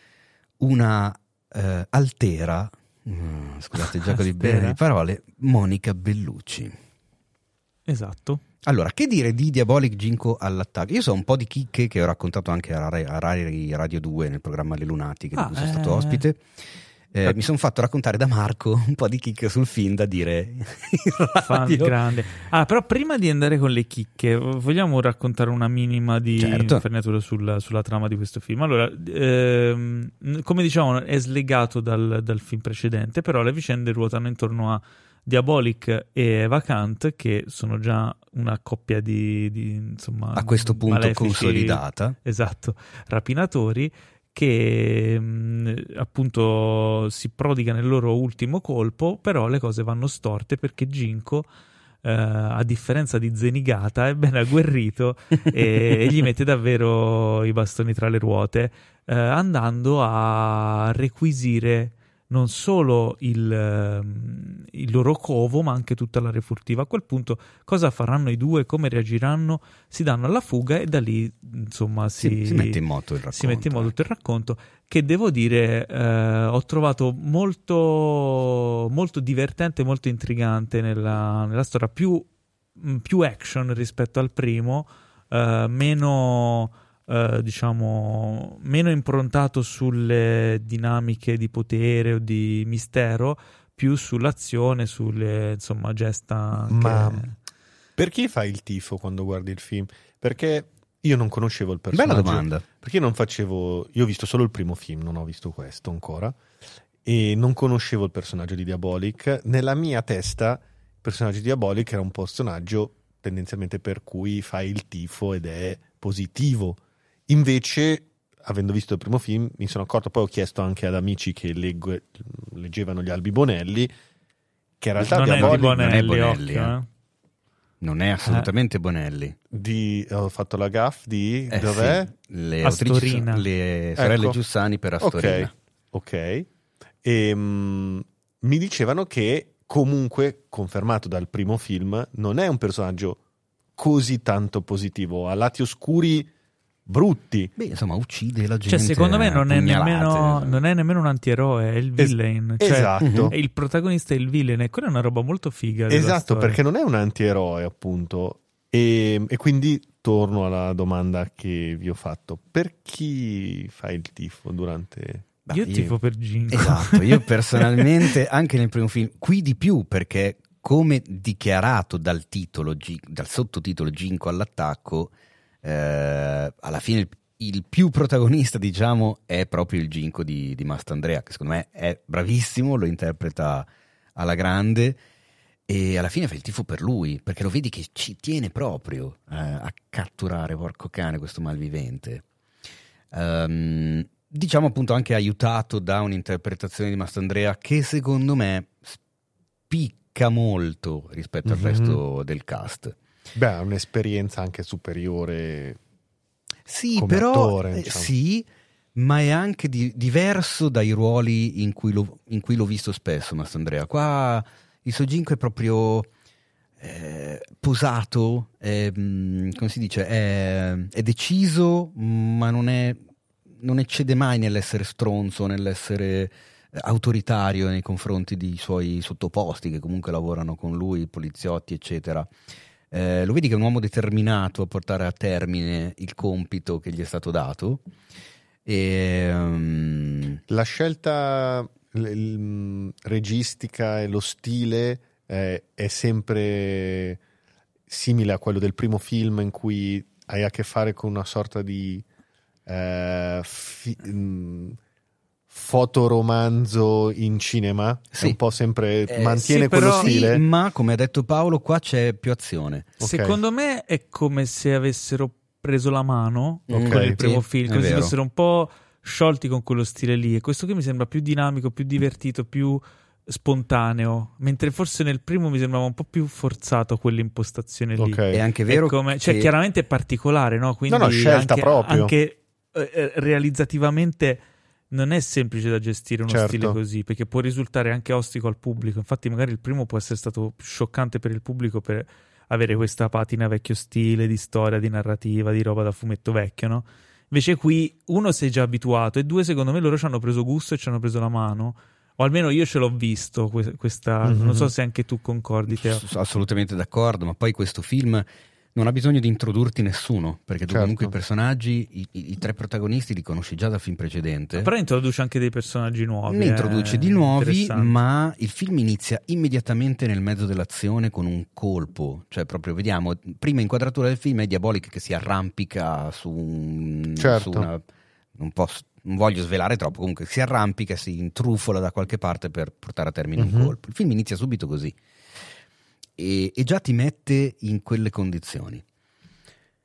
una altera, scusate il gioco di parole, Monica Bellucci. Esatto. Allora, che dire di Diabolic Ginko all'attacco? Io so un po' di chicche che ho raccontato anche a Rai Radio 2 nel programma Le Lunatiche, di cui sono stato ospite. Mi sono fatto raccontare da Marco un po' di chicche sul film da dire Fan grande. Però prima di andare con le chicche vogliamo raccontare una minima di infarinatura sulla trama di questo film. Allora, come diciamo, è slegato dal film precedente, però le vicende ruotano intorno a Diabolic e Vacant, che sono già una coppia di insomma, a questo punto malefici, consolidata, esatto, rapinatori, che appunto si prodiga nel loro ultimo colpo, però le cose vanno storte perché Ginko a differenza di Zenigata è ben agguerrito e gli mette davvero i bastoni tra le ruote, andando a requisire non solo il loro covo, ma anche tutta l'area furtiva. A quel punto cosa faranno i due, come reagiranno? Si danno alla fuga e da lì insomma si mette in moto il racconto. Si mette in moto tutto il racconto, che devo dire ho trovato molto, molto divertente, molto intrigante nella storia, più action rispetto al primo, meno meno improntato sulle dinamiche di potere o di mistero, più sull'azione, sulle gesta anche... Ma per chi fai il tifo quando guardi il film? Perché io non conoscevo il personaggio. Bella domanda. Perché io ho visto solo il primo film, non ho visto questo ancora, e non conoscevo il personaggio di Diabolik. Nella mia testa il personaggio di Diabolik era un personaggio tendenzialmente per cui fai il tifo ed è positivo. Invece, avendo visto il primo film, mi sono accorto, poi ho chiesto anche ad amici che leggevano gli Albi Bonelli, che in realtà non Diabolik non è Bonelli, occhio, non è assolutamente Bonelli. Ho fatto la gaff di dov'è? Sì, le Astorina. Le sorelle Giussani per Astorina. Ok. E mi dicevano che comunque, confermato dal primo film, non è un personaggio così tanto positivo, ha lati oscuri brutti. Beh, insomma, uccide la gente. Cioè, secondo me non è nemmeno un antieroe, è il villain. Esatto. Il protagonista è il villain, e quella è una roba molto figa. Esatto, perché non è un antieroe, appunto. E quindi torno alla domanda che vi ho fatto. Per chi fai il tifo durante... Io tifo per Ginko. Esatto, io personalmente, anche nel primo film, qui di più, perché come dichiarato dal sottotitolo Ginko all'attacco, alla fine il più protagonista, diciamo, è proprio il Ginko di Mastandrea, che secondo me è bravissimo, lo interpreta alla grande, e alla fine fai il tifo per lui, perché lo vedi che ci tiene proprio a catturare, porco cane, questo malvivente. Diciamo appunto anche aiutato da un'interpretazione di Mastandrea che secondo me spicca molto rispetto al resto del cast. Beh, ha un'esperienza anche superiore. Sì, come però attore, diciamo. Sì, ma è anche diverso dai ruoli in cui l'ho visto spesso Mastandrea. Qua il suo Ginko è proprio posato, come si dice, è deciso, ma non eccede mai nell'essere stronzo, nell'essere autoritario nei confronti dei suoi sottoposti che comunque lavorano con lui, poliziotti eccetera. Lo vedi che è un uomo determinato a portare a termine il compito che gli è stato dato. La scelta registica e lo stile è sempre simile a quello del primo film, in cui hai a che fare con una sorta di fotoromanzo in cinema. Sì. È un po' sempre mantiene quello stile, ma come ha detto Paolo qua c'è più azione. Secondo me è come se avessero preso la mano con il primo film, come se fossero un po' sciolti con quello stile lì, e questo qui mi sembra più dinamico, più divertito, più spontaneo, mentre forse nel primo mi sembrava un po' più forzato quell'impostazione lì. È anche vero cioè chiaramente è particolare, no? Quindi scelta proprio anche realizzativamente non è semplice da gestire uno stile così, perché può risultare anche ostico al pubblico. Infatti magari il primo può essere stato più scioccante per il pubblico per avere questa patina vecchio stile di storia, di narrativa, di roba da fumetto vecchio, no? Invece qui uno si è già abituato, e due secondo me loro ci hanno preso gusto e ci hanno preso la mano, o almeno io ce l'ho visto questa non so se anche tu concordi, Teo. Assolutamente d'accordo, ma poi questo film non ha bisogno di introdurti nessuno, perché tu comunque i personaggi, i tre protagonisti li conosci già dal film precedente. Però introduce anche dei personaggi nuovi. Ne introduce di nuovi, ma il film inizia immediatamente nel mezzo dell'azione con un colpo. Cioè proprio vediamo, prima inquadratura del film è Diabolik che si arrampica su una... Non voglio svelare troppo, comunque si arrampica, si intrufola da qualche parte per portare a termine un colpo. Il film inizia subito così. E già ti mette in quelle condizioni.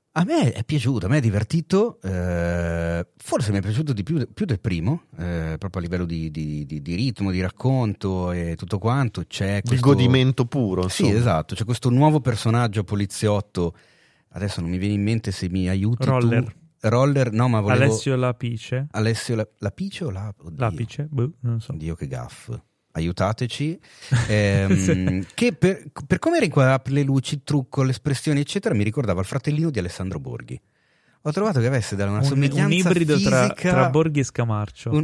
A me è piaciuto, a me è divertito, forse mi è piaciuto di più del primo, proprio a livello di ritmo, di racconto e tutto quanto. C'è questo... Il godimento puro. Sì, insomma. esatto, c'è questo nuovo personaggio poliziotto, adesso non mi viene in mente, se mi aiuti Roller, no, ma volevo... Alessio Lapice? Alessio Lapice o Lapice? Boh, non so. Oddio che gaff. Aiutateci. Che per come era inquadrato, le luci, il trucco, le espressioni eccetera, mi ricordava il fratellino di Alessandro Borghi. Ho trovato che avesse una somiglianza un ibrido fisica tra Borghi e Scamarcio.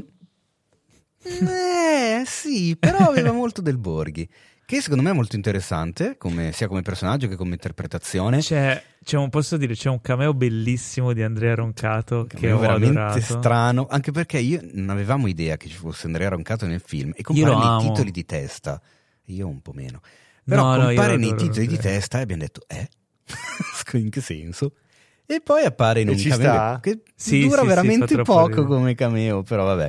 Sì, però aveva molto del Borghi, che secondo me è molto interessante sia come personaggio che come interpretazione. C'è un cameo bellissimo di Andrea Roncato che ho veramente adorato. Strano, anche perché io non avevamo idea che ci fosse Andrea Roncato nel film, e compare nei titoli di testa, io un po' meno, però compare nei titoli di testa e abbiamo detto in che senso? E poi appare in un cameo che dura veramente poco come cameo, però vabbè.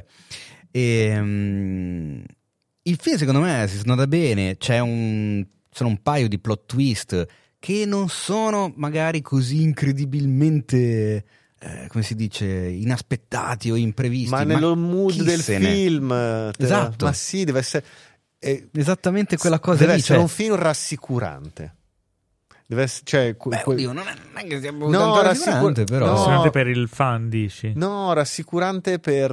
Il film secondo me si snoda bene, sono un paio di plot twist che non sono magari così incredibilmente, come si dice, inaspettati o imprevisti. Ma nello mood del film. Esatto. Ma sì, deve essere... esattamente quella cosa deve lì. essere un film rassicurante. Deve essere... oddio, non è che sia tanto rassicurante, però. Rassicurante per il fan, dici? No, rassicurante per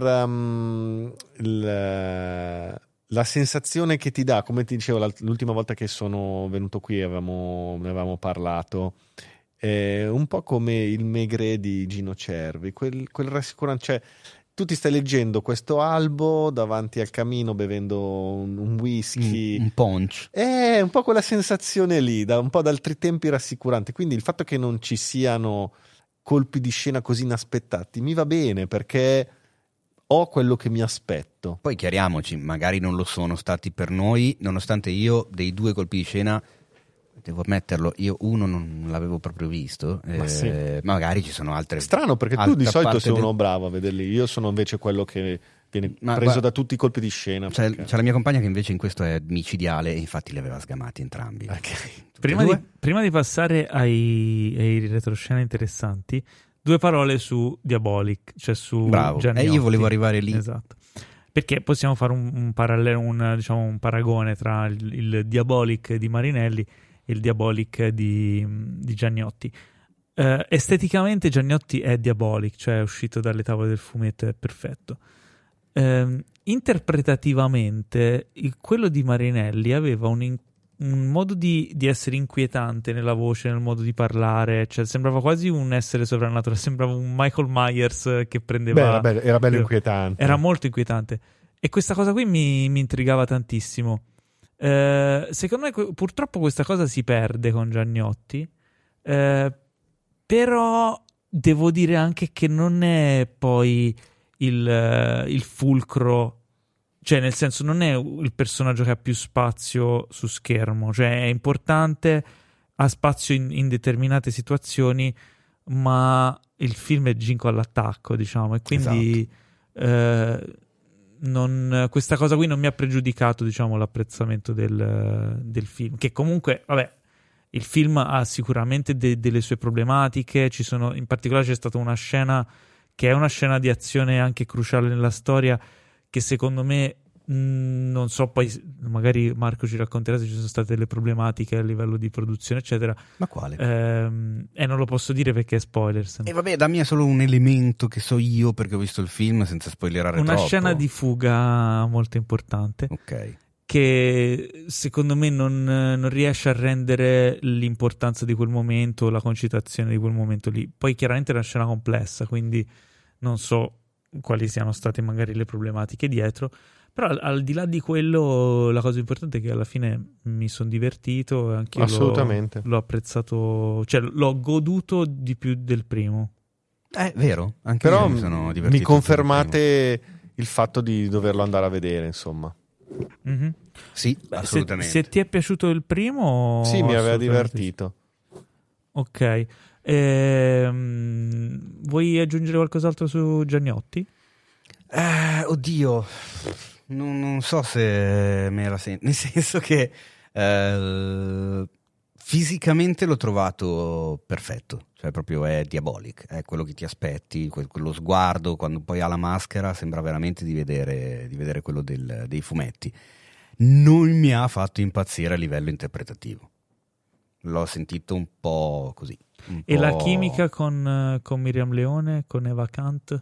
la sensazione che ti dà, come ti dicevo l'ultima volta che sono venuto qui ne avevamo parlato, un po' come il Maigret di Gino Cervi, quel rassicurante, cioè tu ti stai leggendo questo albo davanti al camino bevendo un whisky, un punch, è un po' quella sensazione lì, un po' da altri tempi rassicurante, quindi il fatto che non ci siano colpi di scena così inaspettati mi va bene, perché ho quello che mi aspetto. Poi chiariamoci, magari non lo sono stati per noi, nonostante io dei 2 colpi di scena, devo ammetterlo, io uno non l'avevo proprio visto, ma sì. Magari ci sono altre. Strano, perché tu di solito sei uno bravo a vederli, io sono invece quello che viene preso da tutti i colpi di scena. C'è la mia compagna che invece in questo è micidiale e infatti li aveva sgamati entrambi. Okay. Prima di passare ai retroscena interessanti, 2 parole su Diabolic, cioè su Gianniotti. Io volevo arrivare lì. Esatto. Perché possiamo fare un parallelo, un paragone tra il Diabolic di Marinelli e il Diabolic di Gianniotti. Esteticamente Gianniotti è Diabolic, cioè è uscito dalle tavole del fumetto, è perfetto. Interpretativamente quello di Marinelli aveva un modo di essere inquietante nella voce, nel modo di parlare, cioè sembrava quasi un essere sovrannaturale, sembrava un Michael Myers che prendeva... Era bello inquietante. Era molto inquietante. E questa cosa qui mi intrigava tantissimo. Secondo me purtroppo questa cosa si perde con Gianniotti, però devo dire anche che non è poi il fulcro, cioè nel senso non è il personaggio che ha più spazio su schermo, cioè è importante, ha spazio in determinate situazioni, ma il film è Ginko all'attacco, diciamo, e quindi questa cosa qui non mi ha pregiudicato, diciamo, l'apprezzamento del film, che comunque, vabbè, il film ha sicuramente delle sue problematiche, in particolare c'è stata una scena che è una scena di azione anche cruciale nella storia, che secondo me, non so, poi magari Marco ci racconterà se ci sono state delle problematiche a livello di produzione eccetera. Ma quale? Non lo posso dire perché è spoiler. E vabbè, dammi solo un elemento che so io perché ho visto il film, senza spoilerare troppo. Una scena di fuga molto importante, ok, che secondo me non riesce a rendere l'importanza di quel momento, la concitazione di quel momento lì. Poi chiaramente è una scena complessa, quindi non so quali siano state magari le problematiche dietro, però al di là di quello la cosa importante è che alla fine mi sono divertito e anche assolutamente l'ho apprezzato, cioè l'ho goduto di più del primo. Vero, anche però io mi sono divertito. Mi confermate il fatto di doverlo andare a vedere, insomma. Mm-hmm. Sì, assolutamente. Se ti è piaciuto il primo, sì, mi aveva divertito. Ok. Vuoi aggiungere qualcos'altro su Gianniotti? Oddio, non so se me la sento, nel senso che Fisicamente l'ho trovato perfetto, cioè proprio è Diabolic, è quello che ti aspetti, quello sguardo quando poi ha la maschera sembra veramente di vedere quello dei fumetti. Non mi ha fatto impazzire a livello interpretativo, l'ho sentito un po' così. E la chimica con Miriam Leone, con Eva Kant?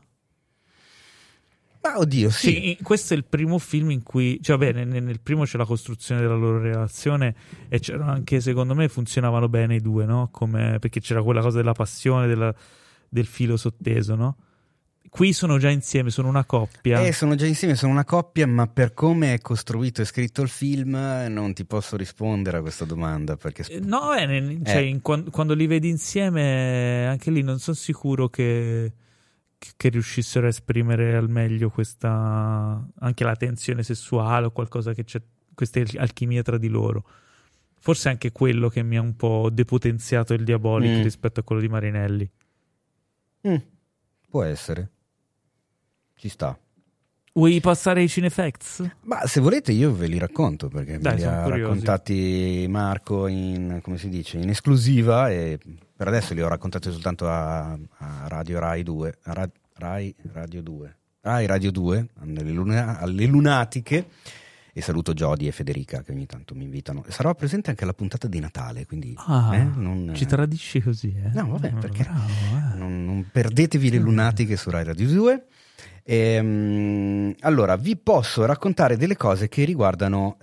Ma oddio, sì. Questo è il primo film in cui, cioè beh, nel primo c'è la costruzione della loro relazione e c'era anche, secondo me, funzionavano bene i due, no? Perché c'era quella cosa della passione, del filo sotteso, no? Qui sono già insieme, sono una coppia. Sono già insieme, sono una coppia, ma per come è costruito e scritto il film non ti posso rispondere a questa domanda. Perché cioè, quando li vedi insieme, anche lì non sono sicuro che riuscissero a esprimere al meglio questa, anche la tensione sessuale o qualcosa, che c'è questa alchimia tra di loro. Forse anche quello che mi ha un po' depotenziato il Diabolic rispetto a quello di Marinelli. Può essere, ci sta. Vuoi passare ai Cinefacts? Ma se volete io ve li racconto, perché me li ha raccontati Marco in esclusiva, e per adesso li ho raccontati soltanto a Radio Rai 2, Rai Radio 2 alle Lunatiche, e saluto Jody e Federica che ogni tanto mi invitano. Sarò presente anche alla puntata di Natale, quindi ci tradisci così, No, vabbè, perché non perdetevi le Lunatiche su Rai Radio 2. Allora, vi posso raccontare delle cose che riguardano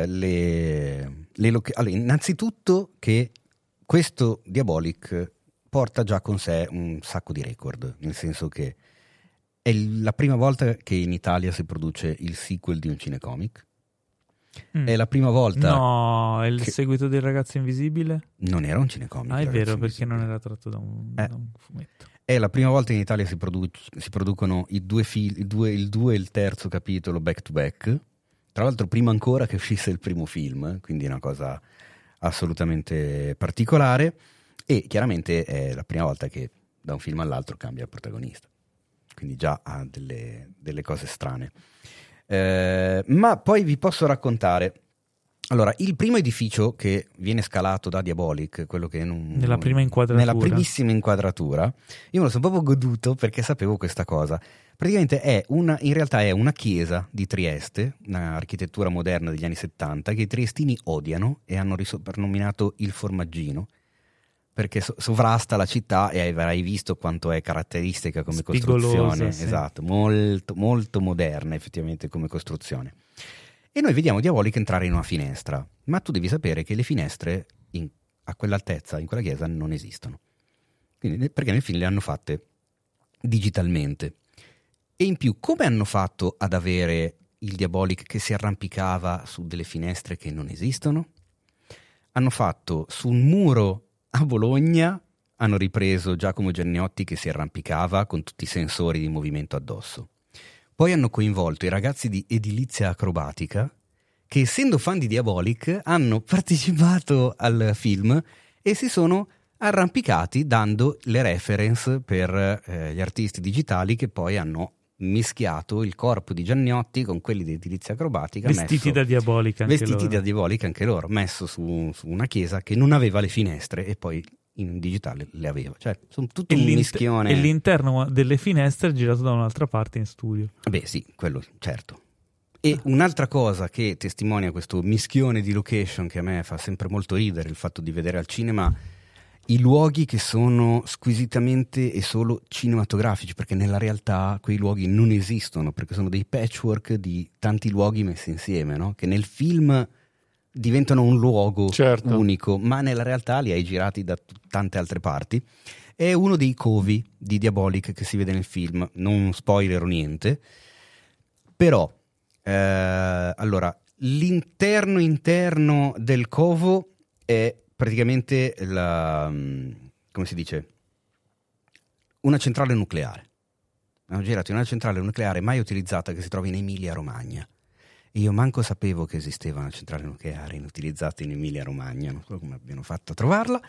allora, innanzitutto che questo Diabolic porta già con sé un sacco di record, nel senso che è la prima volta che in Italia si produce il sequel di un cinecomic. È la prima volta. No, è il seguito del Ragazzo Invisibile? Non era un cinecomic. È vero, perché non era tratto da un fumetto. È la prima volta che in Italia si producono il 2 e il terzo capitolo back to back. Tra l'altro prima ancora che uscisse il primo film, quindi è una cosa assolutamente particolare. E chiaramente è la prima volta che da un film all'altro cambia il protagonista. Quindi già ha delle cose strane. Ma poi vi posso raccontare. Allora, il primo edificio che viene scalato da Diabolic, quello che nella primissima inquadratura, io me lo sono proprio goduto perché sapevo questa cosa. Praticamente in realtà è una chiesa di Trieste, un'architettura moderna degli anni 70 che i triestini odiano e hanno risoprannominato il Formaggino, perché sovrasta la città e avrai visto quanto è caratteristica come costruzione. Sì. Esatto, molto, molto moderna effettivamente come costruzione. E noi vediamo Diabolic entrare in una finestra, ma tu devi sapere che le finestre a quell'altezza, in quella chiesa, non esistono. Quindi, perché nel film le hanno fatte digitalmente. E in più, come hanno fatto ad avere il Diabolic che si arrampicava su delle finestre che non esistono? Hanno fatto su un muro a Bologna, hanno ripreso Giacomo Gianniotti che si arrampicava con tutti i sensori di movimento addosso. Poi hanno coinvolto i ragazzi di Edilizia Acrobatica che, essendo fan di Diabolic, hanno partecipato al film e si sono arrampicati dando le reference per gli artisti digitali che poi hanno mischiato il corpo di Gianniotti con quelli di Edilizia Acrobatica. Vestiti da Diabolic anche loro, messo su una chiesa che non aveva le finestre e poi in digitale le aveva, cioè sono tutto un mischione. E l'interno delle finestre è girato da un'altra parte in studio. Beh sì, quello certo. E un'altra cosa che testimonia questo mischione di location, che a me fa sempre molto ridere, il fatto di vedere al cinema i luoghi che sono squisitamente e solo cinematografici, perché nella realtà quei luoghi non esistono, perché sono dei patchwork di tanti luoghi messi insieme, no? Che nel film diventano un luogo unico, ma nella realtà li hai girati da tante altre parti. È uno dei covi di Diabolic che si vede nel film, non spoilerò niente, però allora l'interno del covo è praticamente come si dice, una centrale nucleare. Hanno girato in una centrale nucleare mai utilizzata che si trova in Emilia Romagna. Io manco sapevo che esisteva una centrale nucleare inutilizzata in Emilia Romagna, non so come abbiano fatto a trovarla.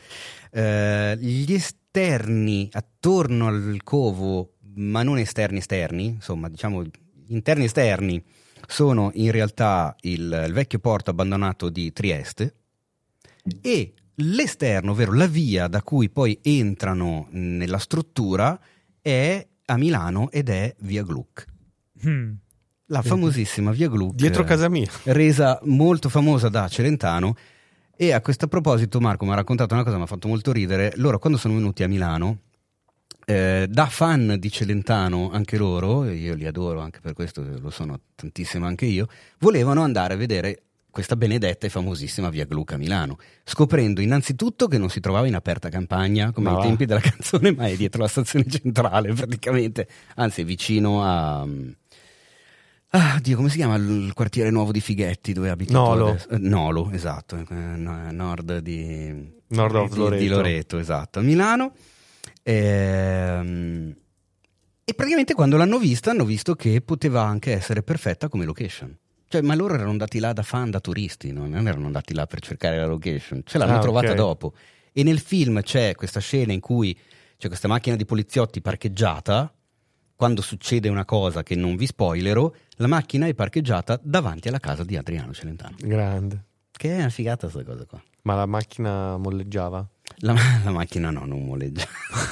Gli esterni attorno al covo, ma non esterni, insomma diciamo interni esterni, sono in realtà il vecchio porto abbandonato di Trieste, e L'esterno, ovvero la via da cui poi entrano nella struttura, è a Milano ed è via Gluck. La famosissima via Gluck. Dietro casa mia. Resa molto famosa da Celentano. E a questo proposito Marco mi ha raccontato una cosa che mi ha fatto molto ridere. Loro quando sono venuti a Milano, da fan di Celentano anche loro, io li adoro anche per questo, lo sono tantissimo anche io, volevano andare a vedere questa benedetta e famosissima via Gluck a Milano, scoprendo innanzitutto che non si trovava in aperta campagna come ai tempi della canzone, ma è dietro la stazione centrale praticamente, anzi è vicino a... Dio, come si chiama il quartiere nuovo di Fighetti dove abita? Nolo. Nolo, esatto, nord di Loreto, esatto, a Milano. E praticamente quando l'hanno vista hanno visto che poteva anche essere perfetta come location. Cioè, ma loro erano andati là da fan, da turisti, non erano andati là per cercare la location, ce l'hanno trovata dopo. E nel film c'è questa scena in cui c'è questa macchina di poliziotti parcheggiata. Quando succede una cosa che non vi spoilerò, la macchina è parcheggiata davanti alla casa di Adriano Celentano. Grande. Che è una figata questa cosa qua. Ma la macchina molleggiava? La macchina no, non molleggia.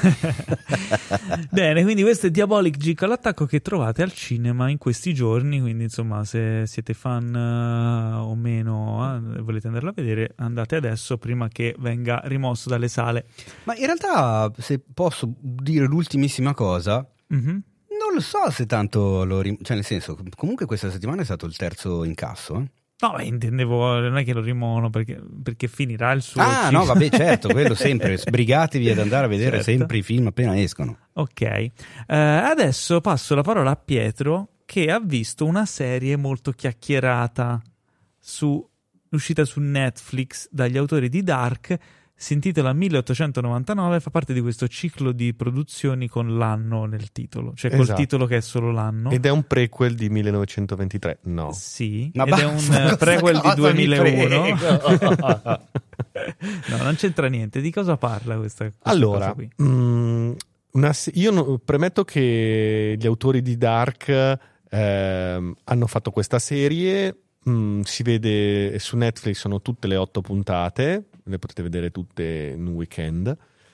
Bene, quindi questo è Diabolic Geek all'attacco, che trovate al cinema in questi giorni, quindi insomma se siete fan o meno volete andarlo a vedere, andate adesso prima che venga rimosso dalle sale. Ma in realtà, se posso dire l'ultimissima cosa, non lo so se tanto cioè nel senso, comunque questa settimana è stato il terzo incasso, No, intendevo, non è che lo rimono perché finirà il suo... no, vabbè, certo, quello sempre, sbrigatevi ad andare a vedere sempre i film appena escono. Ok, adesso passo la parola a Pietro, che ha visto una serie molto chiacchierata uscita su Netflix dagli autori di Dark. Si intitola 1899, fa parte di questo ciclo di produzioni con l'anno nel titolo, cioè col titolo che è solo l'anno. Ed è un prequel di 1923, no? Sì, ma ed è un prequel di 2001. No, non c'entra niente. Di cosa parla questa allora, cosa qui? Io premetto che gli autori di Dark hanno fatto questa serie, si vede su Netflix, sono tutte le 8 puntate, le potete vedere tutte in un weekend.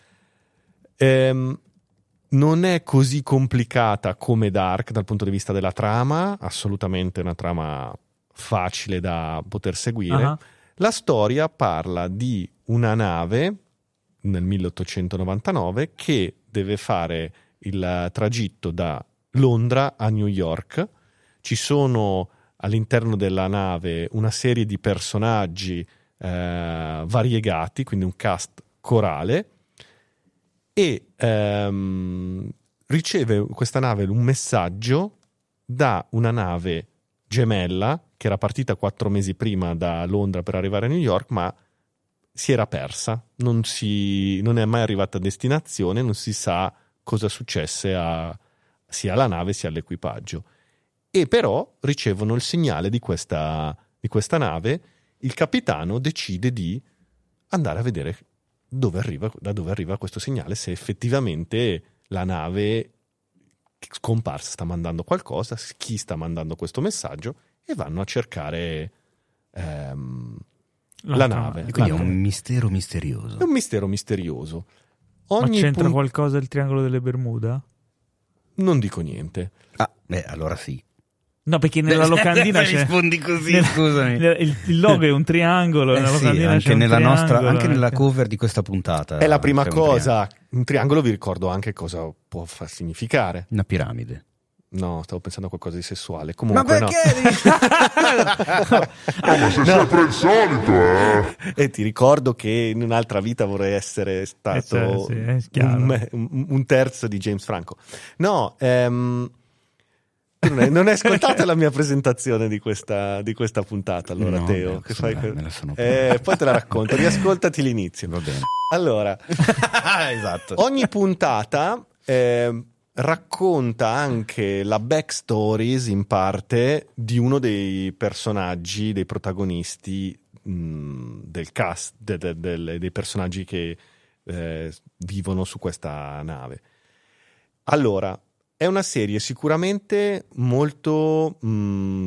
Non è così complicata come Dark dal punto di vista della trama, assolutamente una trama facile da poter seguire. La storia parla di una nave nel 1899 che deve fare il tragitto da Londra a New York. Ci sono all'interno della nave una serie di personaggi variegati, quindi un cast corale, e riceve questa nave un messaggio da una nave gemella che era partita 4 mesi prima da Londra per arrivare a New York, ma si era persa, non è mai arrivata a destinazione, non si sa cosa successe sia alla nave sia all'equipaggio. E però ricevono il segnale di questa nave. Il capitano decide di andare a vedere da dove arriva questo segnale, se effettivamente la nave scomparsa sta mandando qualcosa, chi sta mandando questo messaggio, e vanno a cercare la nave. Quindi è un mistero misterioso. È un mistero misterioso. Ma c'entra qualcosa il triangolo delle Bermuda? Non dico niente. Allora sì. No, perché nella locandina c'è... rispondi così, scusami. Il logo è un triangolo, nella locandina anche c'è un nella triangolo, anche nella cover di questa puntata. È la prima cosa. Un triangolo, vi ricordo anche cosa può far significare. Una piramide. No, stavo pensando a qualcosa di sessuale. Comunque, ma perché? Ma sei sempre il solito, E ti ricordo che in un'altra vita vorrei essere stato un terzo di James Franco. No, non hai ascoltato la mia presentazione di questa puntata, allora, no, Teo? Che fai me la sono poi te la racconto, riascoltati l'inizio. Va bene. Allora, esatto. Ogni puntata racconta anche la backstories in parte di uno dei personaggi, dei protagonisti del cast, dei personaggi che vivono su questa nave. Allora, è una serie sicuramente molto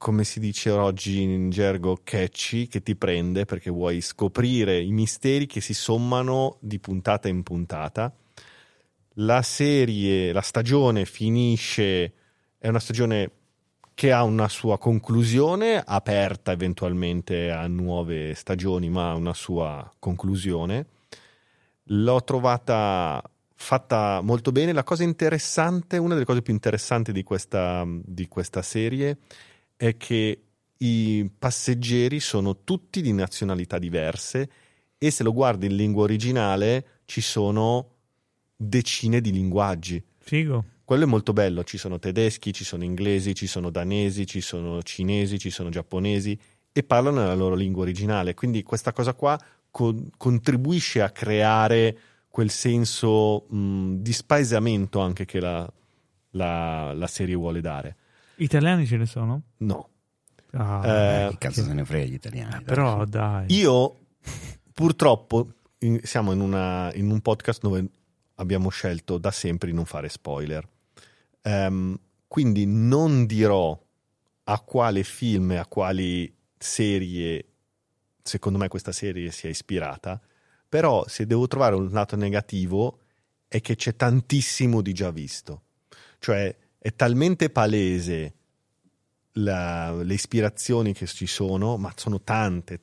come si dice oggi in gergo, catchy, che ti prende perché vuoi scoprire i misteri che si sommano di puntata in puntata. La stagione finisce, è una stagione che ha una sua conclusione, aperta eventualmente a nuove stagioni, ma ha una sua conclusione. L'ho trovata fatta molto bene. La cosa interessante, una delle cose più interessanti di questa serie è che i passeggeri sono tutti di nazionalità diverse e se lo guardi in lingua originale ci sono decine di linguaggi. Figo. Quello è molto bello, ci sono tedeschi, ci sono inglesi, ci sono danesi, ci sono cinesi, ci sono giapponesi e parlano nella loro lingua originale, quindi questa cosa qua contribuisce a creare quel senso di spaesamento anche che la serie vuole dare. Italiani ce ne sono? No. Che cazzo se ne frega gli italiani? Però dai. Io purtroppo siamo in un podcast dove abbiamo scelto da sempre di non fare spoiler. Quindi non dirò a quale film e a quali serie secondo me questa serie sia ispirata, però se devo trovare un lato negativo è che c'è tantissimo di già visto. Cioè è talmente palese le ispirazioni che ci sono, ma sono tante,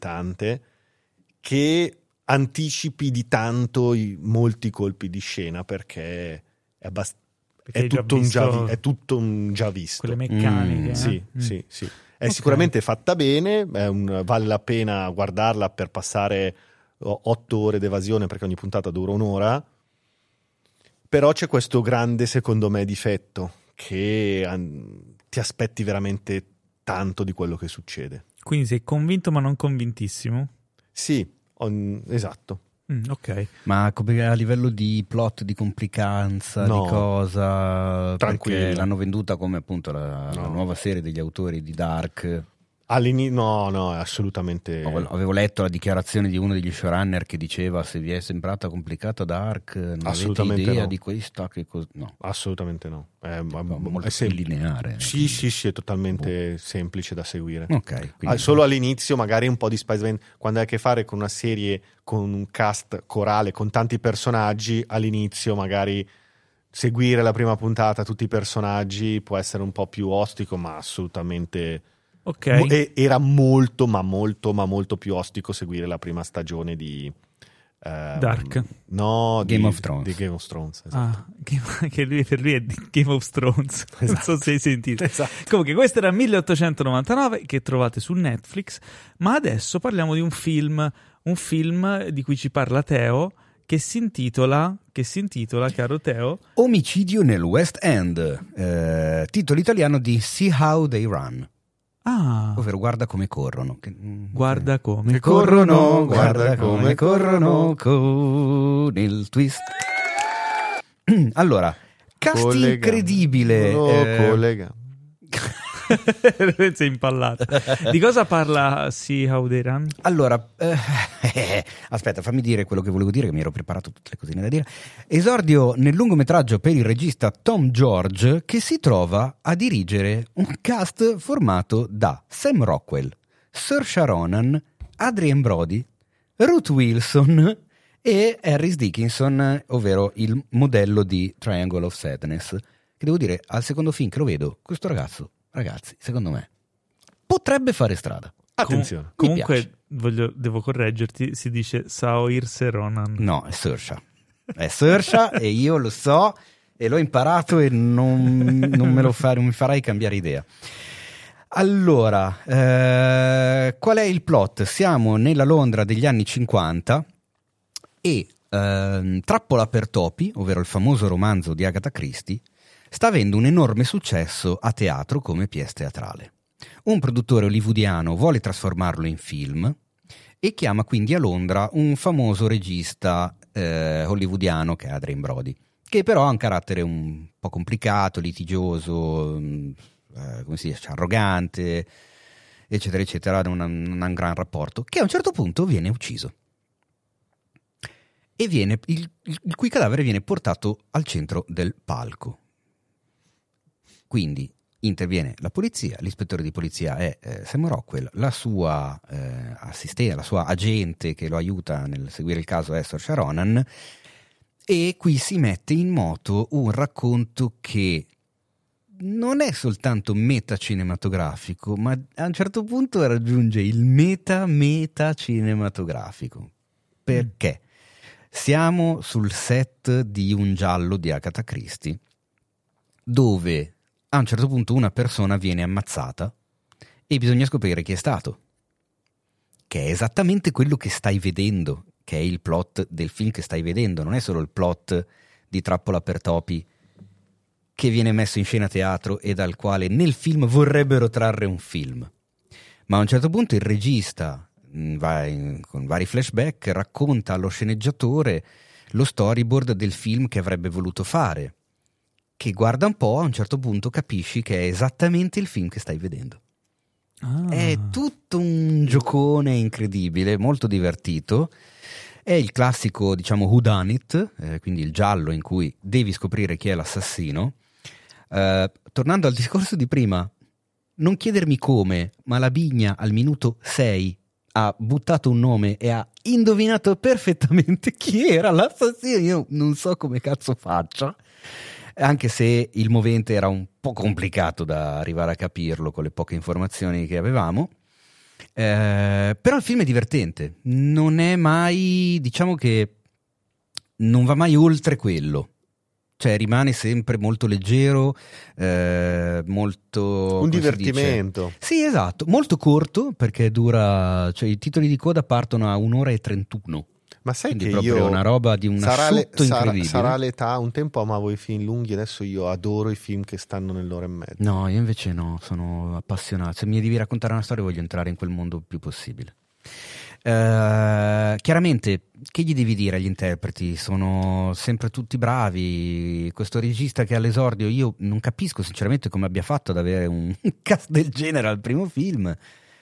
che anticipi di tanto molti colpi di scena perché è tutto un già visto. Quelle meccaniche. Sì. È sicuramente fatta bene, vale la pena guardarla per passare 8 ore d'evasione perché ogni puntata dura un'ora, però c'è questo grande, secondo me, difetto che ti aspetti veramente tanto di quello che succede. Quindi sei convinto ma non convintissimo? Sì, esatto. Ok. Ma a livello di plot, di complicanza, no, di cosa? tranquillo. Perché l'hanno venduta come appunto la nuova serie degli autori di Dark. No, assolutamente. Avevo letto la dichiarazione di uno degli showrunner che diceva: se vi è sembrata complicata Dark, non avete idea di questa no. Assolutamente no. È molto più lineare. Sì, è totalmente semplice da seguire. Ok. Solo all'inizio magari un po' di spaesamento. Quando hai a che fare con una serie con un cast corale, con tanti personaggi, all'inizio magari seguire la prima puntata, tutti i personaggi, può essere un po' più ostico, ma assolutamente... Ok. Era molto più ostico seguire la prima stagione di Dark. No, Game of Thrones. Di Game of Thrones, esatto. Che per lui è di Game of Thrones. Esatto. Non so se hai sentito. Esatto. Comunque questo era 1899 che trovate su Netflix, ma adesso parliamo di un film di cui ci parla Teo che si intitola, caro Teo, Omicidio nel West End, titolo italiano di See How They Run. Ovvero guarda come corrono. Guarda come corrono, guarda come corrono con il twist. Allora, cast incredibile. Collega. Sei impallato. Di cosa parla See How They Run? Allora, aspetta, fammi dire quello che volevo dire, che mi ero preparato tutte le cosine da dire. Esordio nel lungometraggio per il regista Tom George, che si trova a dirigere un cast formato da Sam Rockwell, Saoirse Ronan, Adrien Brody, Ruth Wilson e Harris Dickinson, ovvero il modello di Triangle of Sadness. Che devo dire, al secondo film che lo vedo, questo ragazzo, ragazzi, secondo me potrebbe fare strada. Attenzione. Comunque devo correggerti, si dice Saoirse Ronan. No, è Saoirse e io lo so e l'ho imparato e non mi farai cambiare idea. Allora, qual è il plot? Siamo nella Londra degli anni 50 e Trappola per topi, ovvero il famoso romanzo di Agatha Christie, sta avendo un enorme successo a teatro come pièce teatrale. Un produttore hollywoodiano vuole trasformarlo in film e chiama quindi a Londra un famoso regista hollywoodiano che è Adrien Brody, che però ha un carattere un po' complicato, litigioso, come si dice, arrogante, eccetera, eccetera, non ha un gran rapporto, che a un certo punto viene ucciso. E il cui cadavere viene portato al centro del palco. Quindi interviene la polizia, l'ispettore di polizia è Sam Rockwell, la sua assistente, la sua agente che lo aiuta nel seguire il caso è Saoirse Ronan, e qui si mette in moto un racconto che non è soltanto metacinematografico, ma a un certo punto raggiunge il meta cinematografico. Perché? Siamo sul set di un giallo di Agatha Christie, dove a un certo punto una persona viene ammazzata e bisogna scoprire chi è stato, che è esattamente quello che stai vedendo, che è il plot del film che stai vedendo, non è solo il plot di Trappola per topi che viene messo in scena a teatro e dal quale nel film vorrebbero trarre un film. Ma a un certo punto il regista, con vari flashback, racconta allo sceneggiatore lo storyboard del film che avrebbe voluto fare, che guarda un po', a un certo punto capisci che è esattamente il film che stai vedendo. È tutto un giocone incredibile, molto divertito. È il classico, diciamo, whodunit, quindi il giallo in cui devi scoprire chi è l'assassino. Tornando al discorso di prima, non chiedermi come, ma la Bigna al minuto 6 ha buttato un nome e ha indovinato perfettamente chi era l'assassino. Io non so come cazzo faccia, anche se il movente era un po' complicato da arrivare a capirlo con le poche informazioni che avevamo. Però il film è divertente, non è mai, diciamo che non va mai oltre quello, cioè rimane sempre molto leggero, molto... un divertimento. Sì, esatto, molto corto, perché dura, cioè i titoli di coda partono a 1:31. Ma sai quindi che proprio io una roba di un asciutto incredibile. Sarà l'età, un tempo amavo i film lunghi, adesso io adoro i film che stanno nell'ora e mezza. No, io invece no, sono appassionato. Se mi devi raccontare una storia voglio entrare in quel mondo il più possibile. Chiaramente, che gli devi dire agli interpreti? Sono sempre tutti bravi. Questo regista che all'esordio, io non capisco sinceramente come abbia fatto ad avere un cast del genere al primo film.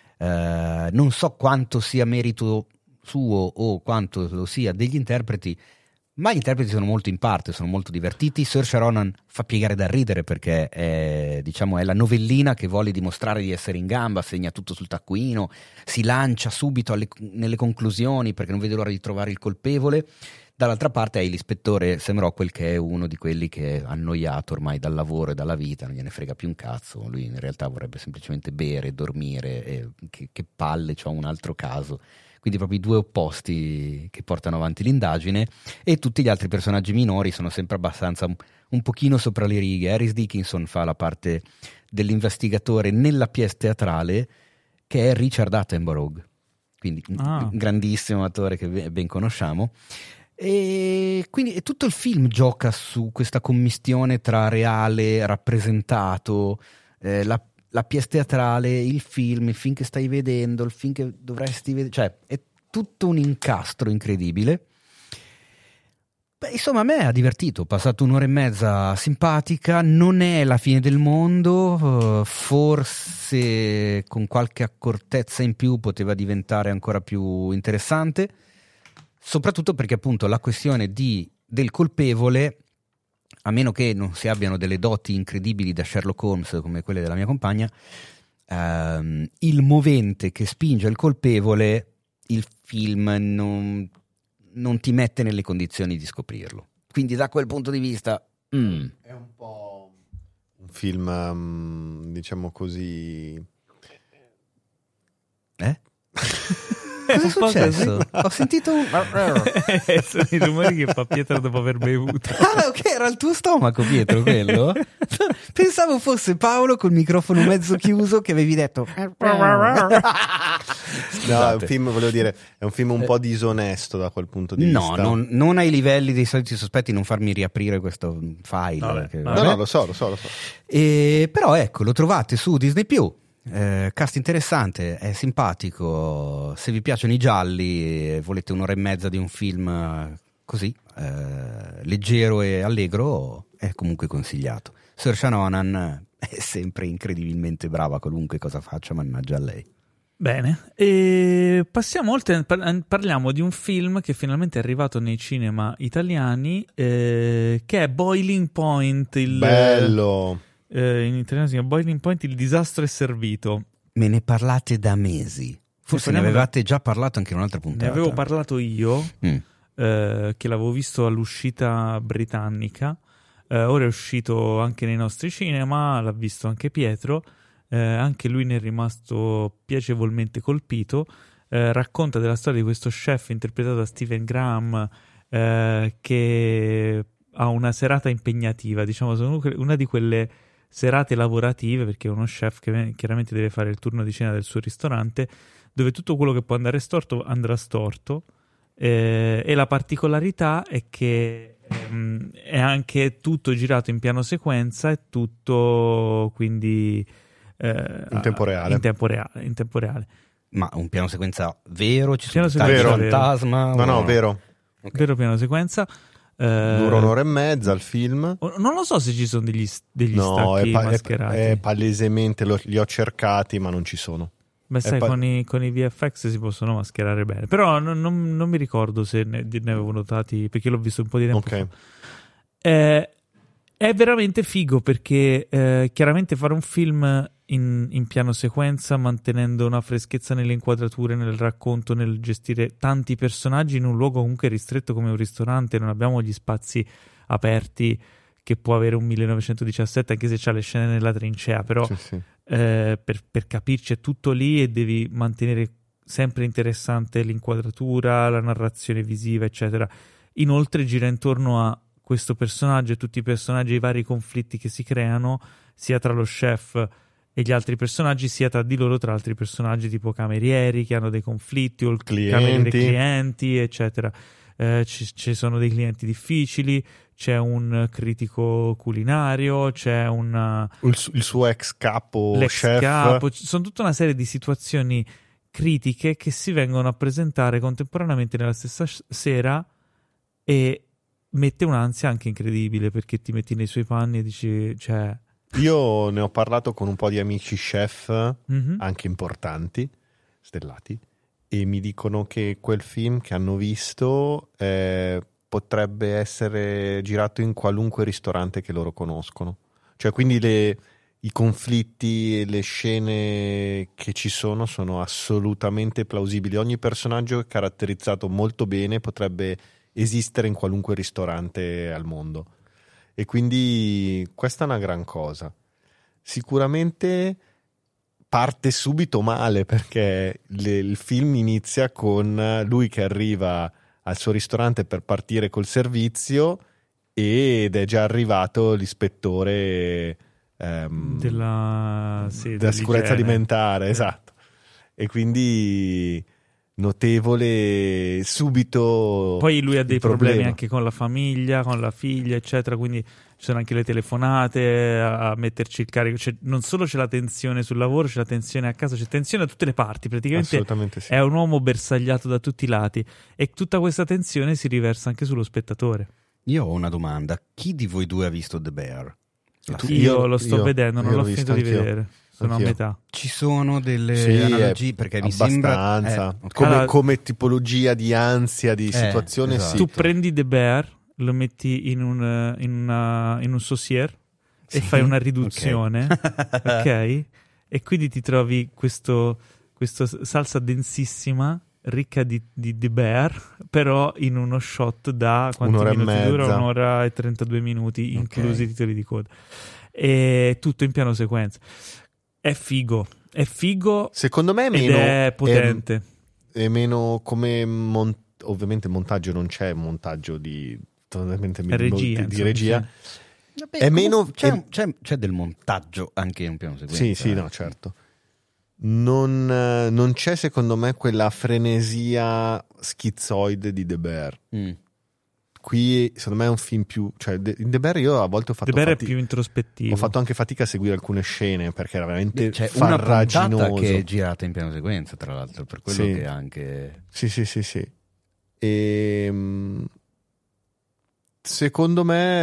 Non so quanto sia merito suo o quanto lo sia degli interpreti, ma gli interpreti sono molto in parte, sono molto divertiti. Saoirse Ronan fa piegare da ridere perché è la novellina che vuole dimostrare di essere in gamba, segna tutto sul taccuino, si lancia subito nelle conclusioni perché non vede l'ora di trovare il colpevole. Dall'altra parte hai l'ispettore Sam Rockwell, che è uno di quelli che è annoiato ormai dal lavoro e dalla vita, non gliene frega più un cazzo, lui in realtà vorrebbe semplicemente bere, dormire, e che palle, c'ho un altro caso. Quindi proprio i due opposti che portano avanti l'indagine, e tutti gli altri personaggi minori sono sempre abbastanza un pochino sopra le righe. Harris Dickinson fa la parte dell'investigatore nella pièce teatrale, che è Richard Attenborough, quindi un grandissimo attore che ben conosciamo. E quindi tutto il film gioca su questa commistione tra reale, rappresentato, la pièce teatrale, il film che stai vedendo, il film che dovresti vedere, cioè è tutto un incastro incredibile. Beh, insomma, a me ha divertito, ho passato 1 ora e mezza simpatica, non è la fine del mondo, forse con qualche accortezza in più poteva diventare ancora più interessante, soprattutto perché appunto la questione del colpevole, a meno che non si abbiano delle doti incredibili da Sherlock Holmes come quelle della mia compagna, il movente che spinge il colpevole, il film non ti mette nelle condizioni di scoprirlo. Quindi da quel punto di vista è un po' un film, diciamo così... Cosa è successo? Ho sentito sono i rumori che fa Pietro dopo aver bevuto. Ok, era il tuo stomaco, Pietro, quello? Pensavo fosse Paolo col microfono mezzo chiuso che avevi detto. No, è un film, volevo dire, è un film un po' disonesto da quel punto di vista. No, non ai livelli dei soliti sospetti, non farmi riaprire questo file. Vabbè. No, lo so. Però ecco, lo trovate su Disney+. Cast interessante, è simpatico. Se vi piacciono i gialli e volete 1 ora e mezza di un film così leggero e allegro, è comunque consigliato. Saoirse Ronan è sempre incredibilmente brava qualunque cosa faccia, mannaggia a lei. Bene, e passiamo oltre, parliamo di un film che finalmente è arrivato nei cinema italiani, che è Boiling Point, bello. in italiano si chiama Boiling Point, il disastro è servito. Me ne parlate da mesi. Forse ne avevate già parlato anche in un'altra puntata. Ne avevo parlato io, che l'avevo visto all'uscita britannica. Ora è uscito anche nei nostri cinema, l'ha visto anche Pietro. Anche lui ne è rimasto piacevolmente colpito. Racconta della storia di questo chef interpretato da Stephen Graham, che ha una serata impegnativa, diciamo, sono una di quelle serate lavorative, perché è uno chef che chiaramente deve fare il turno di cena del suo ristorante, dove tutto quello che può andare storto andrà storto, e la particolarità è che è anche tutto girato in piano sequenza, è tutto quindi in tempo reale. Ma un piano sequenza vero? Ci sono vero, fantasma? No, vero. Okay. Vero piano sequenza. Dura un'ora e mezza il film. Non lo so se ci sono degli stacchi mascherati. È palesemente, li ho cercati, ma non ci sono. Beh, sai, con i VFX si possono mascherare bene. Però non mi ricordo se ne avevo notati, perché l'ho visto un po' di tempo fa. È veramente figo, perché chiaramente fare un film in piano sequenza, mantenendo una freschezza nelle inquadrature, nel racconto, nel gestire tanti personaggi in un luogo comunque ristretto come un ristorante, non abbiamo gli spazi aperti che può avere un 1917, anche se c'ha le scene nella trincea, però sì. Per capirci è tutto lì, e devi mantenere sempre interessante l'inquadratura, la narrazione visiva, eccetera. Inoltre gira intorno a questo personaggio e tutti i personaggi e i vari conflitti che si creano, cia tra lo chef e gli altri personaggi, sia tra di loro, tra altri personaggi tipo camerieri che hanno dei conflitti, o clienti, eccetera. Ci sono dei clienti difficili, c'è un critico culinario, c'è il suo ex capo, chef. Capo. Sono tutta una serie di situazioni critiche che si vengono a presentare contemporaneamente nella stessa sera, e mette un'ansia anche incredibile, perché ti metti nei suoi panni e dici, cioè... Io ne ho parlato con un po' di amici chef, anche importanti, stellati, e mi dicono che quel film che hanno visto potrebbe essere girato in qualunque ristorante che loro conoscono. Cioè, quindi i conflitti e le scene che ci sono assolutamente plausibili. Ogni personaggio è caratterizzato molto bene, potrebbe esistere in qualunque ristorante al mondo. E quindi questa è una gran cosa. Sicuramente parte subito male, perché il film inizia con lui che arriva al suo ristorante per partire col servizio, ed è già arrivato l'ispettore della sicurezza alimentare, esatto. E quindi notevole subito. Poi lui ha dei problemi anche con la famiglia, con la figlia, eccetera, quindi ci sono anche le telefonate a metterci il carico. Cioè, non solo c'è la tensione sul lavoro, c'è la tensione a casa, c'è tensione da tutte le parti, praticamente. Assolutamente sì. È un uomo bersagliato da tutti i lati, e tutta questa tensione si riversa anche sullo spettatore. Io ho una domanda: chi di voi due ha visto The Bear? Io lo sto vedendo, non l'ho finito di vedere. Sono a metà. Ci sono delle analogie, perché mi sembra come tipologia di ansia, di situazione. Esatto. Tu prendi The Bear, lo metti in un saucier e fai una riduzione, ok? E quindi ti trovi questa salsa densissima, ricca di The Bear, però in uno shot da quanti minuti dura? 1 ora e 32 minuti, inclusi i titoli di coda, e tutto in piano sequenza. È figo. Secondo me è meno, ed è potente. È meno come ovviamente montaggio, non c'è montaggio di regia. Vabbè, è meno c'è del montaggio anche in un piano sequenza. Sì, no, certo. Non c'è, secondo me, quella frenesia schizoide di The Bear. Qui secondo me è un film più, cioè in The Bear io a volte ho fatto The Bear è più introspettivo. Ho fatto anche fatica a seguire alcune scene, perché era veramente farraginoso. Una puntata che è girata in piano sequenza, tra l'altro, per quello che anche sì. E secondo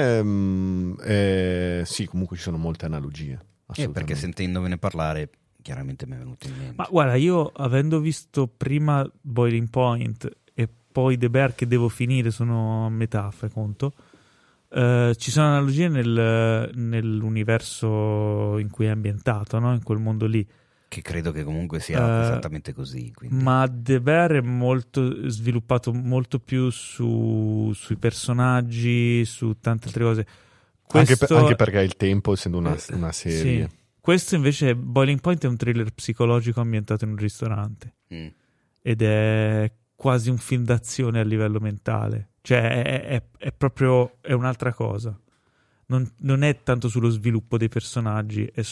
me sì, comunque ci sono molte analogie, perché sentendovene parlare chiaramente mi è venuto in mente. Ma guarda, io avendo visto prima Boiling Point e poi The Bear, che devo finire, sono a metà, fai conto, Ci sono analogie nell'universo in cui è ambientato, no? In quel mondo lì. Che credo che comunque sia esattamente così. Quindi. Ma The Bear è molto sviluppato molto più sui personaggi, su tante altre cose. Anche perché il tempo, essendo una serie. Sì. Questo invece, Boiling Point, è un thriller psicologico ambientato in un ristorante. Ed è quasi un film d'azione a livello mentale. Cioè è proprio è un'altra cosa. Non è tanto sullo sviluppo dei personaggi, è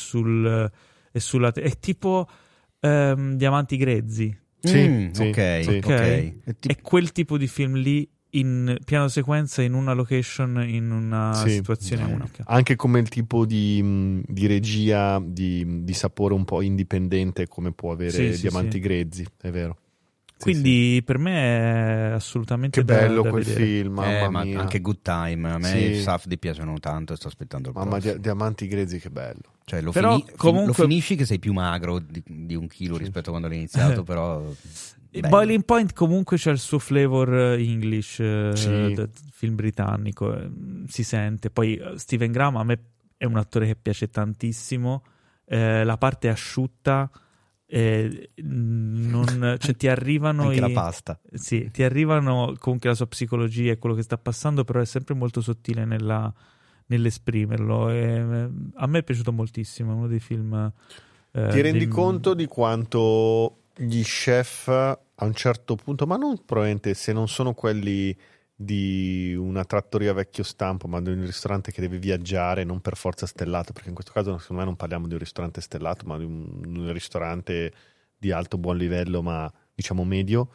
tipo Diamanti grezzi. Sì. È quel tipo di film lì, in piano sequenza, in una location, in una situazione unica. Anche come il tipo di regia di sapore un po' indipendente come può avere Diamanti grezzi, è vero. Quindi per me è assolutamente che bello da quel vedere. film, mamma mia. Anche Good Time, a me i Safdie piacciono tanto e sto aspettando il prossimo. Diamanti grezzi, che bello. Cioè lo comunque... finisci che sei più magro di 1 chilo rispetto a quando l'hai iniziato, però... Boiling Point comunque c'è il suo flavor English, film britannico, si sente. Poi Stephen Graham a me è un attore che piace tantissimo, la parte asciutta, cioè ti arrivano anche la pasta. Sì, ti arrivano comunque la sua psicologia e quello che sta passando, però è sempre molto sottile nell'esprimerlo, e a me è piaciuto moltissimo, è uno dei film ti rendi conto di quanto gli chef a un certo punto, ma non probabilmente se non sono quelli di una trattoria vecchio stampo, ma di un ristorante che deve viaggiare, non per forza stellato, perché in questo caso secondo me non parliamo di un ristorante stellato, ma di un ristorante di alto buon livello, ma diciamo medio,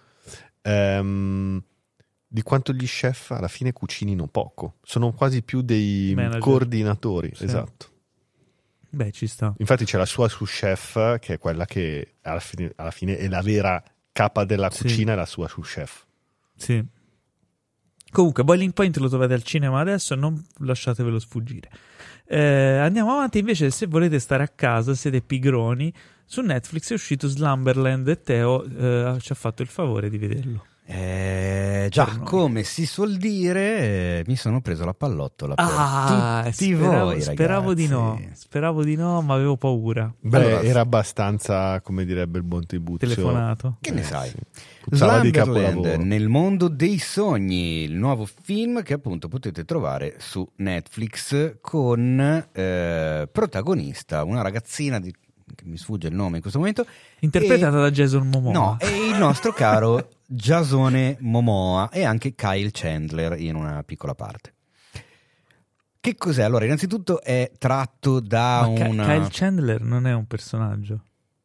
di quanto gli chef alla fine cucinino poco, sono quasi più dei coordinatori. Esatto. Beh, ci sta. Infatti c'è la sua sous chef, che è quella che alla fine è la vera capa della cucina, è la sua sous chef. Sì. Comunque Boiling Point lo trovate al cinema adesso, non lasciatevelo sfuggire. Andiamo avanti invece. Se volete stare a casa, siete pigroni, su Netflix è uscito Slumberland e Teo ci ha fatto il favore di vederlo. Già, come si suol dire, mi sono preso la pallottola per tutti voi, speravo di no, ma avevo paura. Allora, era abbastanza, come direbbe il buon Tribuzio, telefonato. Che ne sai? Slumberland nel mondo dei sogni, il nuovo film che appunto potete trovare su Netflix, con protagonista una ragazzina che mi sfugge il nome in questo momento, interpretata da Jason Momoa. No, è il nostro caro Jasone Momoa, e anche Kyle Chandler in una piccola parte. Che cos'è? Allora, innanzitutto è tratto da Kyle Chandler non è un personaggio.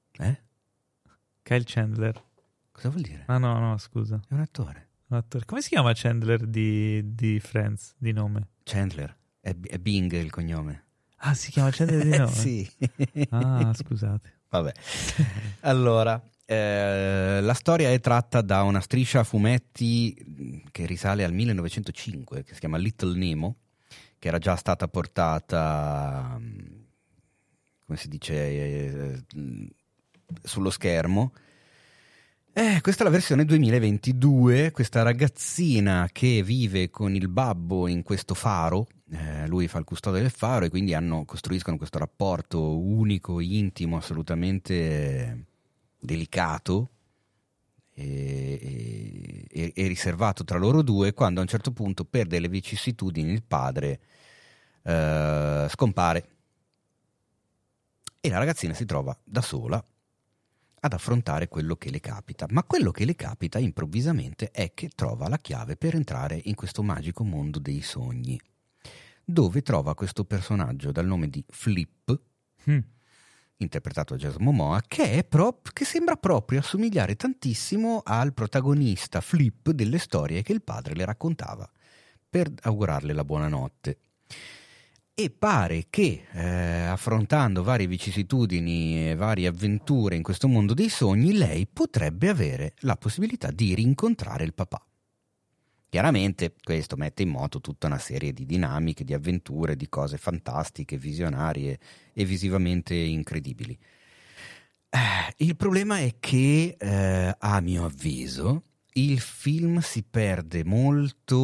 Kyle Chandler. Cosa vuol dire? Ah no, scusa. È un attore. Come si chiama Chandler di Friends, di nome? Chandler. È Bing il cognome. Ah, si chiama Chandler di nome? Sì. Ah, scusate. Vabbè. Allora, la storia è tratta da una striscia a fumetti che risale al 1905, che si chiama Little Nemo, che era già stata portata, come si dice, sullo schermo. Questa è la versione 2022, questa ragazzina che vive con il babbo in questo faro, lui fa il custode del faro, e quindi costruiscono questo rapporto unico, intimo, assolutamente delicato e riservato tra loro due, quando a un certo punto, per delle vicissitudini, il padre scompare e la ragazzina si trova da sola ad affrontare quello che le capita. Ma quello che le capita improvvisamente è che trova la chiave per entrare in questo magico mondo dei sogni, dove trova questo personaggio dal nome di Flip, interpretato da Jason Momoa, che sembra proprio assomigliare tantissimo al protagonista Flip delle storie che il padre le raccontava per augurarle la buonanotte. E pare che affrontando varie vicissitudini e varie avventure in questo mondo dei sogni, lei potrebbe avere la possibilità di rincontrare il papà. Chiaramente questo mette in moto tutta una serie di dinamiche, di avventure, di cose fantastiche, visionarie e visivamente incredibili. Il problema è che, a mio avviso, il film si perde molto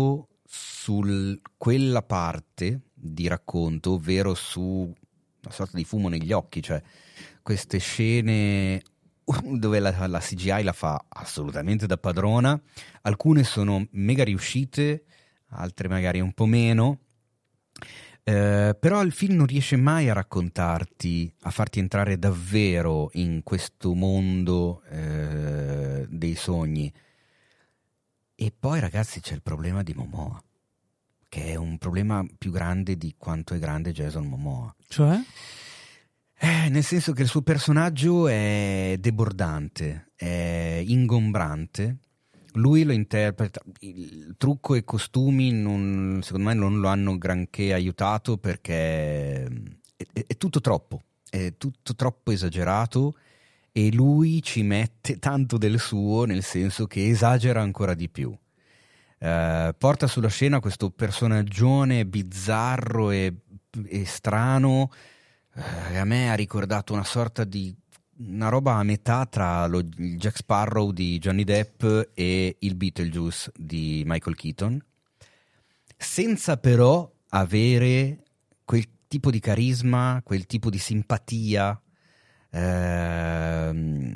su quella parte di racconto, ovvero su una sorta di fumo negli occhi, cioè queste scene dove la CGI la fa assolutamente da padrona, alcune sono mega riuscite, altre magari un po' meno, però il film non riesce mai a raccontarti, a farti entrare davvero in questo mondo dei sogni. E poi, ragazzi, c'è il problema di Momoa, che è un problema più grande di quanto è grande Jason Momoa. Cioè? Nel senso che il suo personaggio è debordante, è ingombrante. Lui lo interpreta, il trucco e i costumi secondo me non lo hanno granché aiutato, perché è tutto troppo esagerato, e lui ci mette tanto del suo, nel senso che esagera ancora di più. Porta sulla scena questo personaggione bizzarro e strano, a me ha ricordato una sorta di una roba a metà tra il Jack Sparrow di Johnny Depp e il Beetlejuice di Michael Keaton, senza però avere quel tipo di carisma, quel tipo di simpatia, quella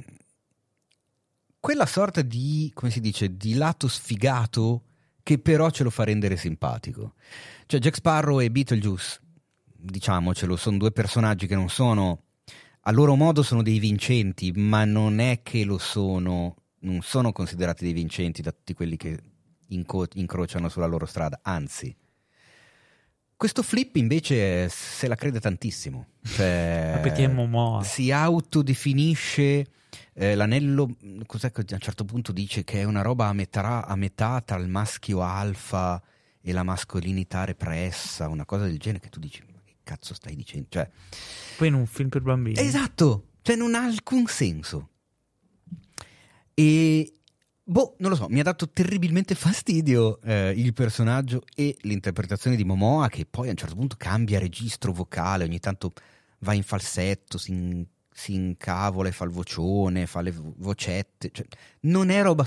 sorta di, come si dice, di lato sfigato che però ce lo fa rendere simpatico. Cioè Jack Sparrow e Beetlejuice, diciamocelo, sono due personaggi che non sono, a loro modo sono dei vincenti, ma non è che lo sono, non sono considerati dei vincenti da tutti quelli che incrociano sulla loro strada, anzi. Questo Flip invece se la crede tantissimo, cioè, perché è Momoa. Si autodefinisce l'anello, cos'è che a un certo punto dice che è una roba a metà tra il maschio alfa e la mascolinità repressa, una cosa del genere, che tu dici, ma che cazzo stai dicendo? Cioè, poi in un film per bambini. Esatto, cioè non ha alcun senso. E non lo so, mi ha dato terribilmente fastidio il personaggio e l'interpretazione di Momoa, che poi a un certo punto cambia registro vocale, ogni tanto va in falsetto, si incavola e fa il vocione, fa le vocette, cioè, non è roba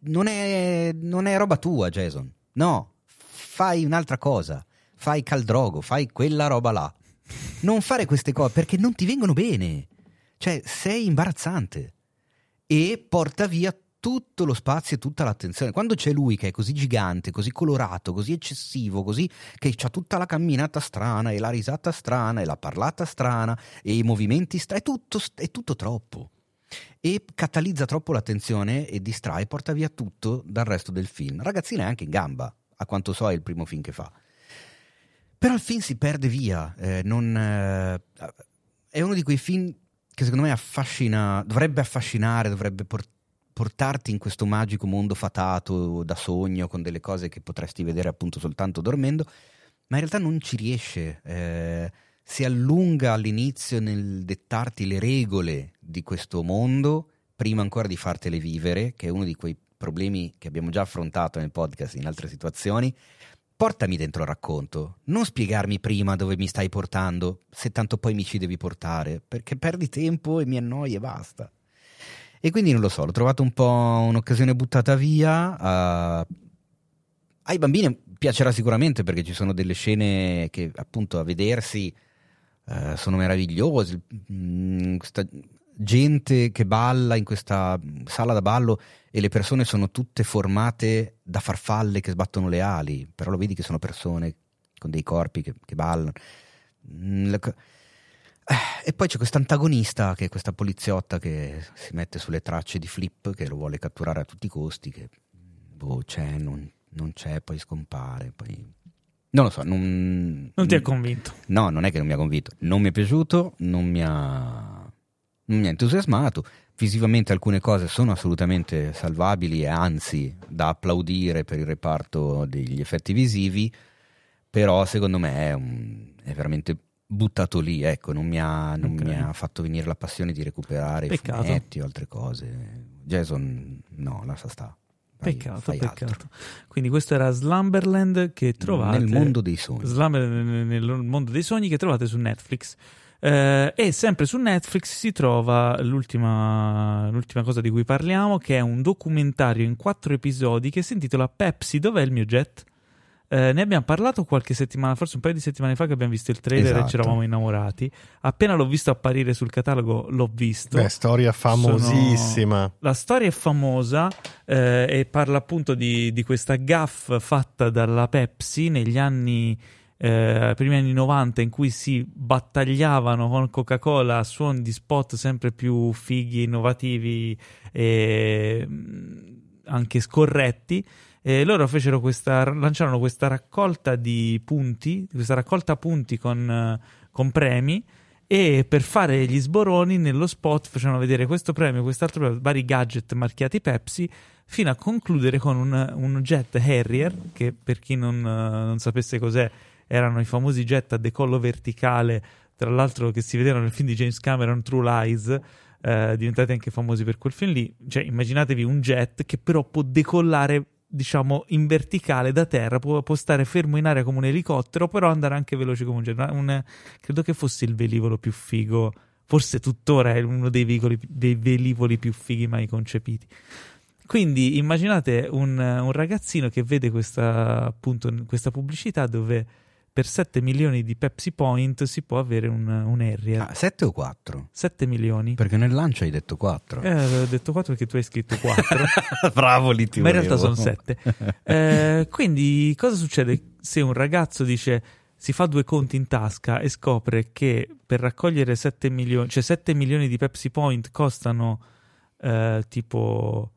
tua, Jason. No, fai un'altra cosa, fai Khal Drogo, fai quella roba là. Non fare queste cose perché non ti vengono bene, cioè sei imbarazzante e porta via tutto lo spazio e tutta l'attenzione. Quando c'è lui che è così gigante, così colorato, così eccessivo, così che c'ha tutta la camminata strana e la risata strana e la parlata strana e i movimenti è tutto troppo, e catalizza troppo l'attenzione e distrae, porta via tutto dal resto del film. Ragazzina è anche in gamba, a quanto so è il primo film che fa, però il film si perde via, è uno di quei film che secondo me dovrebbe affascinare, dovrebbe portarti in questo magico mondo fatato da sogno, con delle cose che potresti vedere appunto soltanto dormendo, ma in realtà non ci riesce. Si allunga all'inizio nel dettarti le regole di questo mondo prima ancora di fartele vivere, che è uno di quei problemi che abbiamo già affrontato nel podcast in altre situazioni. Portami dentro il racconto, non spiegarmi prima dove mi stai portando, se tanto poi mi ci devi portare, perché perdi tempo e mi annoi e basta. E quindi non lo so, l'ho trovato un po' un'occasione buttata via. Ai bambini piacerà sicuramente, perché ci sono delle scene che appunto a vedersi sono meravigliose. Questa gente che balla in questa sala da ballo e le persone sono tutte formate da farfalle che sbattono le ali, però lo vedi che sono persone con dei corpi che ballano. E poi c'è questa antagonista, che è questa poliziotta che si mette sulle tracce di Flip, che lo vuole catturare a tutti i costi, che c'è, non c'è, poi scompare, poi non lo so, non ti ha convinto? No, non è che non mi ha convinto, non mi è piaciuto, non mi ha entusiasmato. Visivamente alcune cose sono assolutamente salvabili e anzi da applaudire per il reparto degli effetti visivi, però secondo me è veramente buttato lì, ecco, non mi ha fatto venire la passione di recuperare i fumetti o altre cose. Jason no, lascia sta. Peccato. Quindi questo era Slumberland, che trovate nel mondo dei sogni. Nel mondo dei sogni, che trovate su Netflix. E sempre su Netflix si trova l'ultima cosa di cui parliamo, che è un documentario in 4 episodi che si intitola Pepsi, dov'è il mio jet? Ne abbiamo parlato qualche settimana, forse un paio di settimane fa, che abbiamo visto il trailer e ci eravamo innamorati. Appena l'ho visto apparire sul catalogo, l'ho visto. Storia famosissima. La storia è famosa e parla appunto di questa gaffe fatta dalla Pepsi negli anni primi anni 90, in cui si battagliavano con Coca-Cola a suon di spot sempre più fighi, innovativi e anche scorretti. Loro lanciarono questa raccolta di punti, con premi, e per fare gli sboroni nello spot facevano vedere questo premio, quest'altro premio, vari gadget marchiati Pepsi, fino a concludere con un jet Harrier, che per chi non sapesse cos'è, erano i famosi jet a decollo verticale, tra l'altro che si vedevano nel film di James Cameron, True Lies, diventati anche famosi per quel film lì. Cioè, immaginatevi un jet che però può decollare, diciamo, in verticale da terra, può stare fermo in aria come un elicottero, però andare anche veloce come un jet. Credo che fosse il velivolo più figo, forse tuttora è uno dei velivoli più fighi mai concepiti. Quindi immaginate un ragazzino che vede questa pubblicità dove per 7 milioni di Pepsi Point si può avere un Harrier. 7 o 4? 7 milioni. Perché nel lancio hai detto 4. Ho detto 4 perché tu hai scritto 4. Bravo, lì ti ma in volevo. realtà sono 7. Quindi cosa succede se un ragazzo si fa 2 conti in tasca e scopre che per raccogliere 7 milioni, cioè 7 milioni di Pepsi Point costano tipo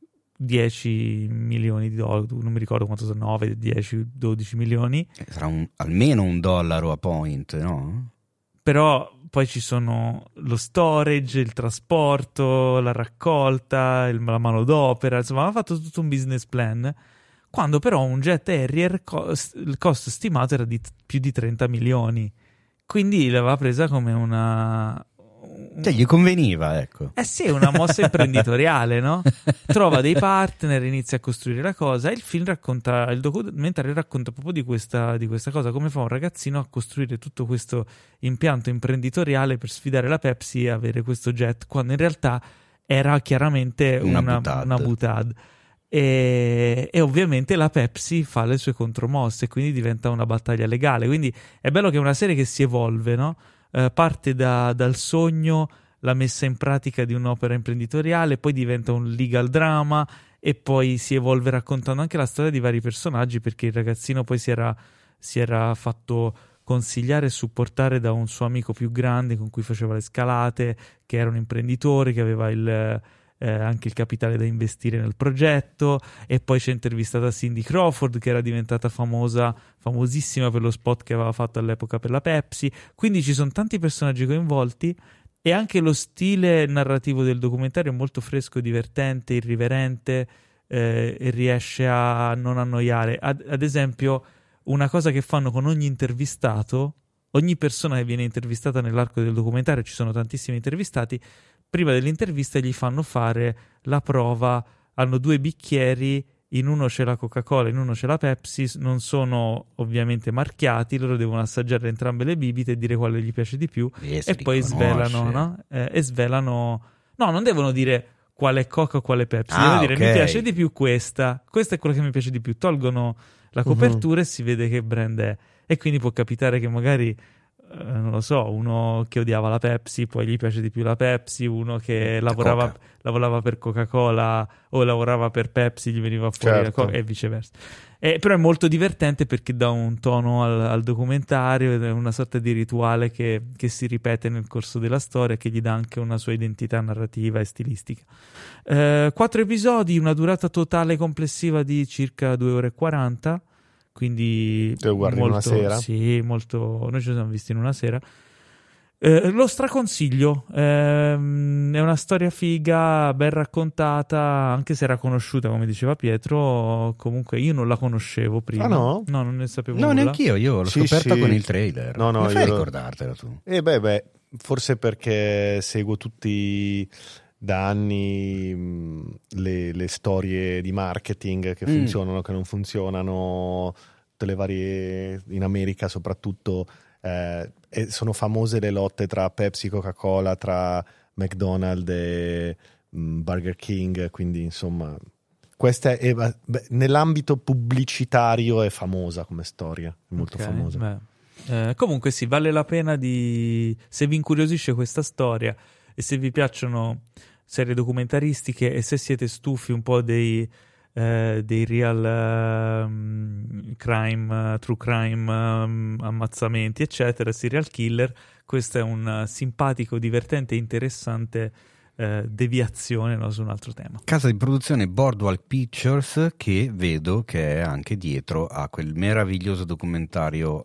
10 milioni di dollari, non mi ricordo quanto sono, 9, 10, 12 milioni. Sarà almeno $1 a point, no? Però poi ci sono lo storage, il trasporto, la raccolta, la manodopera, insomma ha fatto tutto un business plan, quando però un jet Harrier il costo stimato era di più di 30 milioni, quindi l'aveva presa come una... Cioè gli conveniva, ecco. Sì, è una mossa imprenditoriale, no? Trova dei partner, inizia a costruire la cosa, e il documentario racconta proprio di questa cosa, come fa un ragazzino a costruire tutto questo impianto imprenditoriale per sfidare la Pepsi e avere questo jet, quando in realtà era chiaramente una boutade. E ovviamente la Pepsi fa le sue contromosse, quindi diventa una battaglia legale. Quindi è bello che è una serie che si evolve, no? Parte dal sogno, la messa in pratica di un'opera imprenditoriale, poi diventa un legal drama e poi si evolve raccontando anche la storia di vari personaggi, perché il ragazzino poi si era fatto consigliare e supportare da un suo amico più grande con cui faceva le scalate, che era un imprenditore, che aveva anche il capitale da investire nel progetto, e poi c'è intervistata Cindy Crawford, che era diventata famosissima per lo spot che aveva fatto all'epoca per la Pepsi. Quindi ci sono tanti personaggi coinvolti, e anche lo stile narrativo del documentario è molto fresco, divertente, irriverente, e riesce a non annoiare. Ad esempio, una cosa che fanno con ogni intervistato, ogni persona che viene intervistata nell'arco del documentario, ci sono tantissimi intervistati, prima dell'intervista gli fanno fare la prova, hanno 2 bicchieri, in uno c'è la Coca-Cola, in uno c'è la Pepsi, non sono ovviamente marchiati, loro devono assaggiare entrambe le bibite e dire quale gli piace di più, e poi svelano, no? E svelano, no, non devono dire quale Coca o quale Pepsi, devono dire mi piace di più questa è quella che mi piace di più, tolgono la copertura e si vede che brand è, e quindi può capitare che magari non lo so, uno che odiava la Pepsi, poi gli piace di più la Pepsi, uno che lavorava per Coca-Cola o lavorava per Pepsi, gli veniva fuori la Coca, e viceversa. Però è molto divertente perché dà un tono al documentario, ed è una sorta di rituale che si ripete nel corso della storia, che gli dà anche una sua identità narrativa e stilistica. 4 episodi, una durata totale complessiva di circa 2 ore e 40. Quindi te lo guardi in una sera? Sì, molto. Noi ci siamo visti in una sera. Lo straconsiglio, è una storia figa, ben raccontata, anche se era conosciuta, come diceva Pietro. Comunque io non la conoscevo prima. Ah no? No, non ne sapevo nulla. No, neanch'io, io l'ho scoperta con il trailer. No, come fai a ricordartela tu? Forse perché seguo tutti da anni le storie di marketing che funzionano, che non funzionano, tutte le varie, in America soprattutto, e sono famose le lotte tra Pepsi, Coca-Cola, tra McDonald's e Burger King, quindi insomma questa nell'ambito pubblicitario è famosa come storia, è molto famosa. Comunque sì, vale la pena se vi incuriosisce questa storia e se vi piacciono serie documentaristiche e se siete stufi un po' dei real crime, true crime, ammazzamenti eccetera, serial killer, questo è un simpatico, divertente e interessante deviazione, no, su un altro tema. Casa di produzione Boardwalk Pictures, che vedo che è anche dietro a quel meraviglioso documentario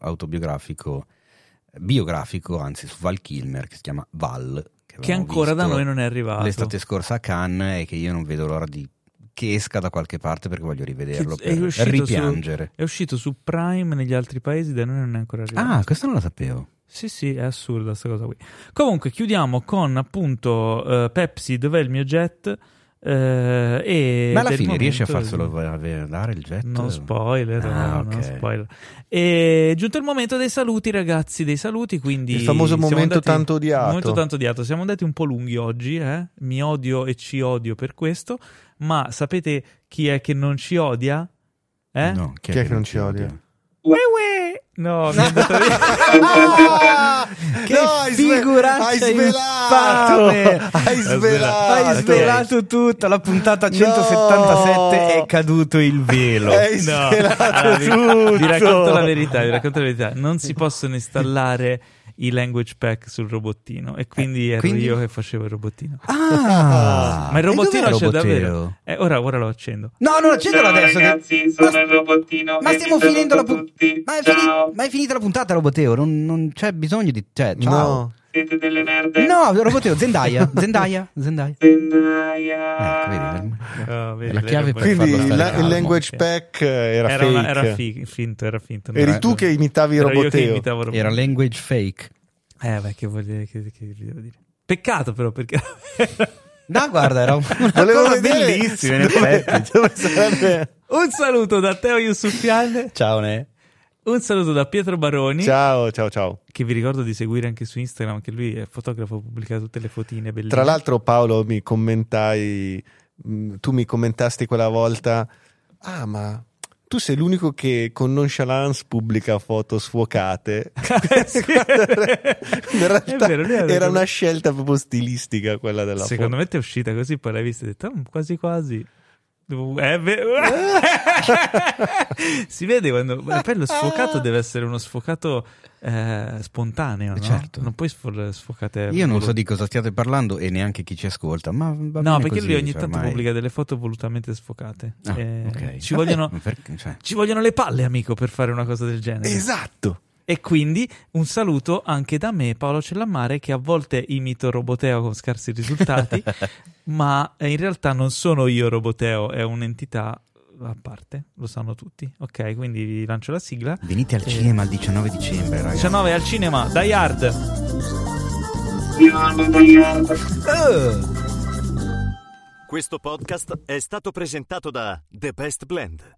biografico anzi, su Val Kilmer, che si chiama Val, che ancora da noi non è arrivato l'estate scorsa a Cannes, e che io non vedo l'ora che esca da qualche parte, perché voglio rivederlo per ripiangere. È uscito su Prime negli altri paesi, da noi non è ancora arrivato. Ah, questo non lo sapevo. Sì, è assurda questa cosa qui. Comunque chiudiamo con appunto Pepsi, dov'è il mio jet? Ma alla fine riesci a farselo dare il jet? No spoiler, okay. No spoiler. E giunto il momento dei saluti, ragazzi, quindi il famoso momento tanto odiato. Siamo andati un po' lunghi oggi, mi odio e ci odio per questo, ma sapete chi è che non ci odia? No, chi è che non ci odia? No, mi è andato via. Che figuraccia infame! Hai svelato tutto. La puntata 177 è caduto il velo. Hai svelato tutto. Vi racconto la verità. Non si possono installare i language pack sul robottino, e quindi ero io che facevo il robottino. Ma il robottino c'è davvero. Ora lo accendo. No, non accendelo adesso. Ragazzi, sono il robottino. Ma stiamo finendo la puntata. Ma è finita la puntata, Roboteo. Non c'è bisogno di. Ciao. No. Siete delle merde. No, Roboteo, Zendaya. Vedi, la chiave per quindi farlo il language pack era fake. Era finto. Eri tu che imitavi Roboteo. Era language fake. Che vi devo dire? Peccato però, perché no, guarda, era una cosa bellissima in effetti. Un saluto da Teo Yusufian. Ciao Ne. Un saluto da Pietro Baroni. Ciao. Che vi ricordo di seguire anche su Instagram, che lui è fotografo, pubblica tutte le fotine bellissime. Tra l'altro, Paolo, tu mi commentasti quella volta: ma tu sei l'unico che con nonchalance pubblica foto sfocate. In realtà era una scelta proprio stilistica quella della foto. Secondo me ti è uscita così, poi l'hai vista e hai detto quasi quasi. Si vede quando poi lo sfocato deve essere uno sfocato spontaneo, no? Certo. Non puoi sfocate. Io non so di cosa stiate parlando e neanche chi ci ascolta, ma va no, bene perché così, lui ogni tanto pubblica delle foto volutamente sfocate. Okay. Ci vogliono le palle, amico, per fare una cosa del genere. Esatto. E quindi un saluto anche da me, Paolo Cellammare, che a volte imito Roboteo con scarsi risultati, ma in realtà non sono io Roboteo, è un'entità a parte, lo sanno tutti. Ok, quindi vi lancio la sigla. Venite al cinema il 19 dicembre, ragazzi. 19 al cinema, Die Hard. Questo podcast è stato presentato da The Best Blend.